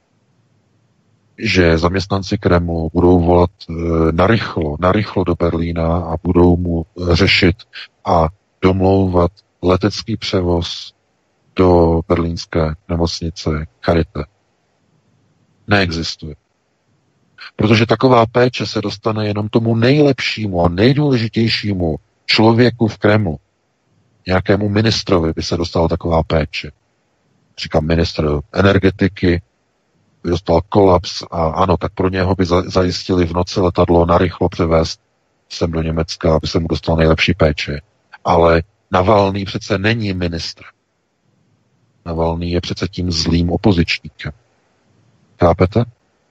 [SPEAKER 3] že zaměstnanci Kremlu budou volat narychlo, narychlo do Berlína a budou mu řešit a domlouvat letecký převoz do berlínské nemocnice Charité. Neexistuje. Protože taková péče se dostane jenom tomu nejlepšímu a nejdůležitějšímu člověku v Kremlu. Nějakému ministrovi by se dostala taková péče. Říkám ministr energetiky, by dostal kolaps a ano, tak pro něho by zajistili v noci letadlo narychlo převést sem do Německa, aby se mu dostal nejlepší péče. Ale Navalný přece není ministr. Navalný je přece tím zlým opozičníkem. Chápete?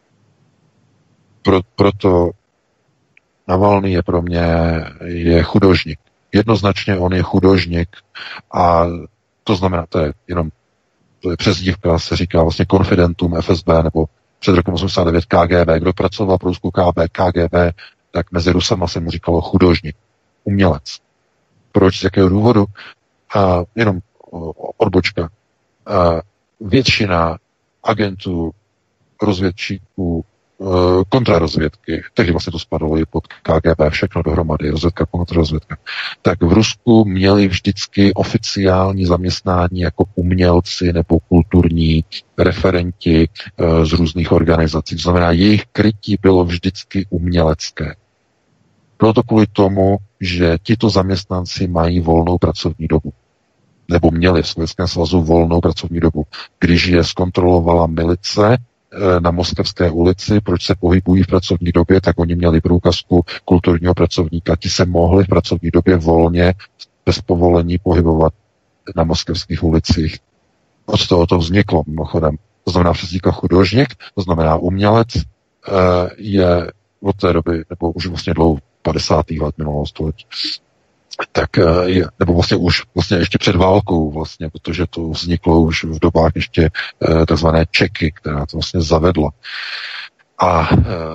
[SPEAKER 3] Pro, proto Navalný je pro mě je chudožník. Jednoznačně on je chudožník a to znamená, to je jenom to je přezdívka, se říká vlastně konfidentům F S B nebo před rokem osmdesát devět K G B. Kdo pracoval pro ruskou K G B, tak mezi Rusama se mu říkalo chudožník, umělec. Proč, z jakého důvodu? A jenom odbočka. A většina agentů, rozvědčíků kontrarozvědky, tehdy vlastně to spadalo i pod K G B, všechno dohromady, rozvědka, kontrarozvědka, tak v Rusku měli vždycky oficiální zaměstnání jako umělci nebo kulturní referenti z různých organizací. To znamená, jejich krytí bylo vždycky umělecké. Bylo to kvůli tomu, že tito zaměstnanci mají volnou pracovní dobu. Nebo měli v Sovětském svazu volnou pracovní dobu. Když je zkontrolovala milice na Moskevské ulici, proč se pohybují v pracovní době, tak oni měli průkazku kulturního pracovníka. Ti se mohli v pracovní době volně, bez povolení pohybovat na moskevských ulicích. Od toho to vzniklo mimochodem. To znamená přesníka chudožník, to znamená umělec, je od té doby, nebo už vlastně dlouho, padesátých let minulého století, tak je, nebo vlastně už vlastně ještě před válkou vlastně, protože to vzniklo už v dobách ještě takzvané Čeky, která to vlastně zavedla. A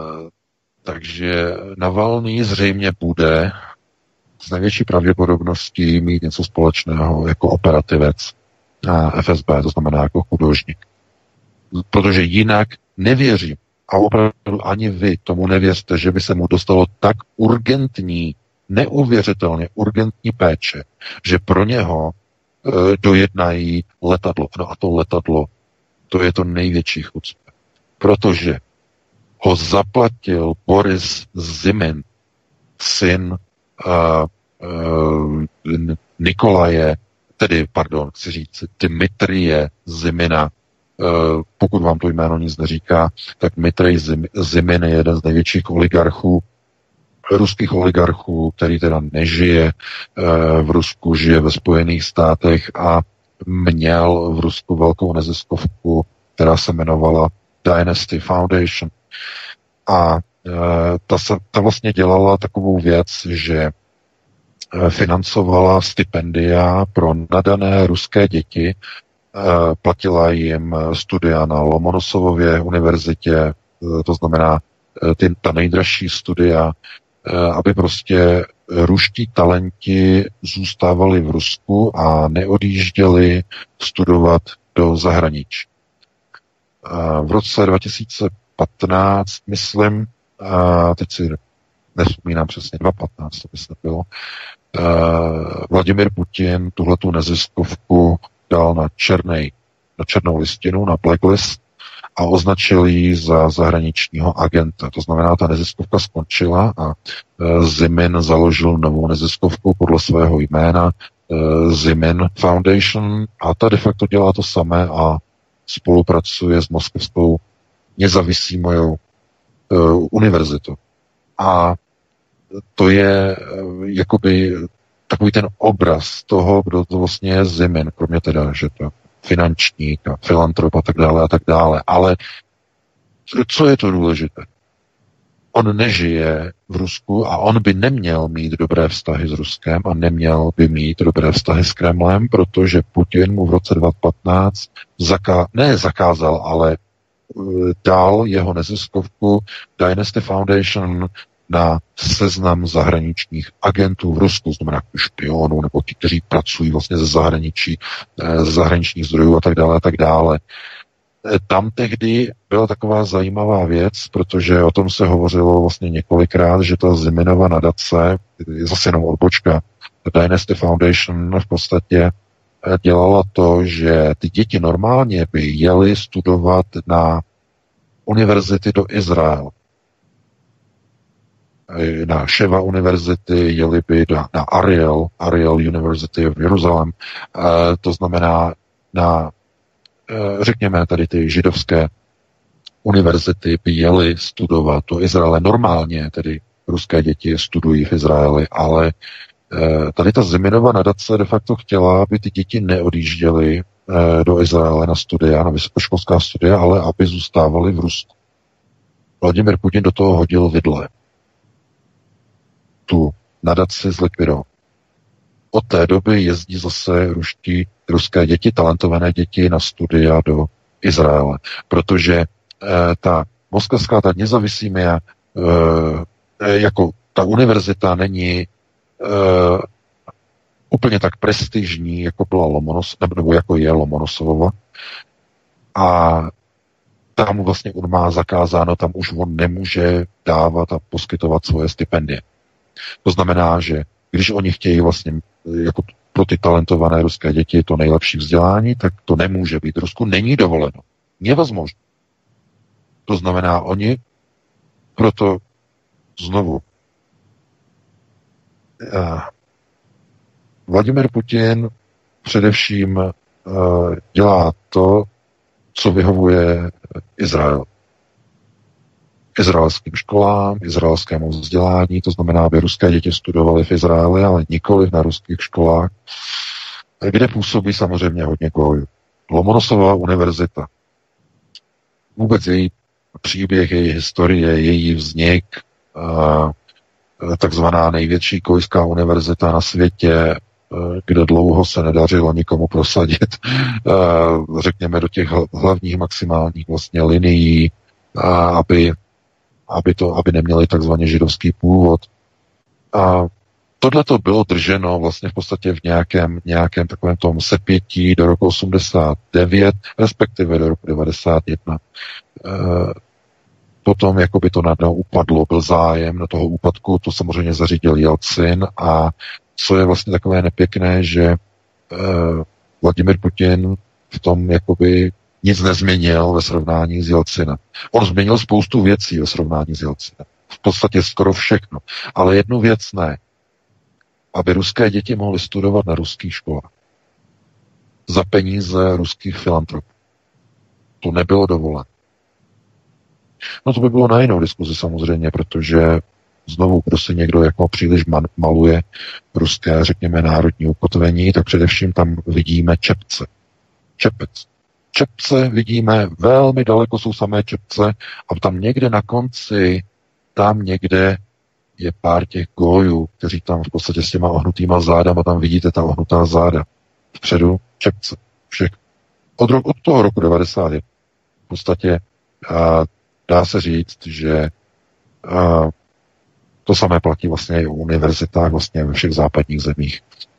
[SPEAKER 3] takže Navalný zřejmě bude s největší pravděpodobností mít něco společného jako operativec a F S B, to znamená jako chudožník. Protože jinak nevěřím, a opravdu ani vy tomu nevěřte, že by se mu dostalo tak urgentní, neuvěřitelně urgentní péče, že pro něho e, dojednají letadlo. No a to letadlo, to je to největší chucpe. Protože ho zaplatil Boris Zimin, syn uh, uh, Nikolaje, tedy, pardon, chci říct, Dmitrie Zimina. Uh, pokud vám to jméno nic neříká, tak Dmitrij Zimin je jeden z největších oligarchů, ruských oligarchů, který teda nežije uh, v Rusku, žije ve Spojených státech a měl v Rusku velkou neziskovku, která se jmenovala Dynasty Foundation. A ta, se, ta vlastně dělala takovou věc, že financovala stipendia pro nadané ruské děti, platila jim studia na Lomonosovově univerzitě, to znamená ty, ta nejdražší studia, aby prostě ruští talenti zůstávali v Rusku a neodjížděli studovat do zahraničí. V roce dva tisíce patnáct, myslím, a teď si nevzpomínám přesně, dva tisíce patnáct to by se bylo, Vladimir Putin tuhletu neziskovku dal na, černej, na černou listinu, na blacklist a označil ji za zahraničního agenta. To znamená, ta neziskovka skončila a Zimin založil novou neziskovku podle svého jména Zimin Foundation a ta de facto dělá to samé a spolupracuje s moskevskou nezávislou uh, univerzitou. A to je uh, jakoby takový ten obraz toho, kdo to vlastně je Zimin, kromě teda, že to finančník a filantrop a tak dále a tak dále. Ale co je to důležité? On nežije v Rusku a on by neměl mít dobré vztahy s Ruskem a neměl by mít dobré vztahy s Kremlem, protože Putin mu v roce dva tisíce patnáct zaká- ne zakázal, ale uh, dal jeho neziskovku Dynasty Foundation na seznam zahraničních agentů v Rusku, znamená špionů nebo ti, kteří pracují vlastně ze zahraničí, ze zahraničních zdrojů a tak dále a tak dále. Tam tehdy byla taková zajímavá věc, protože o tom se hovořilo vlastně několikrát, že ta Ziminova nadace, je zase jenom odbočka, Dynasty Foundation v podstatě dělala to, že ty děti normálně by jeli studovat na univerzity do Izraele. Na Sheva univerzity, jeli by na, na Ariel, Ariel University v Jeruzalém, e, to znamená na, e, řekněme, tady ty židovské univerzity by jeli studovat do Izraele. Normálně tedy ruské děti studují v Izraeli, ale e, tady ta Ziminova nadace de facto chtěla, aby ty děti neodjížděly e, do Izraele na studia, na vysokoškolská studia, ale aby zůstávali v Rusku. Vladimir Putin do toho hodil vidle. Tu nadaci zlikvidoval. Od té doby jezdí zase ruští, ruské děti, talentované děti na studia do Izraele, protože e, ta moskevská, ta nezávislá, e, jako ta univerzita není e, úplně tak prestižní, jako byla Lomonos, nebo jako je Lomonosovova. A tam vlastně on má zakázáno, tam už on nemůže dávat a poskytovat svoje stipendie. To znamená, že když oni chtějí vlastně jako pro ty talentované ruské děti to nejlepší vzdělání, tak to nemůže být. Rusku není dovoleno. Nevazmožno. To znamená, oni proto znovu uh, Vladimir Putin především uh, dělá to, co vyhovuje Izrael. Izraelským školám, izraelskému vzdělání, to znamená, aby ruské děti studovaly v Izraeli, ale nikoli na ruských školách, kde působí samozřejmě hodně gojů. Lomonosova univerzita. Vůbec její příběh, její historie, její vznik, takzvaná největší gojská univerzita na světě, kde dlouho se nedařilo nikomu prosadit, řekněme, do těch hlavních maximálních vlastně linií, aby, aby, to, aby neměli takzvaně židovský původ. A tohle to bylo drženo vlastně v podstatě v nějakém, nějakém takovém tom sepětí do roku osmdesát devět, respektive do roku devadesát jedna. Potom jako by to najednou upadlo, byl zájem na toho úpadku, to samozřejmě zařídil Jelcin a co je vlastně takové nepěkné, že eh, Vladimir Putin v tom jakoby nic nezměnil ve srovnání s Jelcinem. On změnil spoustu věcí ve srovnání s Jelcinem. V podstatě skoro všechno. Ale jednu věc ne. Aby ruské děti mohly studovat na ruských školách. Za peníze ruských filantropů. To nebylo dovoleno. No to by bylo na jinou diskuzi samozřejmě, protože znovu, kdo si někdo jako příliš maluje ruské, řekněme, národní ukotvení, tak především tam vidíme čepce. Čepec. Čepce vidíme, velmi daleko jsou samé čepce a tam někde na konci, tam někde je pár těch gojů, kteří tam v podstatě s těma ohnutýma zádama, tam vidíte ta ohnutá záda. Vpředu čepce. Všech. Od, roku, od toho roku devadesát jedna. V podstatě a, dá se říct, že a, to samé platí vlastně i o univerzitách vlastně ve všech západních zemích.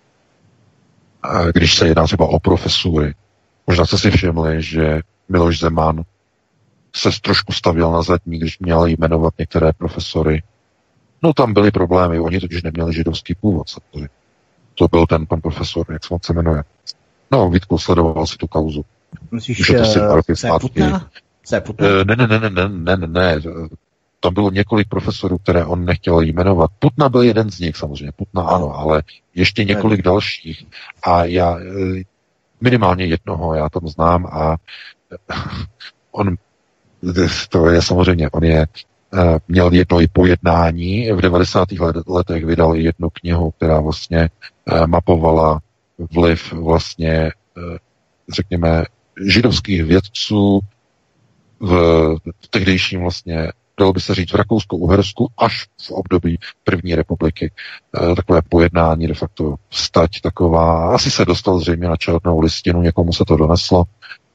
[SPEAKER 3] A když se jedná třeba o profesury, možná jste si všimli, že Miloš Zeman se trošku stavěl na zadní, když měl jmenovat některé profesory. No tam byly problémy, oni totiž neměli židovský původ. To byl ten pan profesor, jak se on se jmenuje. No, Vítku, sledoval si tu kauzu.
[SPEAKER 1] Myslíš,
[SPEAKER 3] už je to si dva roky zpátky. Ne, ne, ne, ne, ne, ne, ne, ne. Tam bylo několik profesorů, které on nechtěl jmenovat. Putna byl jeden z nich samozřejmě, Putna ano, ale ještě několik dalších. A já minimálně jednoho, já tam znám a on, to je samozřejmě, on je, měl jedno i pojednání, v devadesátých letech vydal jednu knihu, která vlastně mapovala vliv vlastně, řekněme, židovských vědců v tehdejším vlastně, dalo by se říct v Rakousku-Uhersku až v období první republiky. E, takové pojednání, de facto stať taková. Asi se dostal zřejmě na černou listinu, někomu se to doneslo.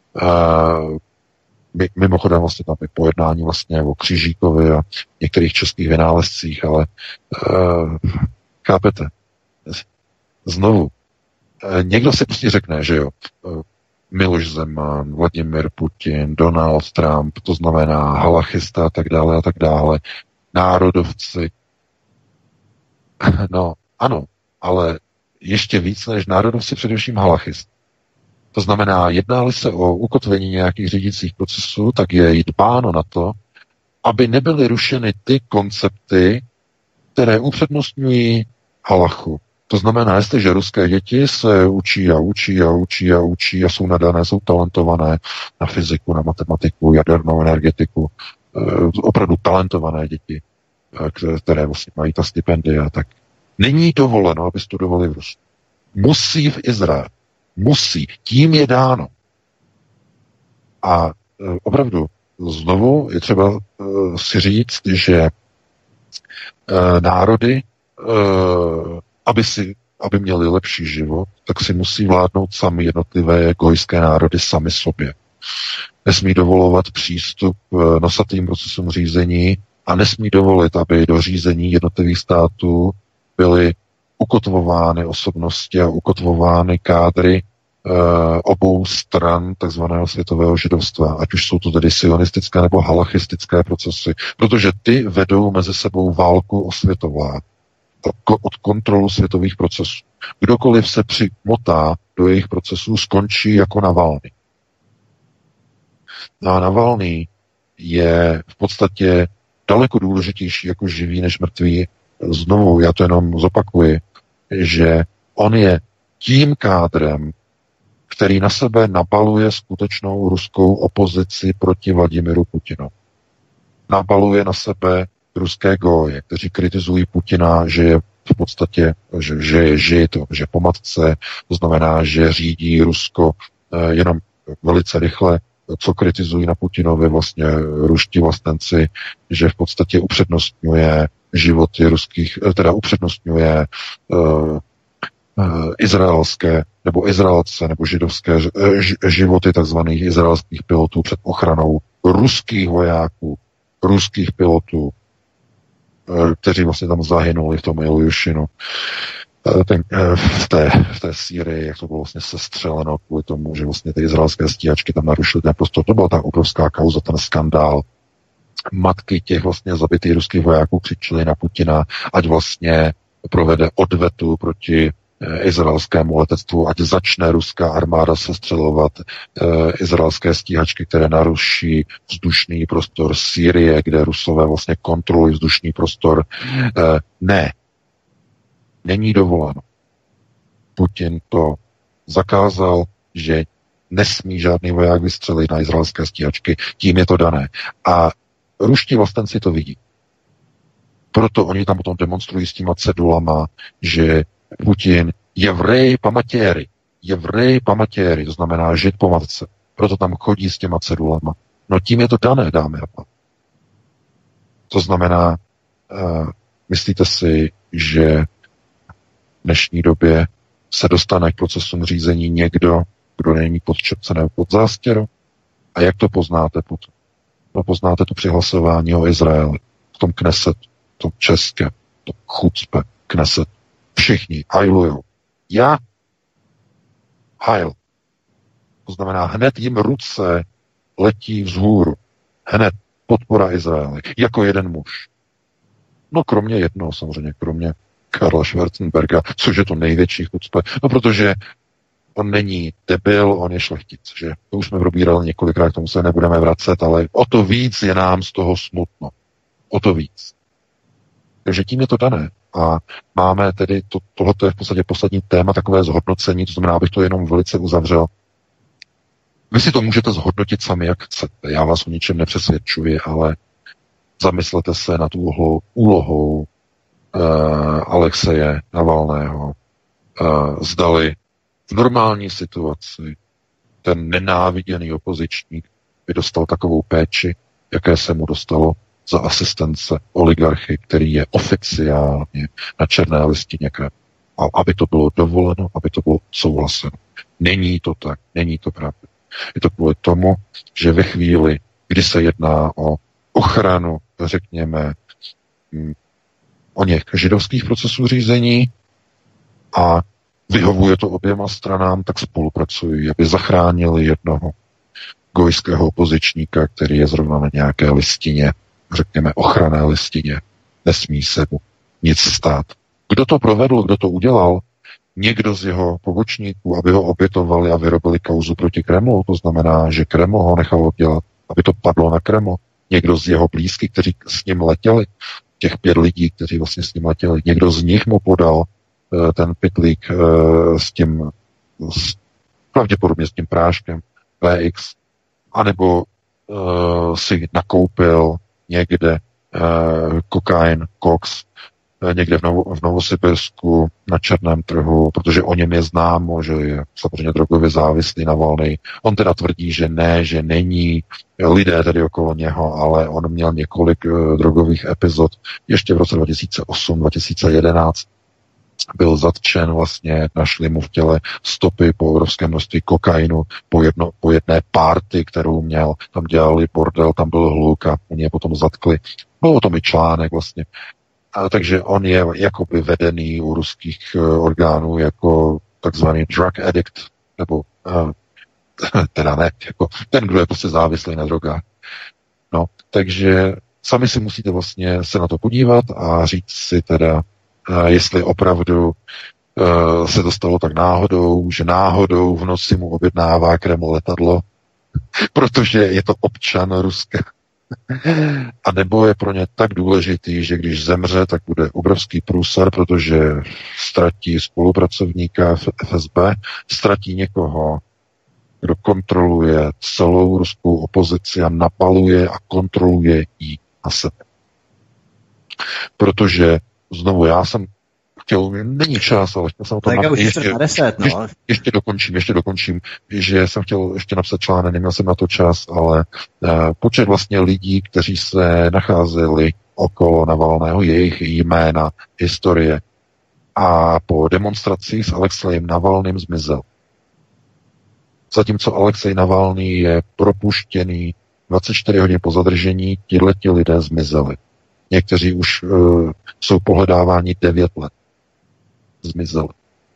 [SPEAKER 3] E, mimochodem vlastně tam je pojednání vlastně o Křižíkovi a některých českých vynálezcích, ale e, chápete? Znovu. E, někdo si prostě řekne, že jo, Miloš Zeman, Vladimir Putin, Donald Trump, to znamená halachista a tak dále a tak dále, národovci. No, ano, ale ještě víc než národovci, především halachist. To znamená, jedná-li se o ukotvení nějakých řídících procesů, tak je dbáno na to, aby nebyly rušeny ty koncepty, které upřednostňují halachu. To znamená, jestliže ruské děti se učí a učí a učí a učí a jsou nadané, jsou talentované na fyziku, na matematiku, jadernou energetiku, opravdu talentované děti, které vlastně mají ta stipendia, tak není dovoleno, aby studovali v Rusku. Musí v Izraeli. Musí. Tím je dáno. A opravdu znovu je třeba si říct, že národy aby, si, aby měli lepší život, tak si musí vládnout sami jednotlivé gojské národy sami sobě. Nesmí dovolovat přístup nosatým procesům řízení a nesmí dovolit, aby do řízení jednotlivých států byly ukotvovány osobnosti a ukotvovány kádry obou stran takzvaného světového židovstva, ať už jsou to tedy sionistické nebo halachistické procesy, protože ty vedou mezi sebou válku o světovlád, od kontrolu světových procesů. Kdokoliv se přimotá do jejich procesů, skončí jako Navalny. A Navalny je v podstatě daleko důležitější jako živý než mrtvý. Znovu, já to jenom zopakuji, že on je tím kádrem, který na sebe nabaluje skutečnou ruskou opozici proti Vladimiru Putinu. Nabaluje na sebe ruské goje, kteří kritizují Putina, že je v podstatě, že, že je žid, že po matce, to znamená, že řídí Rusko eh, jenom velice rychle, co kritizují na Putinovi vlastně ruští vlastenci, že v podstatě upřednostňuje životy ruských, teda upřednostňuje uh, uh, izraelské nebo Izraelce nebo židovské uh, životy takzvaných izraelských pilotů před ochranou ruských vojáků, ruských pilotů, uh, kteří vlastně tam zahynuli v tom Iljušinu. Ten, v, té, v té Sýrii, jak to bylo vlastně sestřeleno kvůli tomu, že vlastně ty izraelské stíhačky tam narušily ten prostor. To byla ta obrovská kauza, ten skandál. Matky těch vlastně zabitých ruských vojáků křičely na Putina, ať vlastně provede odvetu proti izraelskému letectvu, ať začne ruská armáda sestřelovat eh, izraelské stíhačky, které naruší vzdušný prostor Sýrie, kde Rusové vlastně kontrolují vzdušný prostor. Eh, ne. Není dovoleno. Putin to zakázal, že nesmí žádný voják vystřelit na izraelské stíhačky, tím je to dané. A ruští vlastenci to vidí. Proto oni tam potom demonstrují s těma cedulama, že Putin jevrej pamatěry, jevrej pamatěry, to znamená žid po matce. Proto tam chodí s těma cedulama. No tím je to dané, dámy a pánové. To znamená, uh, myslíte si, že v dnešní době se dostane k procesům řízení někdo, kdo není pod čepce nebo pod zástěrou? A jak to poznáte potom? No poznáte to při hlasování o Izraeli, v tom Knesetu, v tom českém, v tom chucpe Knesetu. Všichni hajlujou. Já hajl. To znamená, hned jim ruce letí vzhůru. Hned podpora Izraeli. Jako jeden muž. No kromě jednoho samozřejmě, kromě Karla Schwarzenberga, což je to největší chucpe. No protože on není debil, on je šlechtic, že? To už jsme probírali několikrát, k tomu se nebudeme vracet, ale o to víc je nám z toho smutno. O to víc. Takže tím je to dané. A máme tedy, to, tohle je v podstatě poslední téma, takové zhodnocení, to znamená, abych to jenom velice uzavřel. Vy si to můžete zhodnotit sami, jak chcete. Já vás o ničem nepřesvědčuji, ale zamyslete se nad úlohou, úlohou uh, Alexeje Navalného. Uh, zdali v normální situaci ten nenáviděný opozičník by dostal takovou péči, jaké se mu dostalo za asistence oligarchy, který je oficiálně na černé listině Kremlu. A aby to bylo dovoleno, aby to bylo souhlaseno. Není to tak, není to pravda. Je to kvůli tomu, že ve chvíli, kdy se jedná o ochranu, řekněme, o něch židovských procesů řízení a vyhovuje to oběma stranám, tak spolupracují, aby zachránili jednoho gojského opozičníka, který je zrovna na nějaké listině, řekněme ochranné listině. Nesmí se mu nic stát. Kdo to provedl, kdo to udělal? Někdo z jeho pobočníků, aby ho obětovali a vyrobili kauzu proti Kremlu. To znamená, že Kreml ho nechal udělat, aby to padlo na Kreml. Někdo z jeho blízkých, kteří s ním letěli, těch pět lidí, kteří vlastně s ním letěli, někdo z nich mu podal uh, ten pytlík uh, s tím, s, pravděpodobně s tím práškem V X, anebo uh, si nakoupil někde uh, kokain, koks, uh, někde v, Novo, v Novosibirsku na černém trhu, protože o něm je známo, že je samozřejmě drogově závislý Navalny. On teda tvrdí, že ne, že není, lidé tedy okolo něho, ale on měl několik uh, drogových epizod. Ještě v roce dva tisíce osm dva tisíce jedenáct byl zatčen, vlastně našli mu v těle stopy po obrovském množství kokainu, po, jedno, po jedné party, kterou měl, tam dělali bordel, tam byl hluk a oni je potom zatkli. Byl o tom i článek vlastně. A takže on je jakoby vedený u ruských uh, orgánů jako takzvaný drug addict, nebo Uh, teda ne, jako ten, kdo je prostě závislý na drogách. No, takže sami si musíte vlastně se na to podívat a říct si teda, uh, jestli opravdu uh, se to stalo tak náhodou, že náhodou v noci mu objednává Kreml letadlo, protože je to občan Ruska. A nebo je pro ně tak důležitý, že když zemře, tak bude obrovský průser, protože ztratí spolupracovníka v F S B, ztratí někoho, kdo kontroluje celou ruskou opozici a napaluje a kontroluje ji na sebe. Protože, znovu, já jsem chtěl, není čas, ale chtěl jsem to napsat. Ještě,
[SPEAKER 1] deset, no.
[SPEAKER 3] ještě, ještě dokončím, ještě dokončím, že jsem chtěl ještě napsat článek, neměl jsem na to čas, ale uh, počet vlastně lidí, kteří se nacházeli okolo Navalného, jejich jména, historie a po demonstracích s Alexejem Navalným zmizel. Zatímco Alexej Navalný je propuštěný dvacet čtyři hodin po zadržení, tihleti lidé zmizeli. Někteří už uh, jsou pohledáváni devět let. Zmizeli.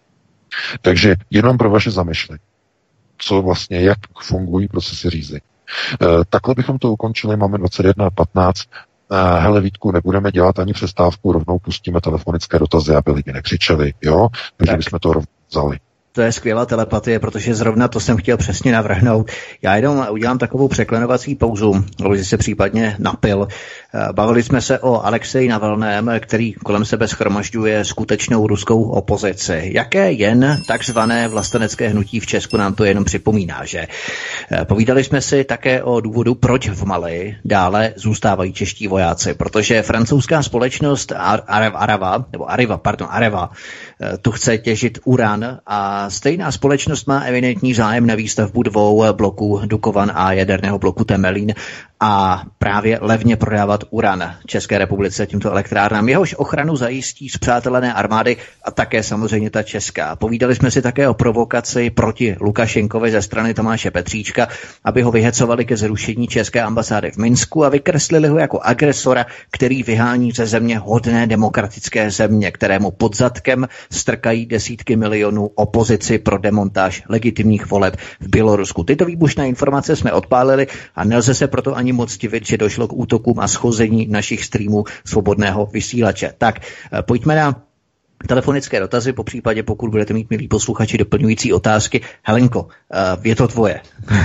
[SPEAKER 3] Takže jenom pro vaše zamyšlení, co vlastně, jak fungují procesy řízení. Uh, takhle bychom to ukončili, máme dvacet jedna patnáct. Uh, hele Vítku, nebudeme dělat ani přestávku, rovnou pustíme telefonické dotazy, aby lidi nekřičeli, jo? Takže tak bychom to rovnou vzali.
[SPEAKER 1] To je skvělá telepatie, protože zrovna to jsem chtěl přesně navrhnout. Já jenom udělám takovou překlenovací pauzu, aby se případně napil. Bavili jsme se o Alexeji Navalném, který kolem sebe shromažďuje skutečnou ruskou opozici. Jaké jen takzvané vlastenecké hnutí v Česku nám to jenom připomíná, že? Povídali jsme si také o důvodu, proč v Mali dále zůstávají čeští vojáci, protože francouzská společnost Areva, nebo Areva, pardon, Areva, tu chce těžit uran a stejná společnost má evidentní zájem na výstavbu dvou bloků Dukovan a jaderného bloku Temelín a právě levně prodávat uran České republice tímto elektrárnám. Jehož ochranu zajistí spřátelené armády a také samozřejmě ta česká. Povídali jsme si také o provokaci proti Lukašenkovi ze strany Tomáše Petříčka, aby ho vyhecovali ke zrušení české ambasády v Minsku a vykreslili ho jako agresora, který vyhání ze země hodné demokratické země, kterému pod zadkem strkají desítky milionů opozici pro demontáž legitimních voleb v Bělorusku. Tyto výbušné informace jsme odpálili a nelze se proto ani moc divit, že došlo k útokům a schození našich streamů svobodného vysílače. Tak, pojďme na telefonické dotazy, po případě pokud budete mít, milí posluchači, doplňující otázky. Helenko, je to tvoje.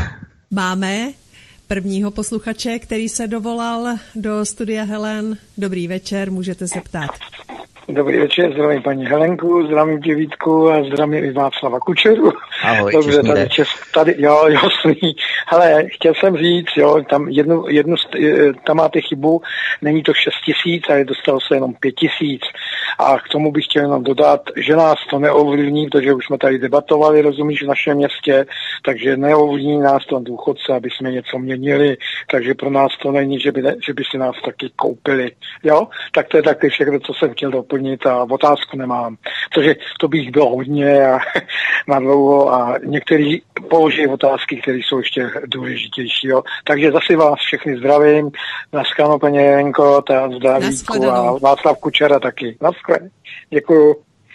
[SPEAKER 2] Máme prvního posluchače, který se dovolal do studia Helen. Dobrý večer, můžete se ptát.
[SPEAKER 4] Dobrý večer, zdravím paní Helenku, zdravím tě Vítku a zdravím i Václava Kučeru.
[SPEAKER 1] Ahoj,
[SPEAKER 4] dobře, tady, čes, tady, jo, jasný. Hele, chtěl jsem říct, jo, tam jednu, jednu, tam máte chybu, není to šest tisíc, ale dostalo se jenom pět tisíc. A k tomu bych chtěl jenom dodat, že nás to neovlivní, protože už jsme tady debatovali, rozumíš, v našem městě, takže neovlivní nás to důchodce, aby jsme něco měnili, takže pro nás to není, že by, ne, že by si nás taky koupili, jo. Tak to je taky všechno, co jsem chtěl doplnit a otázku nemám. Protože to bych bylo hodně a na dlouho a někteří položí otázky, které jsou ještě důležitější, jo. Takže zase vás všechny zdravím, naschledanou paní Jelenko, ta zdravíku a Václav Kučera taky. Naschledanou. Děkuju.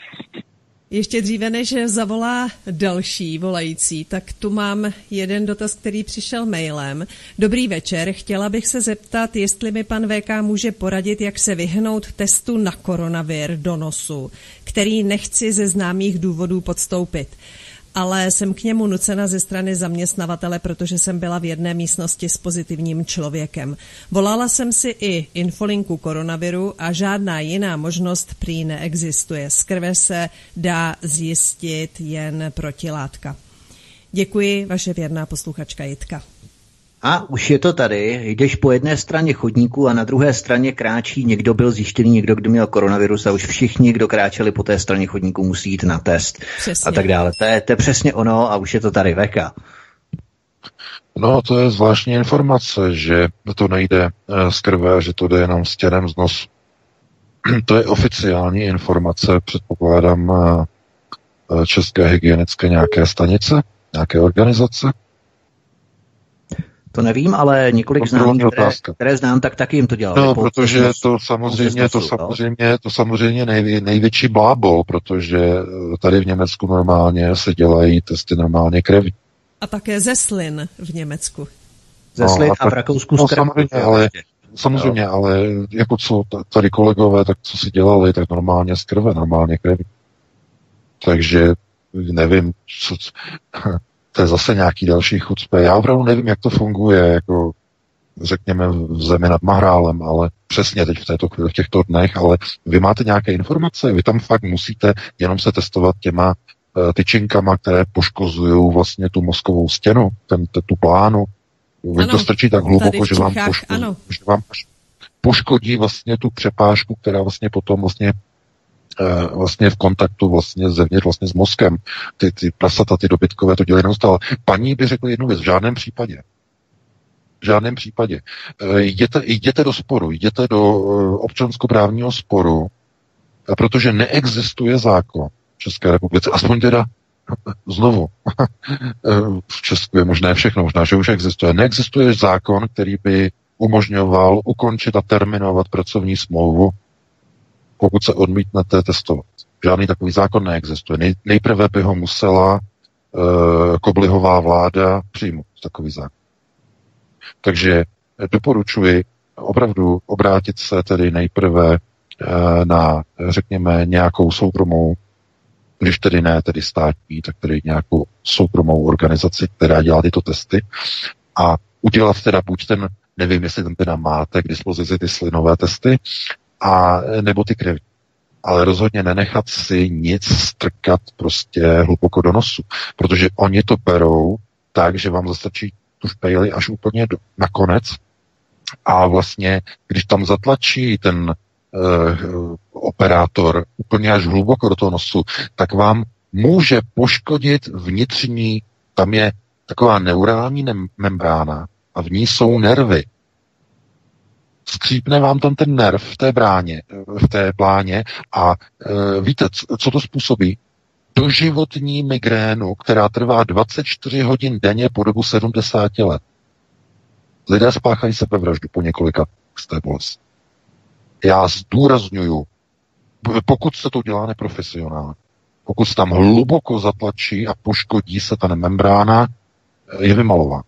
[SPEAKER 2] Ještě dříve, než zavolá další volající, tak tu mám jeden dotaz, který přišel mailem. Dobrý večer, chtěla bych se zeptat, jestli mi pan V K může poradit, jak se vyhnout testu na koronavir do nosu, který nechci ze známých důvodů podstoupit. Ale jsem k němu nucena ze strany zaměstnavatele, protože jsem byla v jedné místnosti s pozitivním člověkem. Volala jsem si i infolinku koronaviru a žádná jiná možnost prý neexistuje. Z krve se dá zjistit jen protilátka. Děkuji, vaše věrná posluchačka Jitka.
[SPEAKER 1] A už je to tady, jdeš po jedné straně chodníku a na druhé straně kráčí, někdo byl zjištěný, někdo, kdo měl koronavirus a už všichni, kdo kráčeli po té straně chodníku, musí jít na test. Přesně. A tak dále. To je, to je přesně ono a už je to tady, Veka.
[SPEAKER 3] No, to je zvláštní informace, že to nejde z krve, že to jde jenom s těrem z nosu. To je oficiální informace, předpokládám, České hygienické nějaké stanice, nějaké organizace.
[SPEAKER 1] To nevím, ale několik známých, které, které znám, tak taky jim to dělali.
[SPEAKER 3] No, protože to samozřejmě, to samozřejmě, to samozřejmě nejvě, největší blábol, protože tady v Německu normálně se dělají testy normálně krevní.
[SPEAKER 2] A také ze slin v Německu.
[SPEAKER 1] Ze slin
[SPEAKER 3] no,
[SPEAKER 1] a, a v Rakousku
[SPEAKER 3] no,
[SPEAKER 1] z krku.
[SPEAKER 3] Samozřejmě, ale, samozřejmě, no. ale jako co tady kolegové, tak co si dělali, tak normálně z krve, normálně krev. Takže nevím, co, to je zase nějaký další chucpe. Já opravdu nevím, jak to funguje, jako řekněme v zemi nad Mahrálem, ale přesně teď v, této, v těchto dnech, ale vy máte nějaké informace, vy tam fakt musíte jenom se testovat těma uh, tyčinkama, které poškozují vlastně tu mozkovou stěnu, ten, tu plánu. Vy to strčí tak hluboko, že vám, poškodí, že vám poškodí vlastně tu přepážku, která vlastně potom vlastně vlastně v kontaktu vlastně zevnitř vlastně s mozkem. Ty, ty prasata, ty dobytkové to dělají neustále. Paní by řekla jednu věc, v žádném případě. V žádném případě. Jděte, jděte do sporu, jděte do občanskoprávního sporu, protože neexistuje zákon v České republice, aspoň teda znovu, v Česku je možné všechno, možná, že už existuje. Neexistuje zákon, který by umožňoval ukončit a terminovat pracovní smlouvu, pokud se odmítnete testovat. Žádný takový zákon neexistuje. Nej, nejprve by ho musela uh, Koblihová vláda přijmout, takový zákon. Takže doporučuji opravdu obrátit se tedy nejprve uh, na, řekněme, nějakou soukromou, když tedy ne tedy státní, tak tedy nějakou soukromou organizaci, která dělá tyto testy a udělat teda buď ten, nevím, jestli ten teda máte k dispozici ty slinové testy, a nebo ty krevní. Ale rozhodně nenechat si nic strkat prostě hluboko do nosu, protože oni to berou tak, že vám zastrčí tu špejli až úplně do, na konec a vlastně, když tam zatlačí ten uh, operátor úplně až hluboko do toho nosu, tak vám může poškodit vnitřní, tam je taková neurální membrána a v ní jsou nervy. Skřípne vám tam ten nerv v té bráně, v té pláně a e, víte, co to způsobí? Doživotní migrénu, která trvá dvacet čtyři hodin denně po dobu sedmdesát let. Lidé spáchají sebevraždu po několika z té bolesti. Já zdůrazňuju, pokud se to dělá neprofesionálně, pokud se tam hluboko zatlačí a poškodí se ta membrána, je vymalová.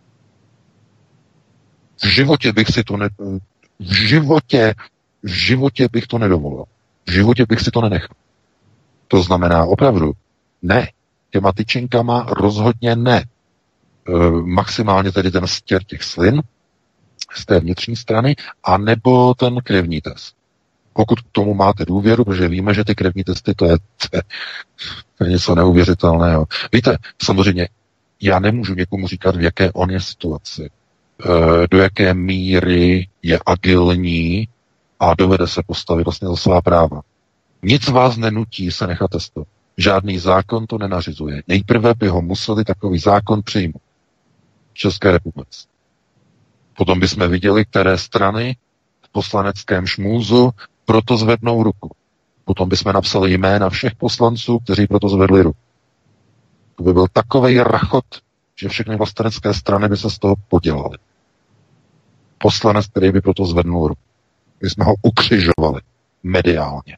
[SPEAKER 3] V životě bych si to ne... V životě, v životě bych to nedovolil. V životě bych si to nenechal. To znamená opravdu ne. Těma tyčinkama rozhodně ne. E, maximálně tedy ten stěr těch slin z té vnitřní strany, anebo ten krevní test. Pokud k tomu máte důvěru, protože víme, že ty krevní testy, to je, to je, to je něco neuvěřitelného. Víte, samozřejmě, já nemůžu někomu říkat, v jaké on je situaci, do jaké míry je agilní a dovede se postavit vlastně za svá práva. Nic vás nenutí se nechat testovat. Žádný zákon to nenařizuje. Nejprve by ho museli takový zákon přijmout v České republice. Potom bychom viděli, které strany v poslaneckém šmůzu proto zvednou ruku. Potom bychom napsali jména všech poslanců, kteří proto zvedli ruku. To by byl takovej rachot, že všechny vlastenecké strany by se z toho podělaly. Poslanec, který by proto zvednul ruku. My jsme ho ukřižovali mediálně.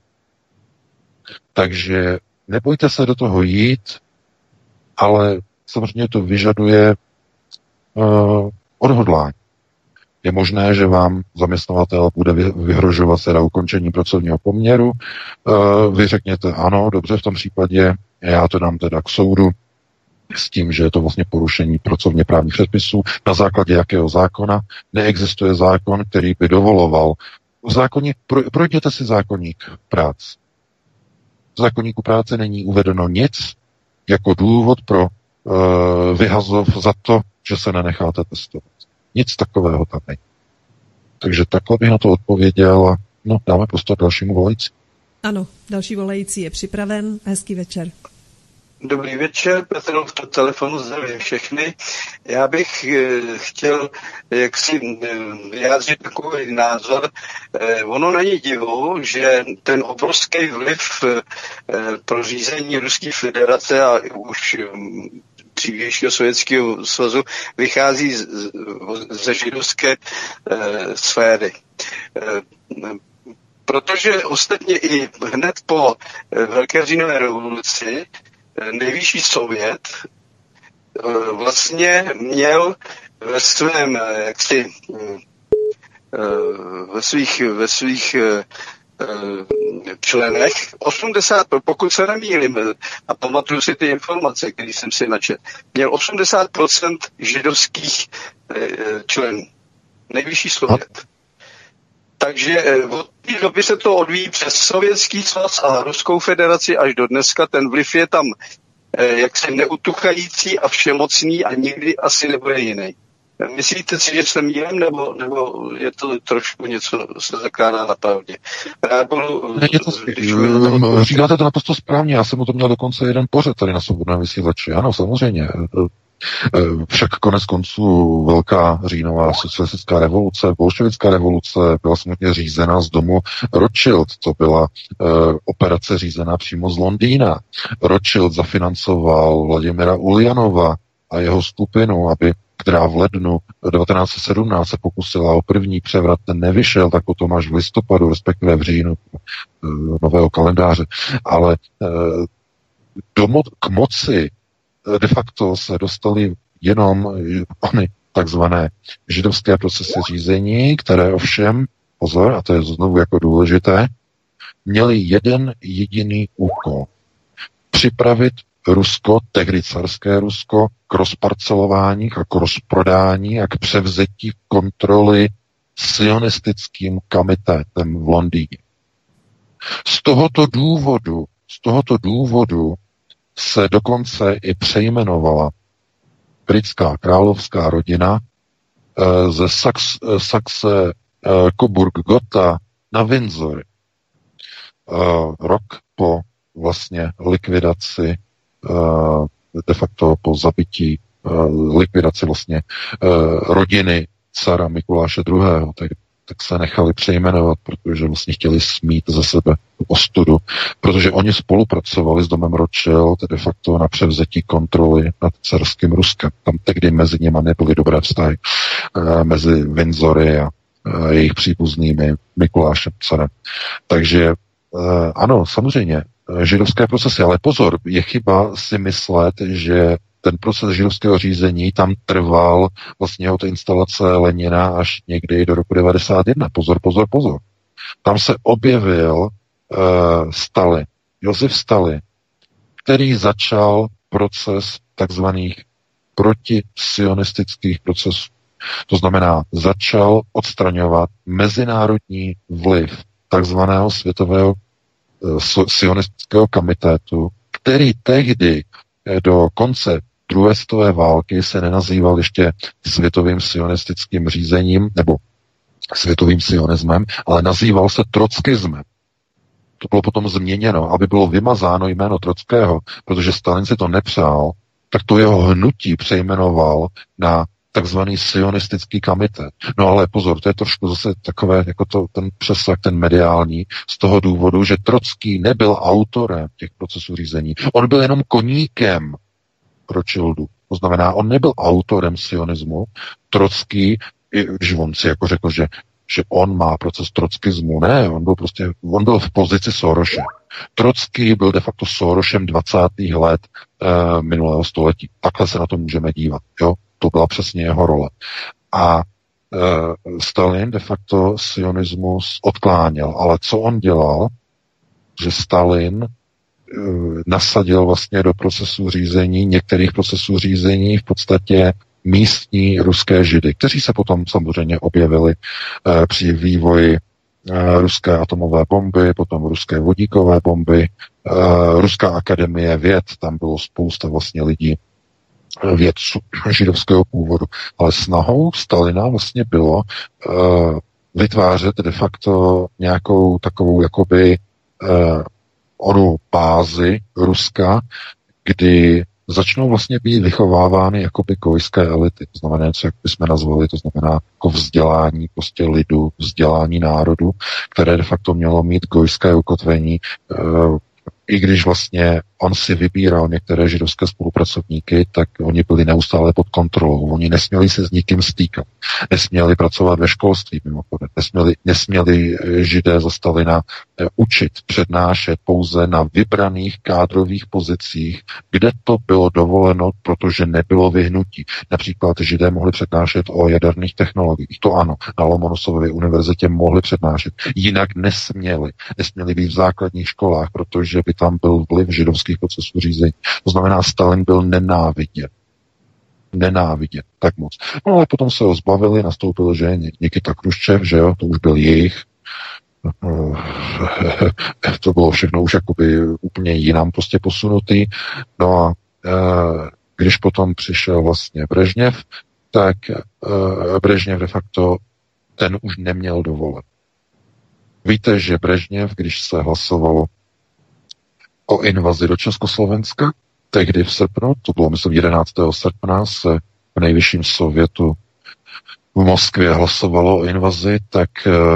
[SPEAKER 3] Takže nebojte se do toho jít, ale samozřejmě to vyžaduje uh, odhodlání. Je možné, že vám zaměstnavatel bude vyhrožovat teda ukončení pracovního poměru. Uh, vy řekněte ano, dobře, v tom případě já to dám teda k soudu s tím, že je to vlastně porušení pracovně právních předpisů. Na základě jakého zákona? Neexistuje zákon, který by dovoloval. Zákonník, pro, projděte si zákonník práce. V zákonníku práce není uvedeno nic jako důvod pro uh, vyhazov za to, že se nenecháte testovat. Nic takového tam není. Takže takhle bych na to odpověděl a no, dáme prostor dalšímu volající.
[SPEAKER 2] Ano, další volající je připraven. Hezký večer.
[SPEAKER 5] Dobrý večer, Petr v telefonu, zdravím všechny. Já bych e, chtěl jaksi e, vyjádřit takový názor. E, ono není divu, že ten obrovský vliv e, pro řízení Ruské federace a už e, dřívějšího Sovětského svazu vychází z, ze židovské e, sféry. E, protože ostatně i hned po Velké říjnové revoluci nejvyšší sovět vlastně měl ve svém, jaksi, ve svých, ve svých členech osmdesát, pokud se nemýlím, a pamatuju si ty informace, které jsem si načetl, měl osmdesát procent židovských členů. Nejvyšší Sovět. Takže od té doby se to odvíjí přes Sovětský svaz a Ruskou federaci až do dneska. Ten vliv je tam jaksi neutuchající a všemocný a nikdy asi nebude jiný. Myslíte si, že jsem jen, nebo, nebo je to trošku něco, se zakládá na pravdě? Já budu,
[SPEAKER 3] ne, to, když říkáte to naprosto správně, já jsem o tom měl dokonce jeden pořad tady na Svobodném vysílači. Ano, samozřejmě. Však konec konců velká říjnová socialistická revoluce, bolševická revoluce byla samozřejmě řízena z domu Rothschild. To byla uh, operace řízená přímo z Londýna. Rothschild zafinancoval Vladimira Uljanova a jeho skupinu, aby která v lednu devatenáct set sedmnáct se pokusila o první převrat, ten nevyšel, tak potom až v listopadu, respektive v říjnu uh, nového kalendáře. Ale uh, do mo- k moci de facto se dostali jenom ony takzvané židovské procesy řízení, které ovšem, pozor, a to je znovu jako důležité, měli jeden jediný úkol. Připravit Rusko, tehdy carské Rusko, k rozparcelování a k rozprodání a k převzetí kontroly sionistickým komitetem v Londýně. Z tohoto důvodu, z tohoto důvodu se dokonce i přejmenovala britská královská rodina e, ze Sax, Saxe e, Coburg-Gotha na Windsor. E, rok po vlastně likvidaci, e, de facto po zabití, e, likvidaci vlastně e, rodiny cara Mikuláše druhého. Tak, tak se nechali přejmenovat, protože vlastně chtěli smít ze sebe ostudu, protože oni spolupracovali s domem Rothschild de facto na převzetí kontroly nad carským Ruskem. Tam tehdy mezi nimi nebyly dobré vztahy e, mezi Windsory a e, jejich příbuznými Mikulášem carem. Takže e, ano, samozřejmě, židovské procesy, ale pozor, je chyba si myslet, že ten proces židovského řízení tam trval vlastně od instalace Lenina až někdy do roku devadesát jedna. Pozor, pozor, pozor. Tam se objevil uh, Stalin, Josef Stalin, který začal proces takzvaných protisionistických procesů. To znamená, začal odstraňovat mezinárodní vliv takzvaného světového uh, sionistického komitetu, který tehdy do konce druhé světové války se nenazýval ještě světovým sionistickým řízením nebo světovým sionismem, ale nazýval se trockismem. To bylo potom změněno, aby bylo vymazáno jméno Trockého, protože Stalin si to nepřál, tak to jeho hnutí přejmenoval na takzvaný sionistický komitet. No ale pozor, to je trošku zase takové, jako to, ten přesah, ten mediální, z toho důvodu, že Trocký nebyl autorem těch procesů řízení. On byl jenom koníkem Rothschildu. To znamená, on nebyl autorem sionismu. Trocký, když on si jako řekl, že, že on má proces trockismu, ne, on byl prostě, on byl v pozici Soroše. Trocký byl de facto Sorošem dvacátých let e, minulého století. Takhle se na to můžeme dívat, jo. To byla přesně jeho role. A e, Stalin de facto sionismus odkláněl. Ale co on dělal? Že Stalin e, nasadil vlastně do procesu řízení, některých procesů řízení v podstatě místní ruské židy, kteří se potom samozřejmě objevili e, při vývoji e, ruské atomové bomby, potom ruské vodíkové bomby, e, Ruská akademie věd, tam bylo spousta vlastně lidí, vědců židovského původu. Ale snahou Stalina vlastně bylo uh, vytvářet de facto nějakou takovou jakoby uh, onu bázi Ruska, kdy začnou vlastně být vychovávány jakoby gojské elity. To znamená něco, jak bychom nazvali, to znamená jako vzdělání prostě lidu, vzdělání národu, které de facto mělo mít gojské ukotvení, uh, i když vlastně on si vybíral některé židovské spolupracovníky, tak oni byli neustále pod kontrolou. Oni nesměli se s nikým stýkat. Nesměli pracovat ve školství, mimochodem. Nesměli, nesměli židé za Stalina učit, přednášet pouze na vybraných kádrových pozicích, kde to bylo dovoleno, protože nebylo vyhnutí. Například Židé mohli přednášet o jaderných technologiích. To ano, na Lomonosově univerzitě mohli přednášet. Jinak nesměli. Nesměli být v základních školách, protože by tam byl vliv židovských procesů řízení. To znamená, Stalin byl nenáviděn. Nenáviděn. Tak moc. No ale potom se ho zbavili, nastoupil, že Nikita Chruščev, že jo, to už byl jejich. To bylo všechno už jakoby úplně jinam prostě posunutý. No a když potom přišel vlastně Brežněv, tak Brežněv de facto ten už neměl dovolen. Víte, že Brežněv, když se hlasovalo o invazi do Československa, tehdy v srpnu, to bylo myslím jedenáctého srpna, se v nejvyšším sovětu v Moskvě hlasovalo o invazi, tak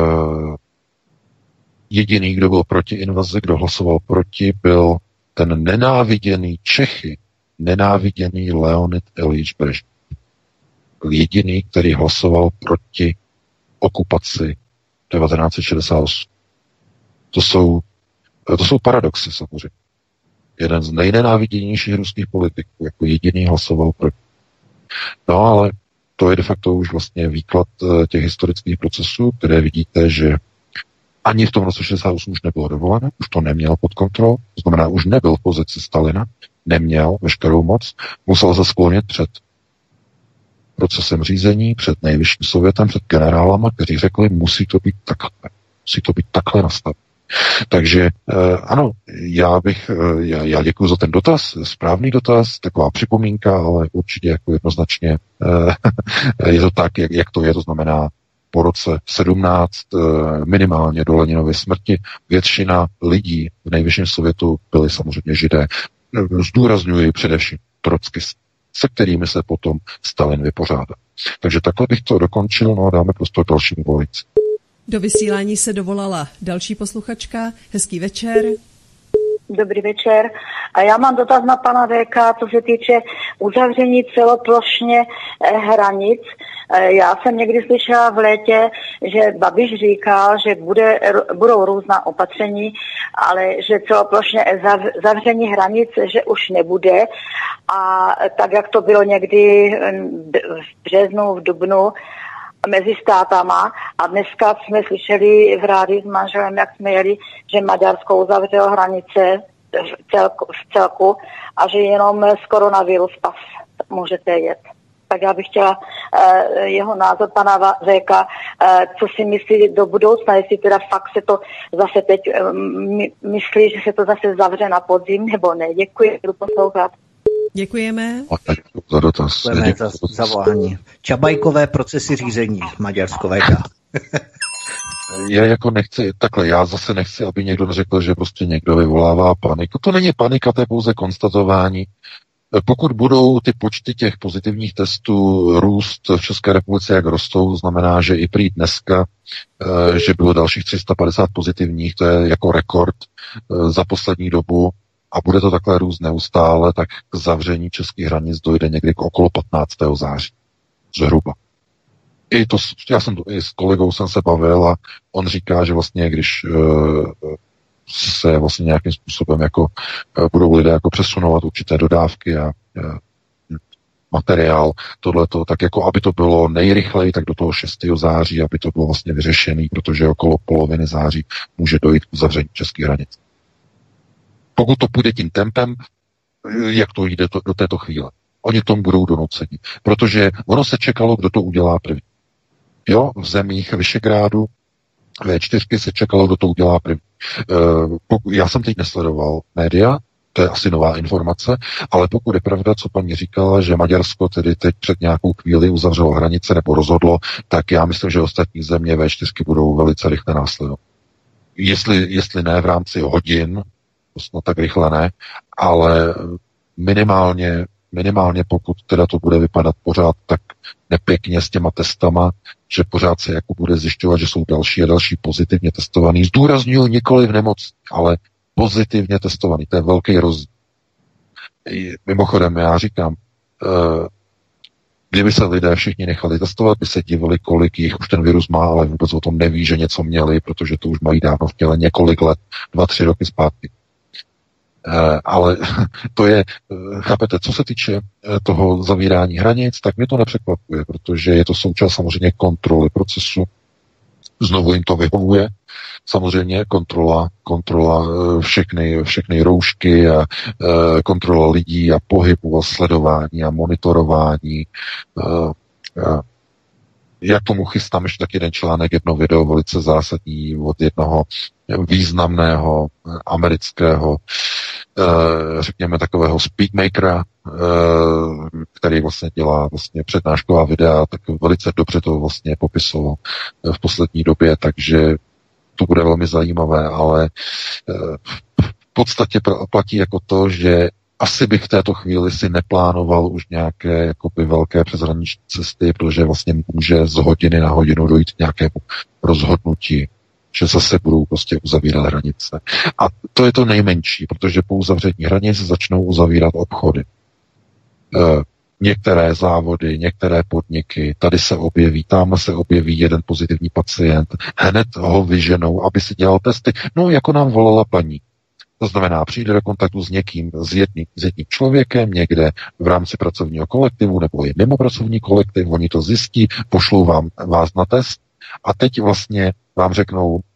[SPEAKER 3] jediný, kdo byl proti invazi, kdo hlasoval proti, byl ten nenáviděný Čechy, nenáviděný Leonid Iljič Brežněv. Byl jediný, který hlasoval proti okupaci devatenáct set šedesát osm. To jsou, to jsou paradoxy samozřejmě. Jeden z nejnenáviděnějších ruských politiků jako jediný hlasoval proti. No ale to je de facto už vlastně výklad těch historických procesů, které vidíte, že ani v tom roce šedesát osm už nebylo dovoleno, už to neměl pod kontrolou, to znamená, už nebyl v pozici Stalina, neměl veškerou moc, musel se sklonit před procesem řízení, před nejvyšším sovětem, před generálama, kteří řekli, musí to být takhle, musí to být takhle nastavené. Takže ano, já bych, já, já děkuji za ten dotaz, správný dotaz, taková připomínka, ale určitě jako jednoznačně je to tak, jak, jak to je, to znamená po roce sedmnáct minimálně do Leninovy smrti většina lidí v nejvyšším sovětu byli samozřejmě Židé. Zdůrazňuji především trockisté, se kterými se potom Stalin vypořádal. Takže takhle bych to dokončil, no a dáme prostor dalším volajícím.
[SPEAKER 2] Do vysílání se dovolala další posluchačka. Hezký večer.
[SPEAKER 6] Dobrý večer. A já mám dotaz na pana V K, co se týče uzavření celoplošně hranic. Já jsem někdy slyšela v létě, že Babiš říkal, že bude, budou různá opatření, ale že celoplošně zavření hranic, že už nebude. A tak, jak to bylo někdy v březnu, v dubnu, mezi státama a dneska jsme slyšeli v rádiu s manželem, jak jsme jeli, že Maďarsko uzavřelo hranice v celku, v celku a že jenom z koronavirus pas můžete jet. Tak já bych chtěla uh, jeho názor pana V K, uh, co si myslí do budoucna, jestli teda fakt se to zase teď um, myslí, že se to zase zavře na podzim, nebo ne. Děkuji, budu poslouchat.
[SPEAKER 2] Děkujeme.
[SPEAKER 3] Za dotaz.
[SPEAKER 1] Děkujeme za zavolání. Čabajkové procesy řízení, Maďarsko V K.
[SPEAKER 3] Já jako nechci, takhle, já zase nechci, aby někdo řekl, že prostě někdo vyvolává paniku. To není panika, to je pouze konstatování. Pokud budou ty počty těch pozitivních testů růst v České republice, jak rostou, to znamená, že i prý dneska, že bylo dalších tři sta padesát pozitivních, to je jako rekord za poslední dobu, a bude to takhle růst neustále, tak k zavření českých hranic dojde někdy k okolo patnáctého září. Zhruba. I to, já jsem to, i s kolegou jsem se bavil a on říká, že vlastně, když uh, se vlastně nějakým způsobem jako uh, budou lidé jako přesunovat určité dodávky a uh, materiál, tohleto, tak jako aby to bylo nejrychleji, tak do toho šestého září, aby to bylo vlastně vyřešené, protože okolo poloviny září může dojít k uzavření českých hranic. Pokud to půjde tím tempem, jak to jde to, do této chvíle. Oni tomu budou donuceni. Protože ono se čekalo, kdo to udělá první. Jo, v zemích Vyšegrádu vé čtyři se čekalo, kdo to udělá první. E, pokud, já jsem teď nesledoval média, to je asi nová informace, ale pokud je pravda, co paní říkala, že Maďarsko tedy teď před nějakou chvíli uzavřelo hranice nebo rozhodlo, tak já myslím, že ostatní země vé čtyři budou velice rychle následovat. Jestli, jestli ne v rámci hodin, no tak rychle ne, ale minimálně, minimálně pokud teda to bude vypadat pořád tak nepěkně s těma testama, že pořád se jako bude zjišťovat, že jsou další a další pozitivně testovaný. Zdůrazňuji nikoli v nemoci, ale pozitivně testovaný. To je velký rozdíl. Mimochodem, já říkám, Kdyby se lidé všichni nechali testovat, by se divili, kolik jich už ten virus má, ale vůbec o tom neví, že něco měli, protože to už mají dávno v těle několik let, dva, tři roky zpátky. Uh, ale to je, uh, chápete, co se týče uh, toho zavírání hranic, tak mě to nepřekvapuje, protože je to součást samozřejmě kontroly procesu. Znovu jim to vyhovuje. Samozřejmě kontrola, kontrola všechny, všechny roušky a uh, kontrola lidí a pohybu a sledování a monitorování. Uh, uh, Já k tomu chystám ještě tak jeden článek, jedno video velice zásadní od jednoho významného amerického, řekněme takového speakmakera, který vlastně dělá vlastně přednášková videa, tak velice dobře to vlastně popisoval v poslední době, takže to bude velmi zajímavé, ale v podstatě platí jako to, že asi bych v této chvíli si neplánoval už nějaké jakoby velké přeshraniční cesty, protože vlastně může z hodiny na hodinu dojít k nějakému rozhodnutí, že zase budou prostě uzavírat hranice. A to je to nejmenší, protože po uzavření hranic začnou uzavírat obchody. E, některé závody, některé podniky, tady se objeví, tam se objeví jeden pozitivní pacient, hned ho vyženou, aby si dělal testy. No, jako nám volala paní. To znamená, přijde do kontaktu s někým, s jedním, s jedním člověkem někde v rámci pracovního kolektivu nebo i mimo pracovní kolektiv, oni to zjistí, pošlou vám vás na test a teď vlastně vám řeknou, uh,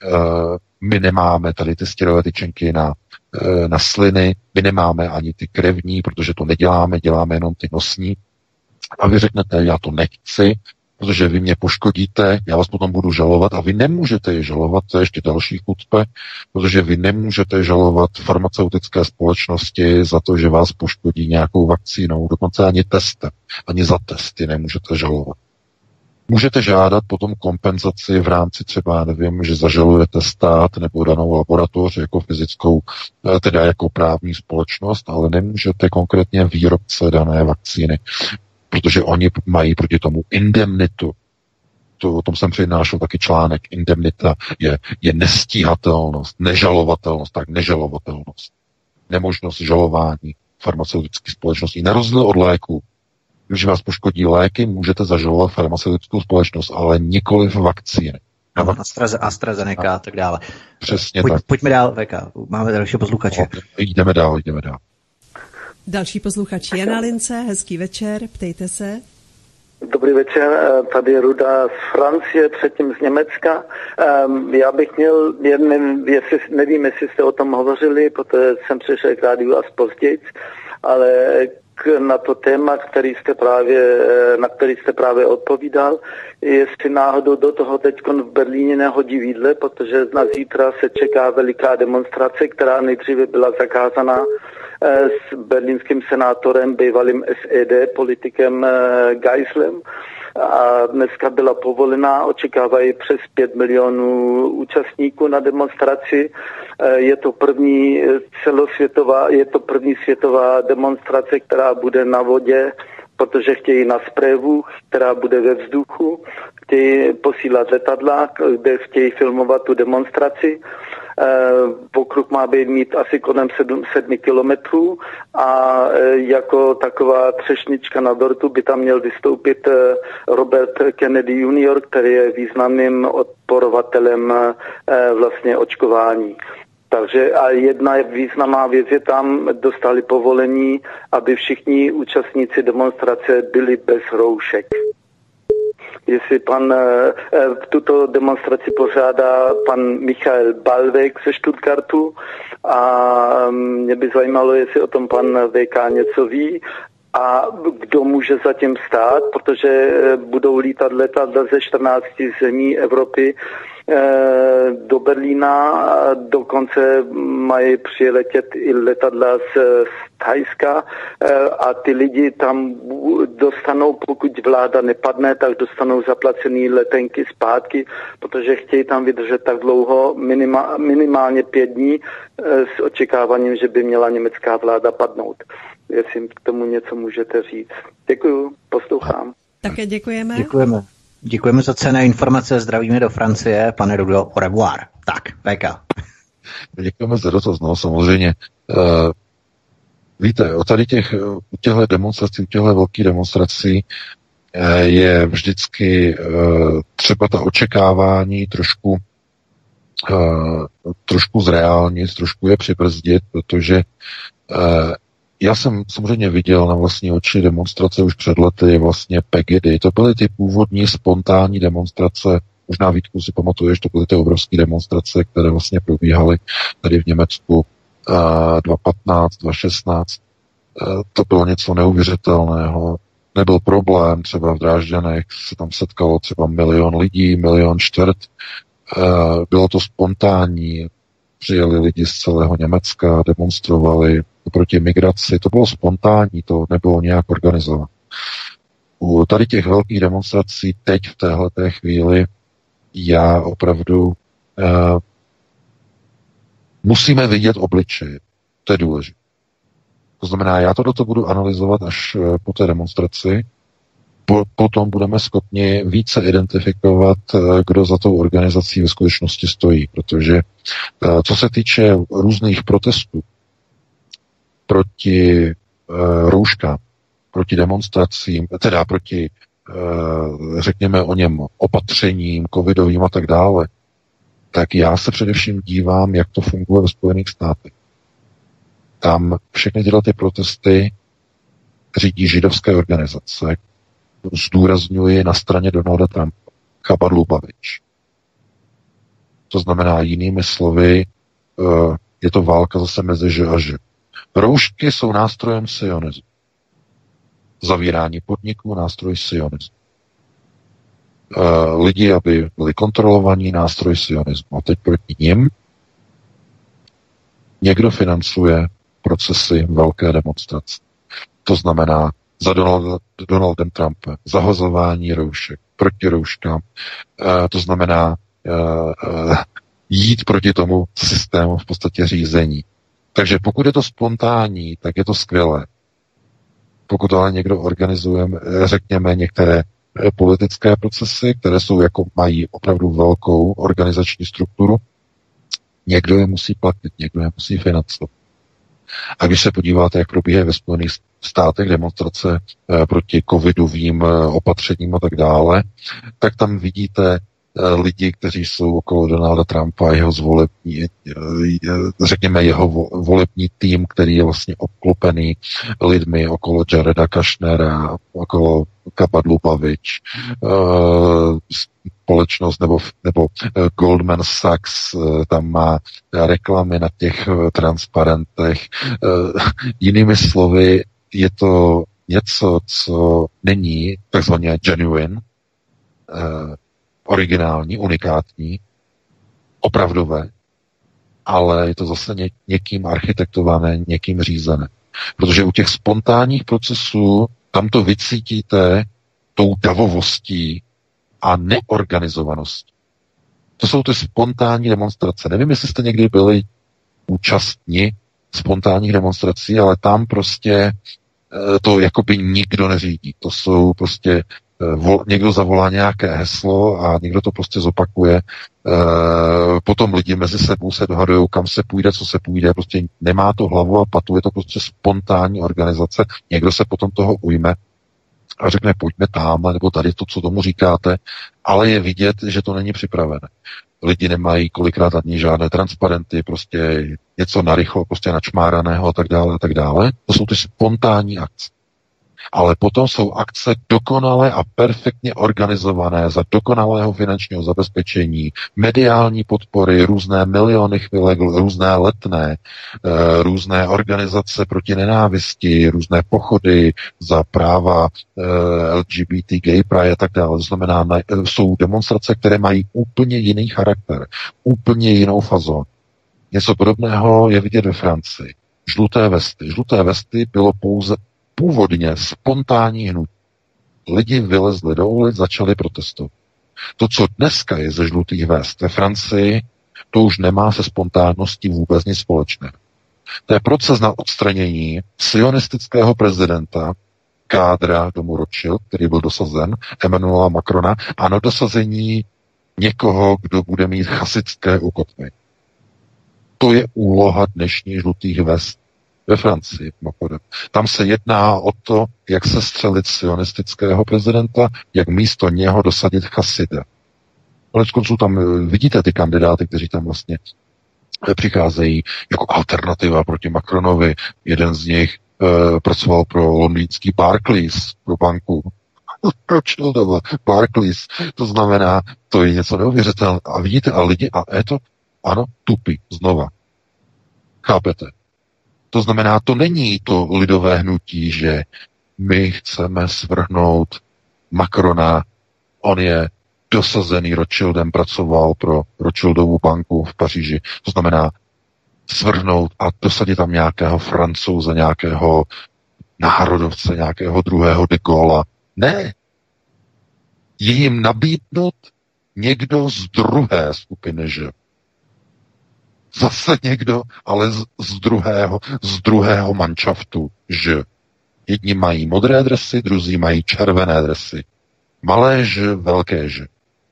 [SPEAKER 3] my nemáme tady ty styrové tyčinky na, uh, na sliny, my nemáme ani ty krevní, protože to neděláme, děláme jenom ty nosní. A vy řeknete, já to nechci, protože vy mě poškodíte, já vás potom budu žalovat a vy nemůžete je žalovat, to je ještě další chucpe, protože vy nemůžete žalovat farmaceutické společnosti za to, že vás poškodí nějakou vakcínou, dokonce ani testem, ani za testy nemůžete žalovat. Můžete žádat potom kompenzaci v rámci třeba, nevím, že zažalujete stát nebo danou laboratoř jako fyzickou, teda jako právní společnost, ale nemůžete konkrétně výrobce dané vakcíny, protože oni mají proti tomu indemnitu. To, o tom jsem přinášel taky článek. Indemnita je, je nestíhatelnost, nežalovatelnost, tak nežalovatelnost. Nemožnost žalování farmaceutických společností. Na rozdíl od léku. Když vás poškodí léky, můžete zažalovat farmaceutickou společnost, ale nikoli v vakcíny.
[SPEAKER 1] AstraZe- AstraZeneca a tak dále.
[SPEAKER 3] Přesně
[SPEAKER 1] Pojď,
[SPEAKER 3] tak.
[SPEAKER 1] Pojďme dál, V K. Máme další posluchače.
[SPEAKER 3] No, jdeme dál, jdeme dál.
[SPEAKER 2] Další posluchač je na lince, hezký večer, ptejte se.
[SPEAKER 7] Dobrý večer, tady je Ruda z Francie, předtím z Německa. Já bych měl, nevím, jestli, nevím, jestli jste o tom hovořili, protože jsem přišel k rádiu až později, ale k, na to téma, který jste právě, na který jste právě odpovídal, jestli náhodou do toho teď v Berlíně nehodí vidle, protože na zítra se čeká veliká demonstrace, která nejdříve byla zakázaná s berlínským senátorem, bývalým S E D, politikem Geislem, a dneska byla povolená, očekávají přes pět milionů účastníků na demonstraci. Je to první celosvětová, je to první světová demonstrace, která bude na vodě, protože chtějí na sprévu, která bude ve vzduchu, chtějí posílat letadla, kde chtějí filmovat tu demonstraci. Okruh má být mít asi kolem sedmi kilometrů a jako taková třešnička na dortu by tam měl vystoupit Robert Kennedy junior, který je významným odporovatelem vlastně očkování. Takže a jedna významná věc je tam, dostali povolení, aby všichni účastníci demonstrace byli bez roušek. Jestli pan tuto demonstraci pořádá pan Michael Balvek ze Stuttgartu a mě by zajímalo, jestli o tom pan V K něco ví a kdo může zatím stát, protože budou lítat letadla ze čtrnácti zemí Evropy do Berlína, a dokonce mají přiletět i letadla z, z Thajska a ty lidi tam dostanou, pokud vláda nepadne, tak dostanou zaplacený letenky zpátky, protože chtějí tam vydržet tak dlouho, minima, minimálně pět dní s očekáváním, že by měla německá vláda padnout. Jestli k tomu něco můžete říct. Děkuju, poslouchám.
[SPEAKER 2] Také děkujeme.
[SPEAKER 1] Děkujeme. Děkujeme za cenné informace, zdravíme do Francie, pane Rudo, au revoir. Tak, V K.
[SPEAKER 3] Děkujeme za dotaz, no samozřejmě. Víte, o tady těch, u těchto demonstrací, u těchto velkých demonstrací je vždycky třeba ta očekávání trošku trošku zreálnit, trošku je přibrzdit, protože já jsem samozřejmě viděl na vlastní oči demonstrace už před lety, vlastně Pegidy. To byly ty původní spontánní demonstrace, možná Vítku si pamatuješ, to byly ty obrovské demonstrace, které vlastně probíhaly tady v Německu dva patnáct, dva šestnáct. To bylo něco neuvěřitelného. Nebyl problém, třeba v Drážďanech se tam setkalo třeba milion lidí, milion čtvrt. Bylo to spontánní, přijeli lidi z celého Německa, demonstrovali proti migraci, to bylo spontánní, to nebylo nějak organizované. U tady těch velkých demonstrací teď v téhleté chvíli já opravdu eh, musíme vidět obličeje, to je důležité. To znamená, já to do toho budu analyzovat až po té demonstraci, po, potom budeme schopni více identifikovat, kdo za tou organizací ve skutečnosti stojí, protože co se týče různých protestů proti uh, rouškám, proti demonstracím, teda proti, uh, řekněme o něm, opatřením, covidovým a tak dále, tak já se především dívám, jak to funguje ve Spojených státech. Tam všechny tyhle ty protesty řídí židovské organizace, zdůrazňuji na straně Donalda Trumpa, Chabad Lubavitch. To znamená jinými slovy, je to válka zase mezi Ž a Ž. Roušky jsou nástrojem sionismu. Zavírání podniků, nástroj sionismu. Lidi, aby byli kontrolovaní, nástroj sionismu. A teď proti nim někdo financuje procesy velké demonstrace. To znamená za Donald, Donaldem Trumpem zahazování roušek, proti rouškám. E, to znamená e, e, jít proti tomu systému v podstatě řízení. Takže pokud je to spontánní, tak je to skvělé. Pokud ale někdo organizuje, řekněme, některé politické procesy, které jsou jako mají opravdu velkou organizační strukturu, někdo je musí platit, někdo je musí financovat. A když se podíváte, jak probíhají ve Spojených státech demonstrace eh, proti covidovým eh, opatřením a tak dále, tak tam vidíte eh, lidi, kteří jsou okolo Donalda Trumpa a jeho zvolební, eh, řekněme jeho vo, volební tým, který je vlastně obklopený lidmi okolo Jareda Kushnera, okolo Chabad Lubavitch, eh, společnost nebo, nebo Goldman Sachs tam má reklamy na těch transparentech. Jinými slovy, je to něco, co není takzvaně genuine, originální, unikátní, opravdové, ale je to zase ně, někým architektované, někým řízené. Protože u těch spontánních procesů tam to vycítíte tou davovostí a neorganizovanost. To jsou ty spontánní demonstrace. Nevím, jestli jste někdy byli účastní spontánních demonstrací, ale tam prostě to jakoby nikdo neřídí. To jsou prostě, vol, někdo zavolá nějaké heslo a někdo to prostě zopakuje. Potom lidi mezi sebou se dohadují, kam se půjde, co se půjde. Prostě nemá to hlavu a patu, je to prostě spontánní organizace. Někdo se potom toho ujme a řekne, pojďme tamhle, nebo tady to, co tomu říkáte, ale je vidět, že to není připravené. Lidi nemají kolikrát ani žádné transparenty, prostě něco narychlo, prostě načmáraného a tak dále a tak dále. To jsou ty spontánní akce. Ale potom jsou akce dokonale a perfektně organizované za dokonalého finančního zabezpečení, mediální podpory, různé miliony chvilek, různé letné, různé organizace proti nenávisti, různé pochody za práva L G B T, gay pride a tak dále. To znamená, jsou demonstrace, které mají úplně jiný charakter, úplně jinou fazon. Něco podobného je vidět ve Francii. Žluté vesty. Žluté vesty bylo pouze původně spontánní hnutí. Lidi vylezli do ulic, začali protestovat. To, co dneska je ze žlutých vest ve Francii, to už nemá se spontánností vůbec nic společného. To je proces na odstranění sionistického prezidenta, kádra domu Rothschild, který byl dosazen, Emmanuela Macrona, a na dosazení někoho, kdo bude mít chasické ukotvy. To je úloha dnešních žlutých vest. Ve Francii, mimochodem. Tam se jedná o to, jak se střelit sionistického prezidenta, jak místo něho dosadit Chasida. Konec konců tam vidíte ty kandidáty, kteří tam vlastně přicházejí jako alternativa proti Macronovi. Jeden z nich e, pracoval pro londýnský Barclays, pro banku. Proč to Barclays? To znamená, to je něco neuvěřitelného. A vidíte, a lidi, a je to, ano, tupí, znova. Chápete? To znamená, to není to lidové hnutí, že my chceme svrhnout Macrona, on je dosazený Rothschildem, pracoval pro Rothschildovu banku v Paříži. To znamená svrhnout a dosadit tam nějakého Francouze, nějakého národovce, nějakého druhého de Gaulle'a. Ne. Je jim nabídnout někdo z druhé skupiny, že? Zase někdo, ale z, z druhého, z druhého manšaftu, že? Jedni mají modré dresy, druzí mají červené dresy. Malé že, velké že.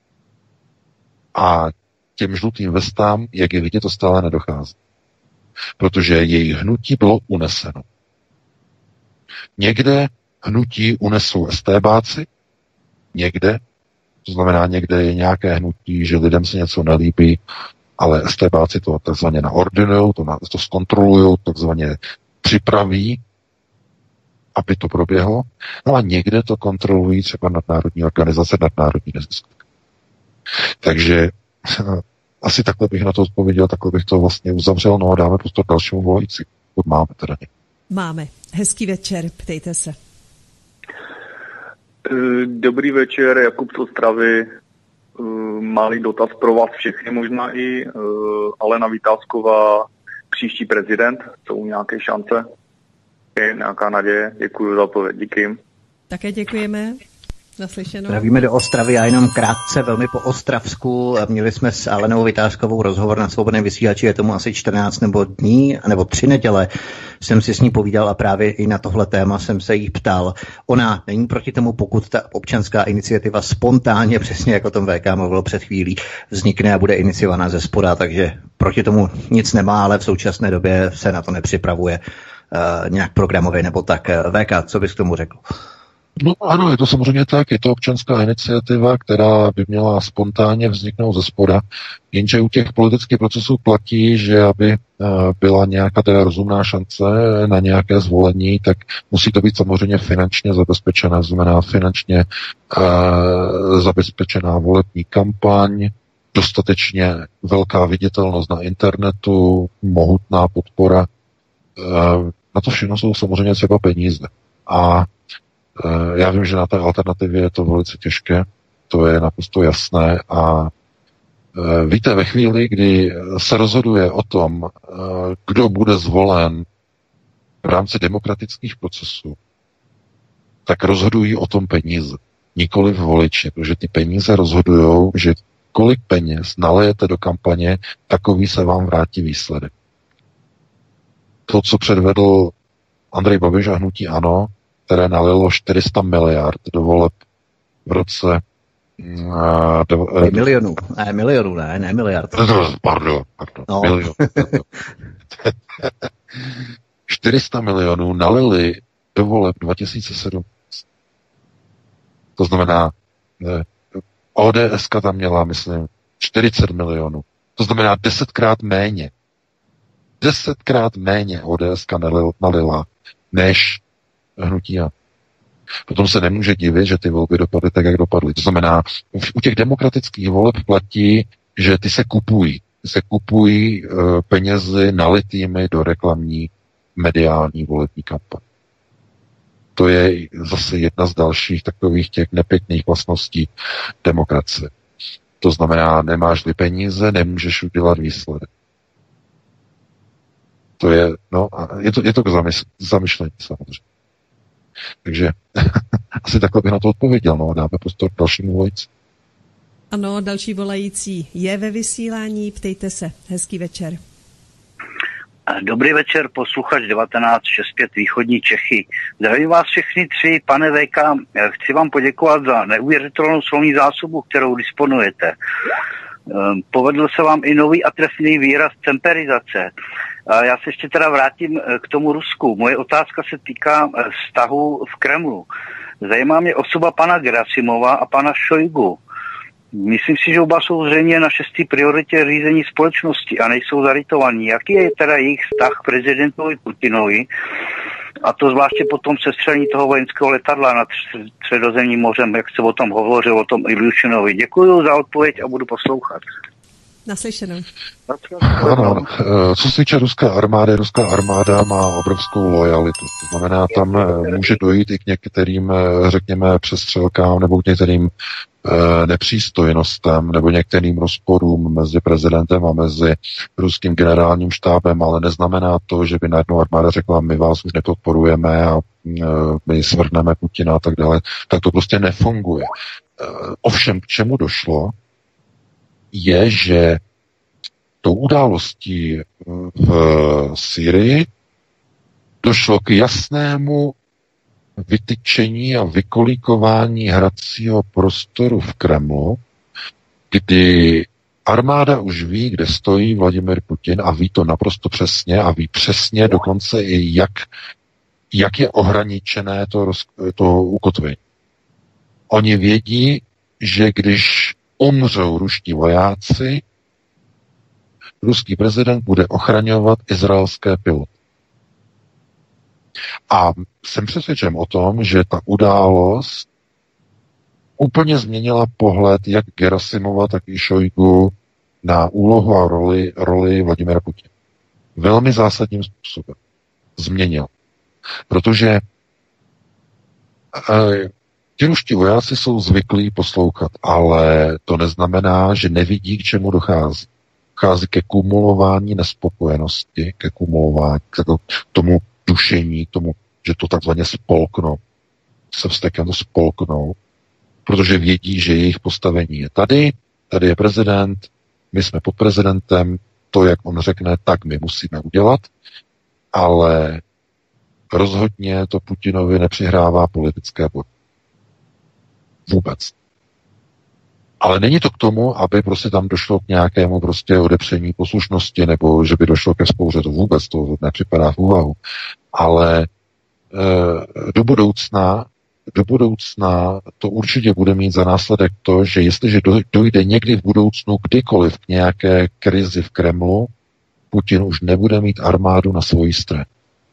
[SPEAKER 3] A těm žlutým vestám, jak je vidět, to stále nedochází. Protože jejich hnutí bylo uneseno. Někde hnutí unesou estébáci, někde, to znamená někde je nějaké hnutí, že lidem se něco nelíbí, ale estébáci to takzvaně naordinujou, to, na, to zkontrolujou, takzvaně připraví, aby to proběhlo. No a někde to kontrolují třeba nadnárodní organizace, nadnárodní neziskovky. Takže asi takhle bych na to odpověděl, takhle bych to vlastně uzavřel, no a dáme prostor dalšímu volající. Pokud máme teda.
[SPEAKER 2] Máme. Hezký večer, ptejte se.
[SPEAKER 8] Dobrý večer, Jakub z Ostravy. Malý dotaz pro vás všechny možná i. Alena Vitásková, příští prezident, jsou nějaké šance? Je nějaká naděje? Děkuji za odpověď, díky.
[SPEAKER 2] Také děkujeme. Naslyšenou.
[SPEAKER 1] Zdravíme do Ostravy, já jenom krátce, velmi po ostravsku. Měli jsme s Alenou Vitáskovou rozhovor na Svobodném vysílači, je tomu asi čtrnáct nebo dní, nebo tři neděle. Jsem si s ní povídal a právě i na tohle téma jsem se jí ptal. Ona není proti tomu, pokud ta občanská iniciativa spontánně, přesně jako o tom V K mluvil před chvílí, vznikne a bude iniciovaná ze spoda, takže proti tomu nic nemá, ale v současné době se na to nepřipravuje uh, nějak programově nebo tak. V K, co bys k tomu řekl?
[SPEAKER 3] No ano, je to samozřejmě tak, je to občanská iniciativa, která by měla spontánně vzniknout ze spoda, jenže u těch politických procesů platí, že aby byla nějaká teda rozumná šance na nějaké zvolení, tak musí to být samozřejmě finančně zabezpečené, znamená finančně uh, zabezpečená volební kampaň, dostatečně velká viditelnost na internetu, mohutná podpora. Uh, na to všechno jsou samozřejmě třeba peníze. A já vím, že na té alternativě je to velice těžké, to je naprosto jasné a víte, ve chvíli, kdy se rozhoduje o tom, kdo bude zvolen v rámci demokratických procesů, tak rozhodují o tom peníze, nikoli voliči, protože ty peníze rozhodují, že kolik peněz nalejete do kampaně, takový se vám vrátí výsledek. To, co předvedl Andrej Babiš a hnutí ANO, které nalilo čtyři sta miliard do voleb v roce... Uh, do, uh,
[SPEAKER 1] milionů, ne, milionů, ne, ne miliard.
[SPEAKER 3] Pardon, pardon, no. Milion. čtyři sta milionů nalili do voleb dva tisíce sedm. To znamená, ne, O D S ka tam měla, myslím, čtyřicet milionů. To znamená desetkrát méně. Desetkrát méně O D S ka nalila, než hnutí a potom se nemůže divit, že ty volby dopadly tak, jak dopadly. To znamená, u těch demokratických voleb platí, že ty se kupují. Ty se kupují uh, penězi nalitými do reklamní mediální volební kampaně. To je zase jedna z dalších takových těch nepěkných vlastností demokracie. To znamená, nemáš-li peníze, nemůžeš udělat výsledek. To je, no, je to, je to k zamysl- zamyšlení samozřejmě. Takže asi takhle bych na to odpověděl. No, dáme prostor k dalšímu volající.
[SPEAKER 2] Ano, další volající je ve vysílání. Ptejte se. Hezký večer.
[SPEAKER 9] Dobrý večer, posluchač devatenáct šedesát pět Východní Čechy. Zdravím vás všechny tři, pane V K. Chci vám poděkovat za neuvěřitelnou slovní zásobu, kterou disponujete. Povedl se vám i nový a trefný výraz temperizace. A já se ještě teda vrátím k tomu Rusku. Moje otázka se týká vztahu v Kremlu. Zajímá mě osoba pana Gerasimova a pana Šojgu. Myslím si, že oba jsou zřejmě na šestý prioritě řízení společnosti a nejsou zarytovaní. Jaký je teda jejich vztah k prezidentovi Putinovi? A to zvláště po tom sestřelení toho vojenského letadla nad Středozemním mořem, jak se o tom hovořil, o tom Ilyushinovi. Děkuji za odpověď a budu poslouchat.
[SPEAKER 2] Naslyšenou.
[SPEAKER 3] Ano, co se týče ruské armády, ruská armáda má obrovskou lojalitu. To znamená, tam může dojít i k některým, řekněme, přestřelkám nebo k některým nepřístojnostem nebo některým rozporům mezi prezidentem a mezi ruským generálním štábem, ale neznamená to, že by najednou armáda řekla, my vás už nepodporujeme a my svrhneme Putina a tak dále. Tak to prostě nefunguje. Ovšem, k čemu došlo, je, že tou událostí v Sýrii došlo k jasnému vytyčení a vykolíkování hracího prostoru v Kremlu, kdy armáda už ví, kde stojí Vladimir Putin a ví to naprosto přesně a ví přesně dokonce i jak, jak je ohraničené to, to ukotvení. Oni vědí, že když umřou ruští vojáci, ruský prezident bude ochraňovat izraelské piloty. A jsem přesvědčen o tom, že ta událost úplně změnila pohled jak Gerasimova, tak i Šojgu na úlohu a roli, roli Vladimira Putina. Velmi zásadním způsobem změnil. Protože e, ti ruští vojáci jsou zvyklí poslouchat, ale to neznamená, že nevidí, k čemu dochází. Dochází ke kumulování nespokojenosti, ke kumulování, k tomu dušení, k tomu, že to takzvaně spolknou. Se vztekem to spolknou, protože vědí, že jejich postavení je tady, tady je prezident, my jsme pod prezidentem, to, jak on řekne, tak my musíme udělat, ale rozhodně to Putinovi nepřihrává politické body. Vůbec. Ale není to k tomu, aby prostě tam došlo k nějakému prostě odepření poslušnosti, nebo že by došlo ke vzpouře, to vůbec to nepřipadá v úvahu. Ale e, do budoucna, do budoucna to určitě bude mít za následek to, že jestliže dojde někdy v budoucnu kdykoliv k nějaké krizi v Kremlu, Putin už nebude mít armádu na svojí straně.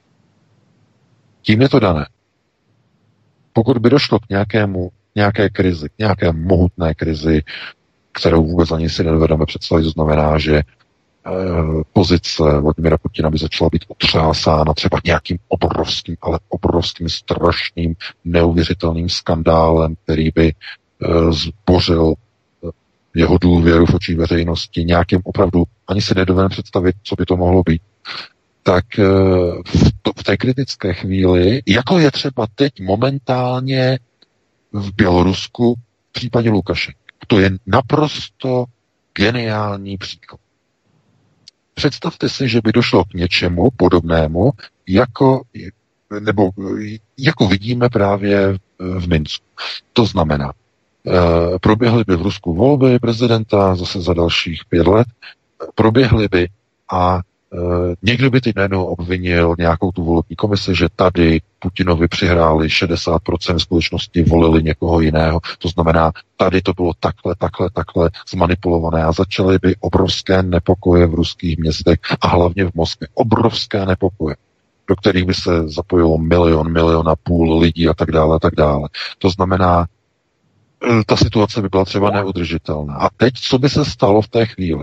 [SPEAKER 3] Tím je to dané. Pokud by došlo k nějakému nějaké krizi, nějaké mohutné krizi, kterou vůbec ani si nedovedeme představit, to znamená, že e, pozice Vladimira Putina by začala být otřásána třeba nějakým obrovským, ale obrovským, strašným, neuvěřitelným skandálem, který by e, zbořil jeho důvěru v očích veřejnosti, nějakým opravdu, ani si nedovedeme představit, co by to mohlo být. Tak e, v, to, v té kritické chvíli, jako je třeba teď momentálně v Bělorusku v případě Lukašenka. To je naprosto geniální příklad. Představte si, že by došlo k něčemu podobnému, jako, nebo jako vidíme právě v Minsku. To znamená, e, proběhly by v Rusku volby prezidenta zase za dalších pět let, proběhly by a Uh, někdo by teď najednou obvinil nějakou tu volební komisi, že tady Putinovi přihráli šedesát procent společnosti, volili někoho jiného. To znamená, tady to bylo takhle, takhle, takhle zmanipulované a začaly by obrovské nepokoje v ruských městech a hlavně v Moskvě. Obrovské nepokoje, do kterých by se zapojilo milion, milion a půl lidí a tak dále, a tak dále. To znamená, ta situace by byla třeba neudržitelná. A teď, co by se stalo v té chvíli?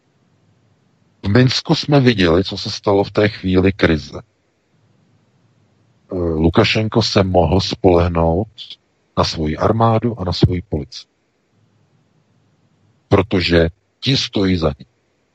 [SPEAKER 3] V Minsku jsme viděli, co se stalo v té chvíli krize. Lukašenko se mohl spolehnout na svoji armádu a na svoji policii. Protože ti stojí za ní.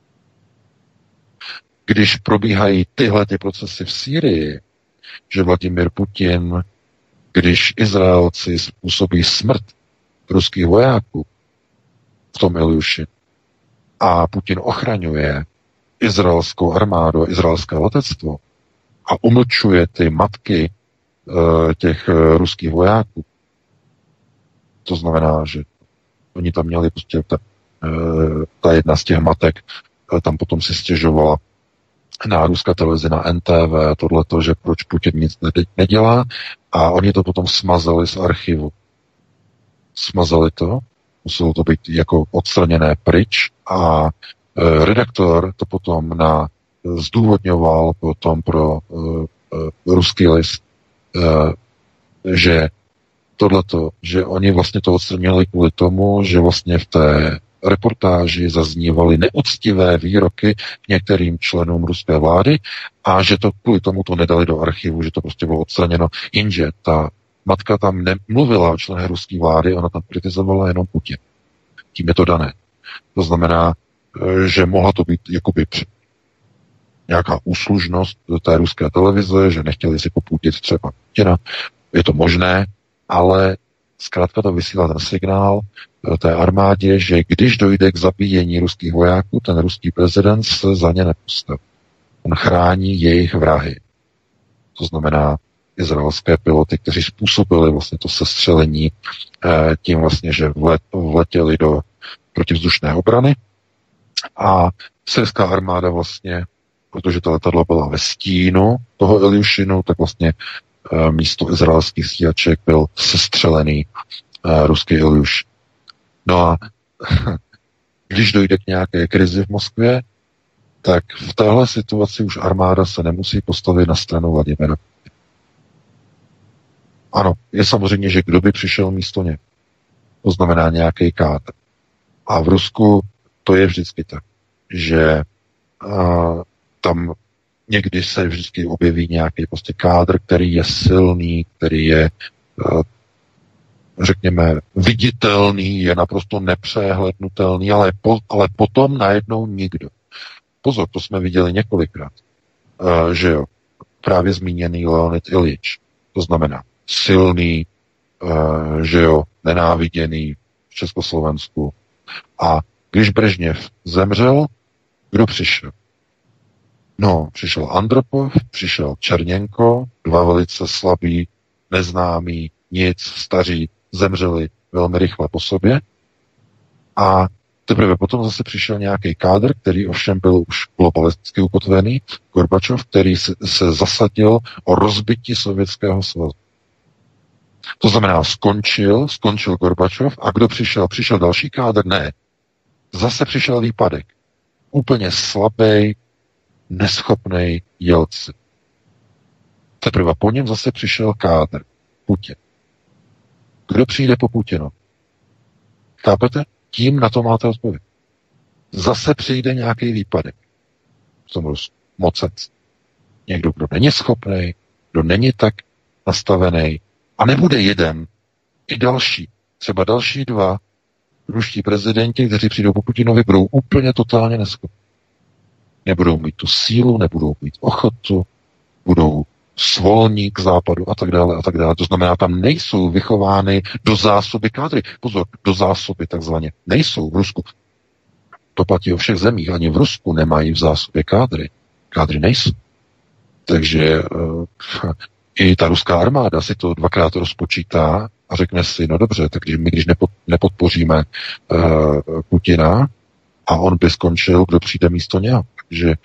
[SPEAKER 3] Když probíhají tyhle ty procesy v Sýrii, že Vladimir Putin, když Izraelci způsobí smrt ruských vojáků v tom Ilyushinu a Putin ochraňuje izraelskou armádu, izraelské letectvo a umlčuje ty matky e, těch e, ruských vojáků. To znamená, že oni tam měli prostě ta, e, ta jedna z těch matek e, tam potom si stěžovala na ruská televizi, na N T V, tohleto, že proč Putin nic nedělá, a oni to potom smazali z archivu. Smazali to, muselo to být jako odstraněné pryč a e, redaktor to potom na zdůvodňoval potom pro e, e, ruský list, e, že tohleto, že oni vlastně to odstranili kvůli tomu, že vlastně v té reportáži zaznívaly neúctivé výroky k některým členům ruské vlády a že to kvůli tomu to nedali do archivu, že to prostě bylo odstraněno. Jenže ta matka tam nemluvila o členech ruské vlády, ona tam kritizovala jenom Putin. Tím je to dané. To znamená, že mohla to být jakoby nějaká úslužnost té ruské televize, že nechtěli si poputit třeba Putina. Je to možné, ale zkrátka to vysílá ten signál té armádě, že když dojde k zabíjení ruských vojáků, ten ruský prezident se za ně nepostaví. On chrání jejich vrahy. To znamená izraelské piloty, kteří způsobili vlastně to sestřelení tím vlastně, že vlet, vletěli do protivzdušné obrany a syrská armáda vlastně, protože ta letadla byla ve stínu toho Iljušinu, tak vlastně místo izraelských stíhaček byl sestřelený ruský Iljuš. No a když dojde k nějaké krizi v Moskvě, tak v téhle situaci už armáda se nemusí postavit na stranu Vladimira. Ano, je samozřejmě, že kdo by přišel místo něj. To znamená nějaký kádr. A v Rusku to je vždycky tak, že uh, tam někdy se vždycky objeví nějaký prostě kádr, který je silný, který je uh, řekněme, viditelný, je naprosto nepřehlednutelný, ale, po, ale potom najednou nikdo. Pozor, to jsme viděli několikrát, uh, že jo, právě zmíněný Leonid Iljič, to znamená silný, uh, že jo, nenáviděný v Československu. A když Brežněv zemřel, kdo přišel? No, přišel Andropov, přišel Černěnko, dva velice slabí, neznámí, nic, staří, zemřeli velmi rychle po sobě. A teprve potom zase přišel nějaký kádr, který ovšem byl už globalisticky ukotvený, Gorbačov, který se, se zasadil o rozbití Sovětského svazu. To znamená, skončil, skončil Gorbačov a kdo přišel? Přišel další kádr? Ne. Zase přišel výpadek. Úplně slabý, neschopný Jelcin. Teprve po něm zase přišel kádr. Putin. Kdo přijde po Putinu? Chápete? Tím na to máte odpověď. Zase přijde nějaký výpadek. V tom Rusku. Mocec. Někdo, kdo není schopný, kdo není tak nastavený. A nebude jeden. I další. Třeba další dva ruští prezidenti, kteří přijdou po Putinovi, budou úplně totálně neschopní. Nebudou mít tu sílu, nebudou mít ochotu, budou svolní k západu a tak dále a tak dále. To znamená, tam nejsou vychovány do zásoby kádry. Pozor, do zásoby takzvaně. Nejsou v Rusku. To platí o všech zemích. Ani v Rusku nemají v zásobě kádry. Kádry nejsou. Takže uh, i ta ruská armáda si to dvakrát rozpočítá a řekne si, no dobře, tak když my když nepod, nepodpoříme uh, Putina a on by skončil, kdo přijde místo něho. Takže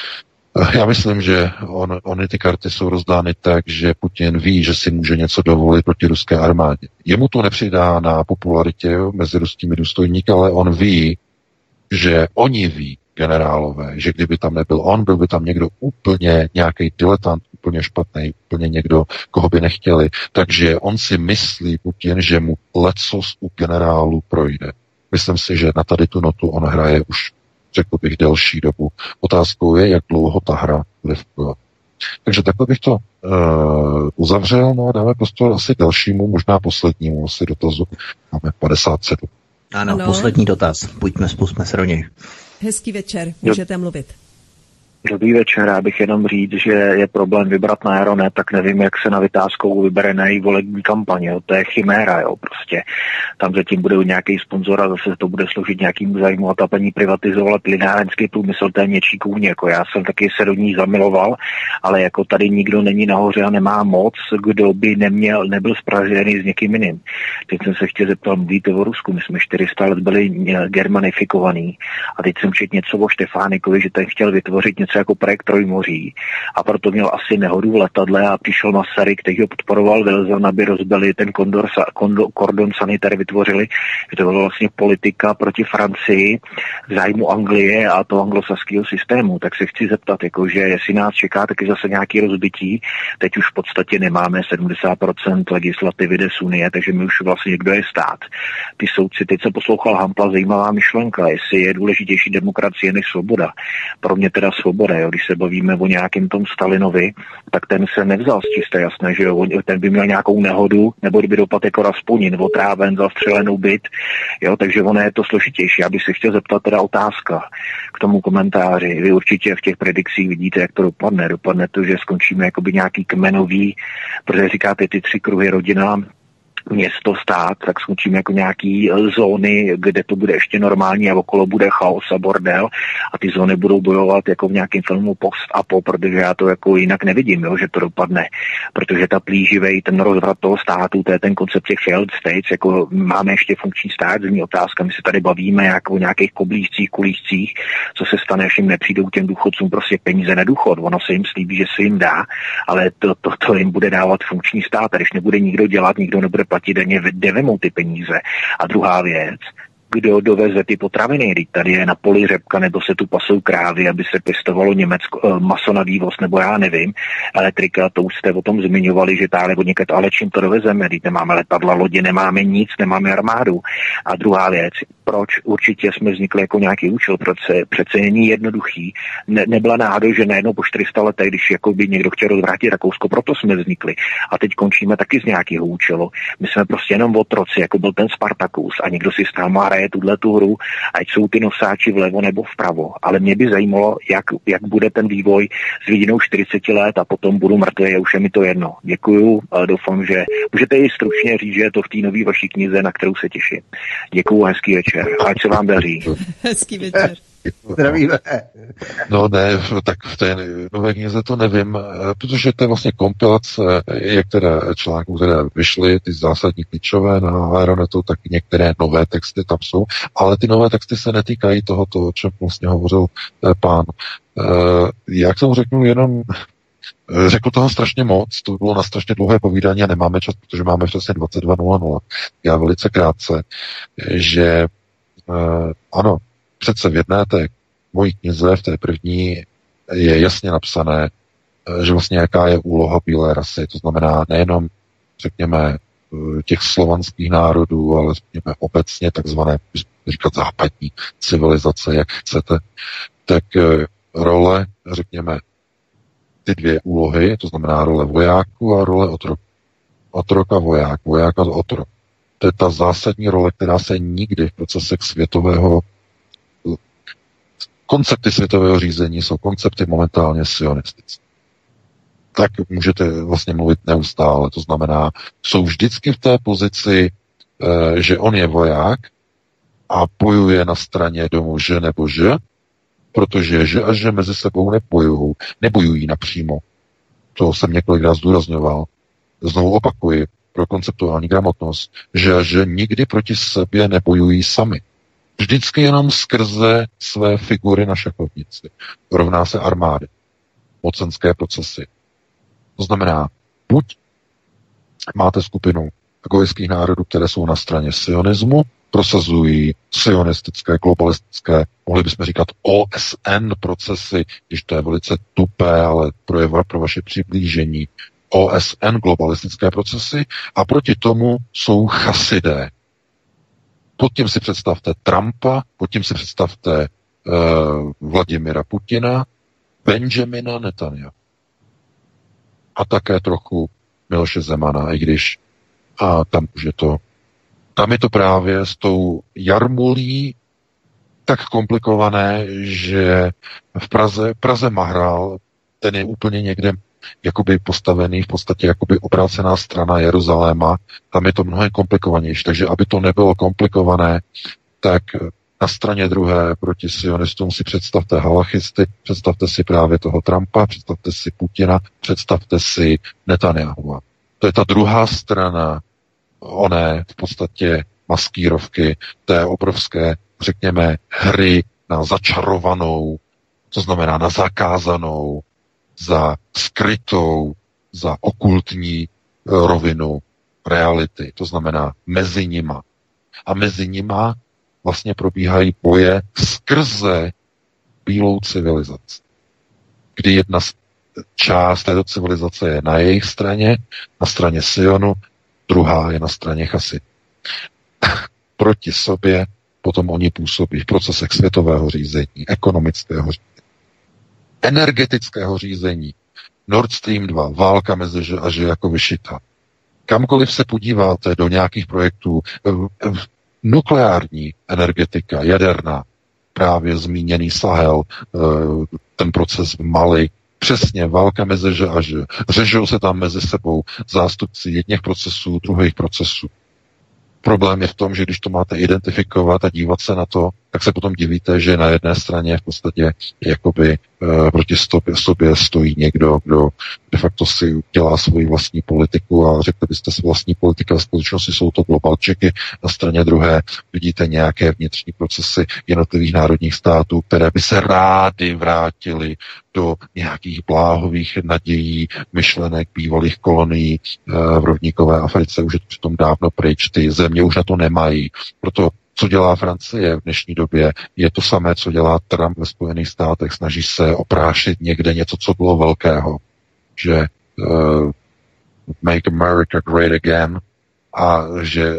[SPEAKER 3] já myslím, že on, ony ty karty jsou rozdány tak, že Putin ví, že si může něco dovolit proti ruské armádě. Jemu to nepřidá na popularitě jo, mezi ruskými důstojníky, ale on ví, že oni ví, generálové, že kdyby tam nebyl on, byl by tam někdo úplně nějaký diletant, úplně špatný, úplně někdo, koho by nechtěli. Takže on si myslí, Putin, že mu lecos u generálu projde. Myslím si, že na tady tu notu on hraje už, řekl bych, delší dobu. Otázkou je, jak dlouho ta hra bude fungovat. Takže takhle bych to uh, uzavřel, no a dáme prostor asi dalšímu, možná poslednímu asi dotazu. Máme padesát sedm.
[SPEAKER 1] Ano, ano, poslední dotaz. Pojďme, spustme se do něj.
[SPEAKER 2] Hezký večer, můžete mluvit.
[SPEAKER 10] Dobrý večer, já bych jenom říct, že je problém vybrat na Aeronet, tak nevím, jak se na Vytázkovou vybere na její volební kampaně, jo. To je chiméra, jo, prostě. Tam zatím bude nějaký sponzor a zase to bude sloužit nějakým zájmu a ta paní privatizovala plynárenský průmysl, to je něčí kůň, jako já jsem taky se do ní zamiloval, ale jako tady nikdo není nahoře a nemá moc, kdo by neměl, nebyl spražený s někým jiným. Teď jsem se chtěl zeptat, mluvíte o Rusku, my jsme čtyři sta let byli germanifikovaný a teď jsem četl něco o Štefánikovi, že ten chtěl vytvořit něco něco jako projekt Trojmoří a proto měl asi nehodu v letadle a přišel Masaryk, který ho podporoval Wilson, aby rozbili ten kondor, kondo, kordon sanitary, vytvořili, že to byla vlastně politika proti Francii v zájmu Anglie a toho anglosaského systému. Tak se chci zeptat, jako, že jestli nás čeká taky zase nějaké rozbití, teď už v podstatě nemáme sedmdesát procent legislativy jde z Unie, takže my už vlastně kdo je stát. Ty soudci, teď se poslouchal Hampla, zajímavá myšlenka, jestli je důležitější demokracie než svoboda. Pro mě teda svoboda, jo. Když se bavíme o nějakém tom Stalinovi, tak ten se nevzal z čisté jasné, že jo. Ten by měl nějakou nehodu, nebo kdyby dopadl jako Rasputin, otráven, zastřelenou byt, jo, takže ono je to složitější. Já bych se chtěl zeptat teda otázka k tomu komentáři. Vy určitě v těch predikcích vidíte, jak to dopadne. Dopadne to, že skončíme jakoby nějaký kmenový, protože říkáte ty tři kruhy rodina, město, stát, tak skončíme jako nějaký zóny, kde to bude ještě normální a okolo bude chaos a bordel a ty zóny budou bojovat jako v nějakém filmu post a po, protože já to jako jinak nevidím, jo, že to dopadne, protože ta plíživej, ten rozvrat toho státu, to je ten koncept těch failed states, jako máme ještě funkční stát, zní otázka, my se tady bavíme jako o nějakých koblížcích, kulížcích, co se stane, až jim nepřijdou těm důchodcům prostě peníze na důchod, ono se jim slíbí, že se jim dá, ale to, to, to jim bude dávat funkční stát, a když nebude nikdo dělat, nikdo nebude platit daně, kde vemou ty peníze. A druhá věc, kdo doveze ty potraviny, když tady je na poli řepka, nebo se tu pasou krávy, aby se pěstovalo Německo, maso na vývoz, nebo já nevím, elektrika, to už jste o tom zmiňovali, že táhle od někud, ale čím to dovezeme, když nemáme letadla, lodě, nemáme nic, nemáme armádu. A druhá věc, proč určitě jsme vznikli jako nějaký účel, proč se přece není jednoduchý. Ne, nebyla náhodou, že najednou po čtyři sta letech, když jako by někdo chtěl rozvrátit Rakousko, proto jsme vznikli. A teď končíme taky z nějakého účelu. My jsme prostě jenom otroci, jako byl ten Spartakus a někdo si s náma hraje tuhle tu hru, ať jsou ty nosáči vlevo nebo vpravo. Ale mě by zajímalo, jak, jak bude ten vývoj s vidinou čtyřicet let a potom budu mrtvý a už je mi to jedno. Děkuju, doufám, že můžete i stručně říct, že je to v té nové vaší knize, na kterou se těším. Děkuju, hezký večer. Ať se vám daří.
[SPEAKER 2] Hezký večer.
[SPEAKER 1] Zdravíme.
[SPEAKER 3] No ne, tak v té nové knize to nevím, protože to je vlastně kompilace některé článků, které vyšly, ty zásadní klíčové na Aeronetu, tak některé nové texty tam jsou, ale ty nové texty se netýkají tohoto, o čem vlastně hovořil pán. Já k tomu řeknu jenom, řekl toho strašně moc, to bylo na strašně dlouhé povídání a nemáme čas, protože máme přesně dvacet dva nula nula. Já velice krátce, že ano, přece v jedné té mojí knize, v té první, je jasně napsané, že vlastně jaká je úloha bílé rasy. To znamená nejenom, řekněme, těch slovanských národů, ale řekněme obecně takzvané, říkat západní civilizace, jak chcete, tak role, řekněme, ty dvě úlohy, to znamená role vojáků a role otrok. Otrok a voják, voják a otrok. To je ta zásadní role, která se nikdy v procesech světového koncepty světového řízení jsou koncepty momentálně sionistické. Tak můžete vlastně mluvit neustále. To znamená, jsou vždycky v té pozici, že on je voják a bojuje na straně domu že nebo že, protože že a že mezi sebou nebojují, nebojují napřímo. To jsem několikrát zdůrazňoval. Znovu opakuji pro konceptuální gramotnost, že že nikdy proti sobě nebojují sami. Vždycky jenom skrze své figury na šachovnici. Rovná se armády, mocenské procesy. To znamená, buď máte skupinu egoistických národů, které jsou na straně sionismu, prosazují sionistické, globalistické, mohli bychom říkat O S N procesy, když to je velice tupé, ale pro, pro vaše přiblížení, O S N globalistické procesy, a proti tomu jsou chasidé. Pod tím si představte Trumpa, pod tím si představte uh, Vladimira Putina, Benjamina Netanyahu. A také trochu Miloše Zemana, i když a tam už je to, tam je to právě s tou jarmulí tak komplikované, že v Praze, Praze Mahral, ten je úplně někde jakoby postavený v podstatě jakoby obrácená strana Jeruzaléma, tam je to mnohem komplikovanější. Takže aby to nebylo komplikované, tak na straně druhé proti sionistům si představte halachisty, představte si právě toho Trumpa, představte si Putina, představte si Netanyahua. To je ta druhá strana oné v podstatě maskírovky, té obrovské, řekněme, hry na začarovanou To znamená na zakázanou, za skrytou, za okultní rovinu reality. To znamená mezi nima. A mezi nima vlastně probíhají boje skrze bílou civilizaci. Kdy jedna část této civilizace je na jejich straně, na straně Sionu, druhá je na straně Chasidů. Proti sobě potom oni působí v procesech světového řízení, ekonomického řízení, energetického řízení. Nord Stream dva, válka mezi a že jako vyšita. Kamkoliv se podíváte do nějakých projektů, nukleární energetika, jaderná, právě zmíněný Sahel, ten proces v Mali, přesně válka mezi že a že. Řežou se tam mezi sebou zástupci jedných procesů, druhých procesů. Problém je v tom, že když to máte identifikovat a dívat se na to, tak se potom divíte, že na jedné straně v podstatě jakoby e, proti sobě, sobě stojí někdo, kdo de facto si dělá svoji vlastní politiku a řekli byste si vlastní politika, v skutečnosti jsou to globalčiky. Na straně druhé vidíte nějaké vnitřní procesy jednotlivých národních států, které by se rády vrátily do nějakých bláhových nadějí, myšlenek bývalých kolonií e, v rovníkové Africe. Už je to přitom dávno pryč, ty země už na to nemají. Proto co dělá Francie v dnešní době, je to samé, co dělá Trump ve Spojených státech. Snaží se oprášit někde něco, co bylo velkého. Že uh, make America great again a že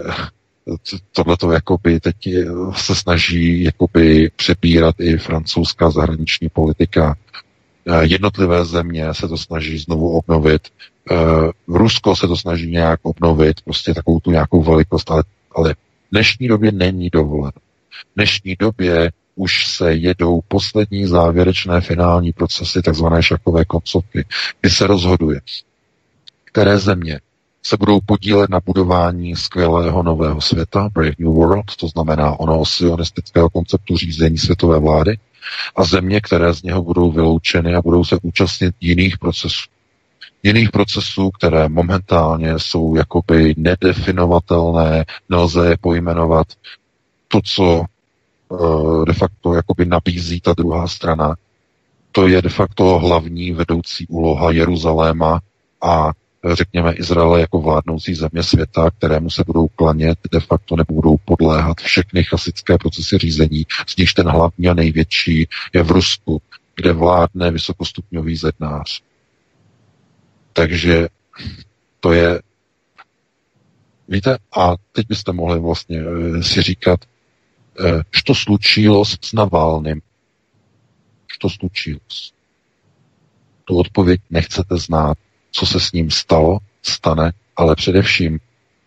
[SPEAKER 3] tohleto jakoby teď se snaží jakoby přebírat i francouzská zahraniční politika. Uh, jednotlivé země se to snaží znovu obnovit. Uh, Rusko se to snaží nějak obnovit, prostě takovou tu nějakou velikost, ale, ale v dnešní době není dovoleno. V dnešní době už se jedou poslední závěrečné finální procesy, takzvané šachové koncovky, kdy se rozhoduje, které země se budou podílet na budování skvělého nového světa, Brave New World, to znamená onoho sionistického konceptu řízení světové vlády, a země, které z něho budou vyloučeny a budou se účastnit jiných procesů. Jiných procesů, které momentálně jsou jakoby nedefinovatelné, nelze je pojmenovat. To, co uh, de facto jakoby nabízí ta druhá strana, to je de facto hlavní vedoucí úloha Jeruzaléma a řekněme Izraele jako vládnoucí země světa, kterému se budou klanět, de facto nebudou podléhat všechny chasické procesy řízení, z nichž ten hlavní a největší je v Rusku, kde vládne vysokostupňový zednář. Takže to je, víte, a teď byste mohli vlastně si říkat, že to slučilo s Navalnym. Že to slučilo. Tu odpověď nechcete znát, co se s ním stalo, stane, ale především,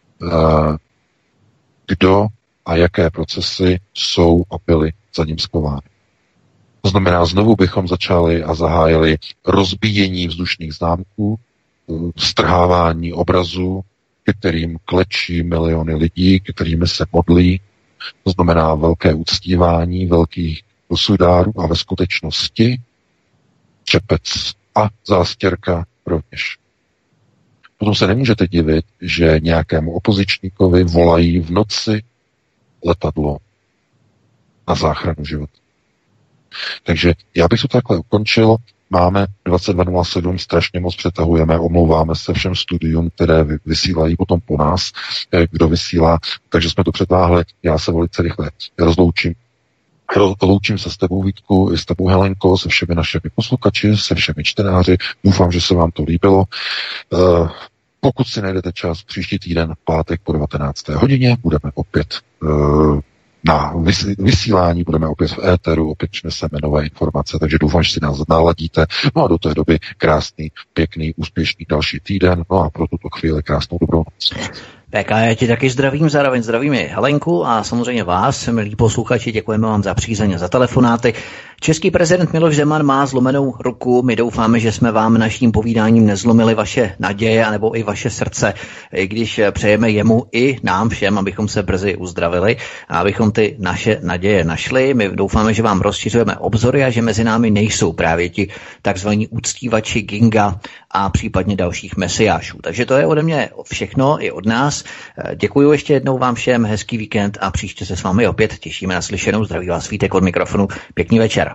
[SPEAKER 3] kdo a jaké procesy jsou a byly za ním skovány. To znamená, znovu bychom začali a zahájili rozbíjení vzdušných zámků, strhávání obrazů, ke kterým klečí miliony lidí, ke kterými se modlí. To znamená velké uctívání velkých sudárů a ve skutečnosti čepec a zástěrka rovněž. Potom se nemůžete divit, že nějakému opozičníkovi volají v noci letadlo na záchranu života. Takže já bych to takhle ukončil. Máme dvacet dva nula sedm, strašně moc přetahujeme, omlouváme se všem studium, které vysílají potom po nás, kdo vysílá, takže jsme to přetáhli. Já se velice rychle rozloučím. Loučím se s tebou, Vítku, i s tebou, Helenko, se všemi našimi posluchači, se všemi čtenáři. Doufám, že se vám to líbilo. Pokud si najdete čas příští týden, pátek po devatenácté hodině, budeme opět na vysílání, budeme opět v éteru, opět přineseme nové informace, takže doufám, že si nás naladíte. No a do té doby krásný, pěkný, úspěšný další týden, no a pro tuto chvíli krásnou dobrou noc.
[SPEAKER 1] P K, já ti taky zdravím, zároveň zdravím i Helenku a samozřejmě vás, milí posluchači, děkujeme vám za přízeň a za telefonáty. Český prezident Miloš Zeman má zlomenou ruku, my doufáme, že jsme vám naším povídáním nezlomili vaše naděje anebo i vaše srdce, i když přejeme jemu i nám všem, abychom se brzy uzdravili a abychom ty naše naděje našli. My doufáme, že vám rozšiřujeme obzory a že mezi námi nejsou právě ti takzvaní uctívači Ginga a případně dalších mesiášů. Takže to je ode mě všechno i od nás. Děkuji ještě jednou vám všem, hezký víkend a příště se s vámi opět těšíme na slyšenou. Zdraví vás Vítek od mikrofonu. Pěkný večer.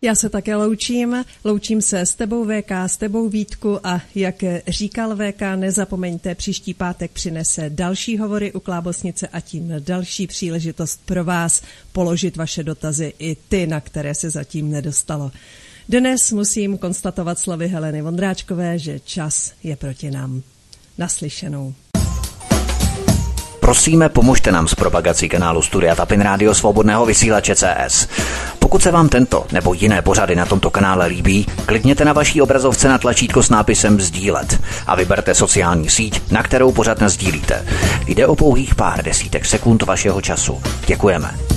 [SPEAKER 2] Já se také loučím. Loučím se s tebou V K, s tebou Vítku a jak říkal V K, nezapomeňte, příští pátek přinese další hovory u Klábosnice a tím další příležitost pro vás položit vaše dotazy i ty, na které se zatím nedostalo. Dnes musím konstatovat slovy Heleny Vondráčkové, že čas je proti nám. Naslyšenou.
[SPEAKER 1] Prosíme, pomožte nám s propagací kanálu Studia Tapin Rádio Svobodného vysílače C S. Pokud se vám tento nebo jiné pořady na tomto kanále líbí, klikněte na vaší obrazovce na tlačítko s nápisem sdílet a vyberte sociální síť, na kterou pořad nasdílíte. Jde o pouhých pár desítek sekund vašeho času. Děkujeme.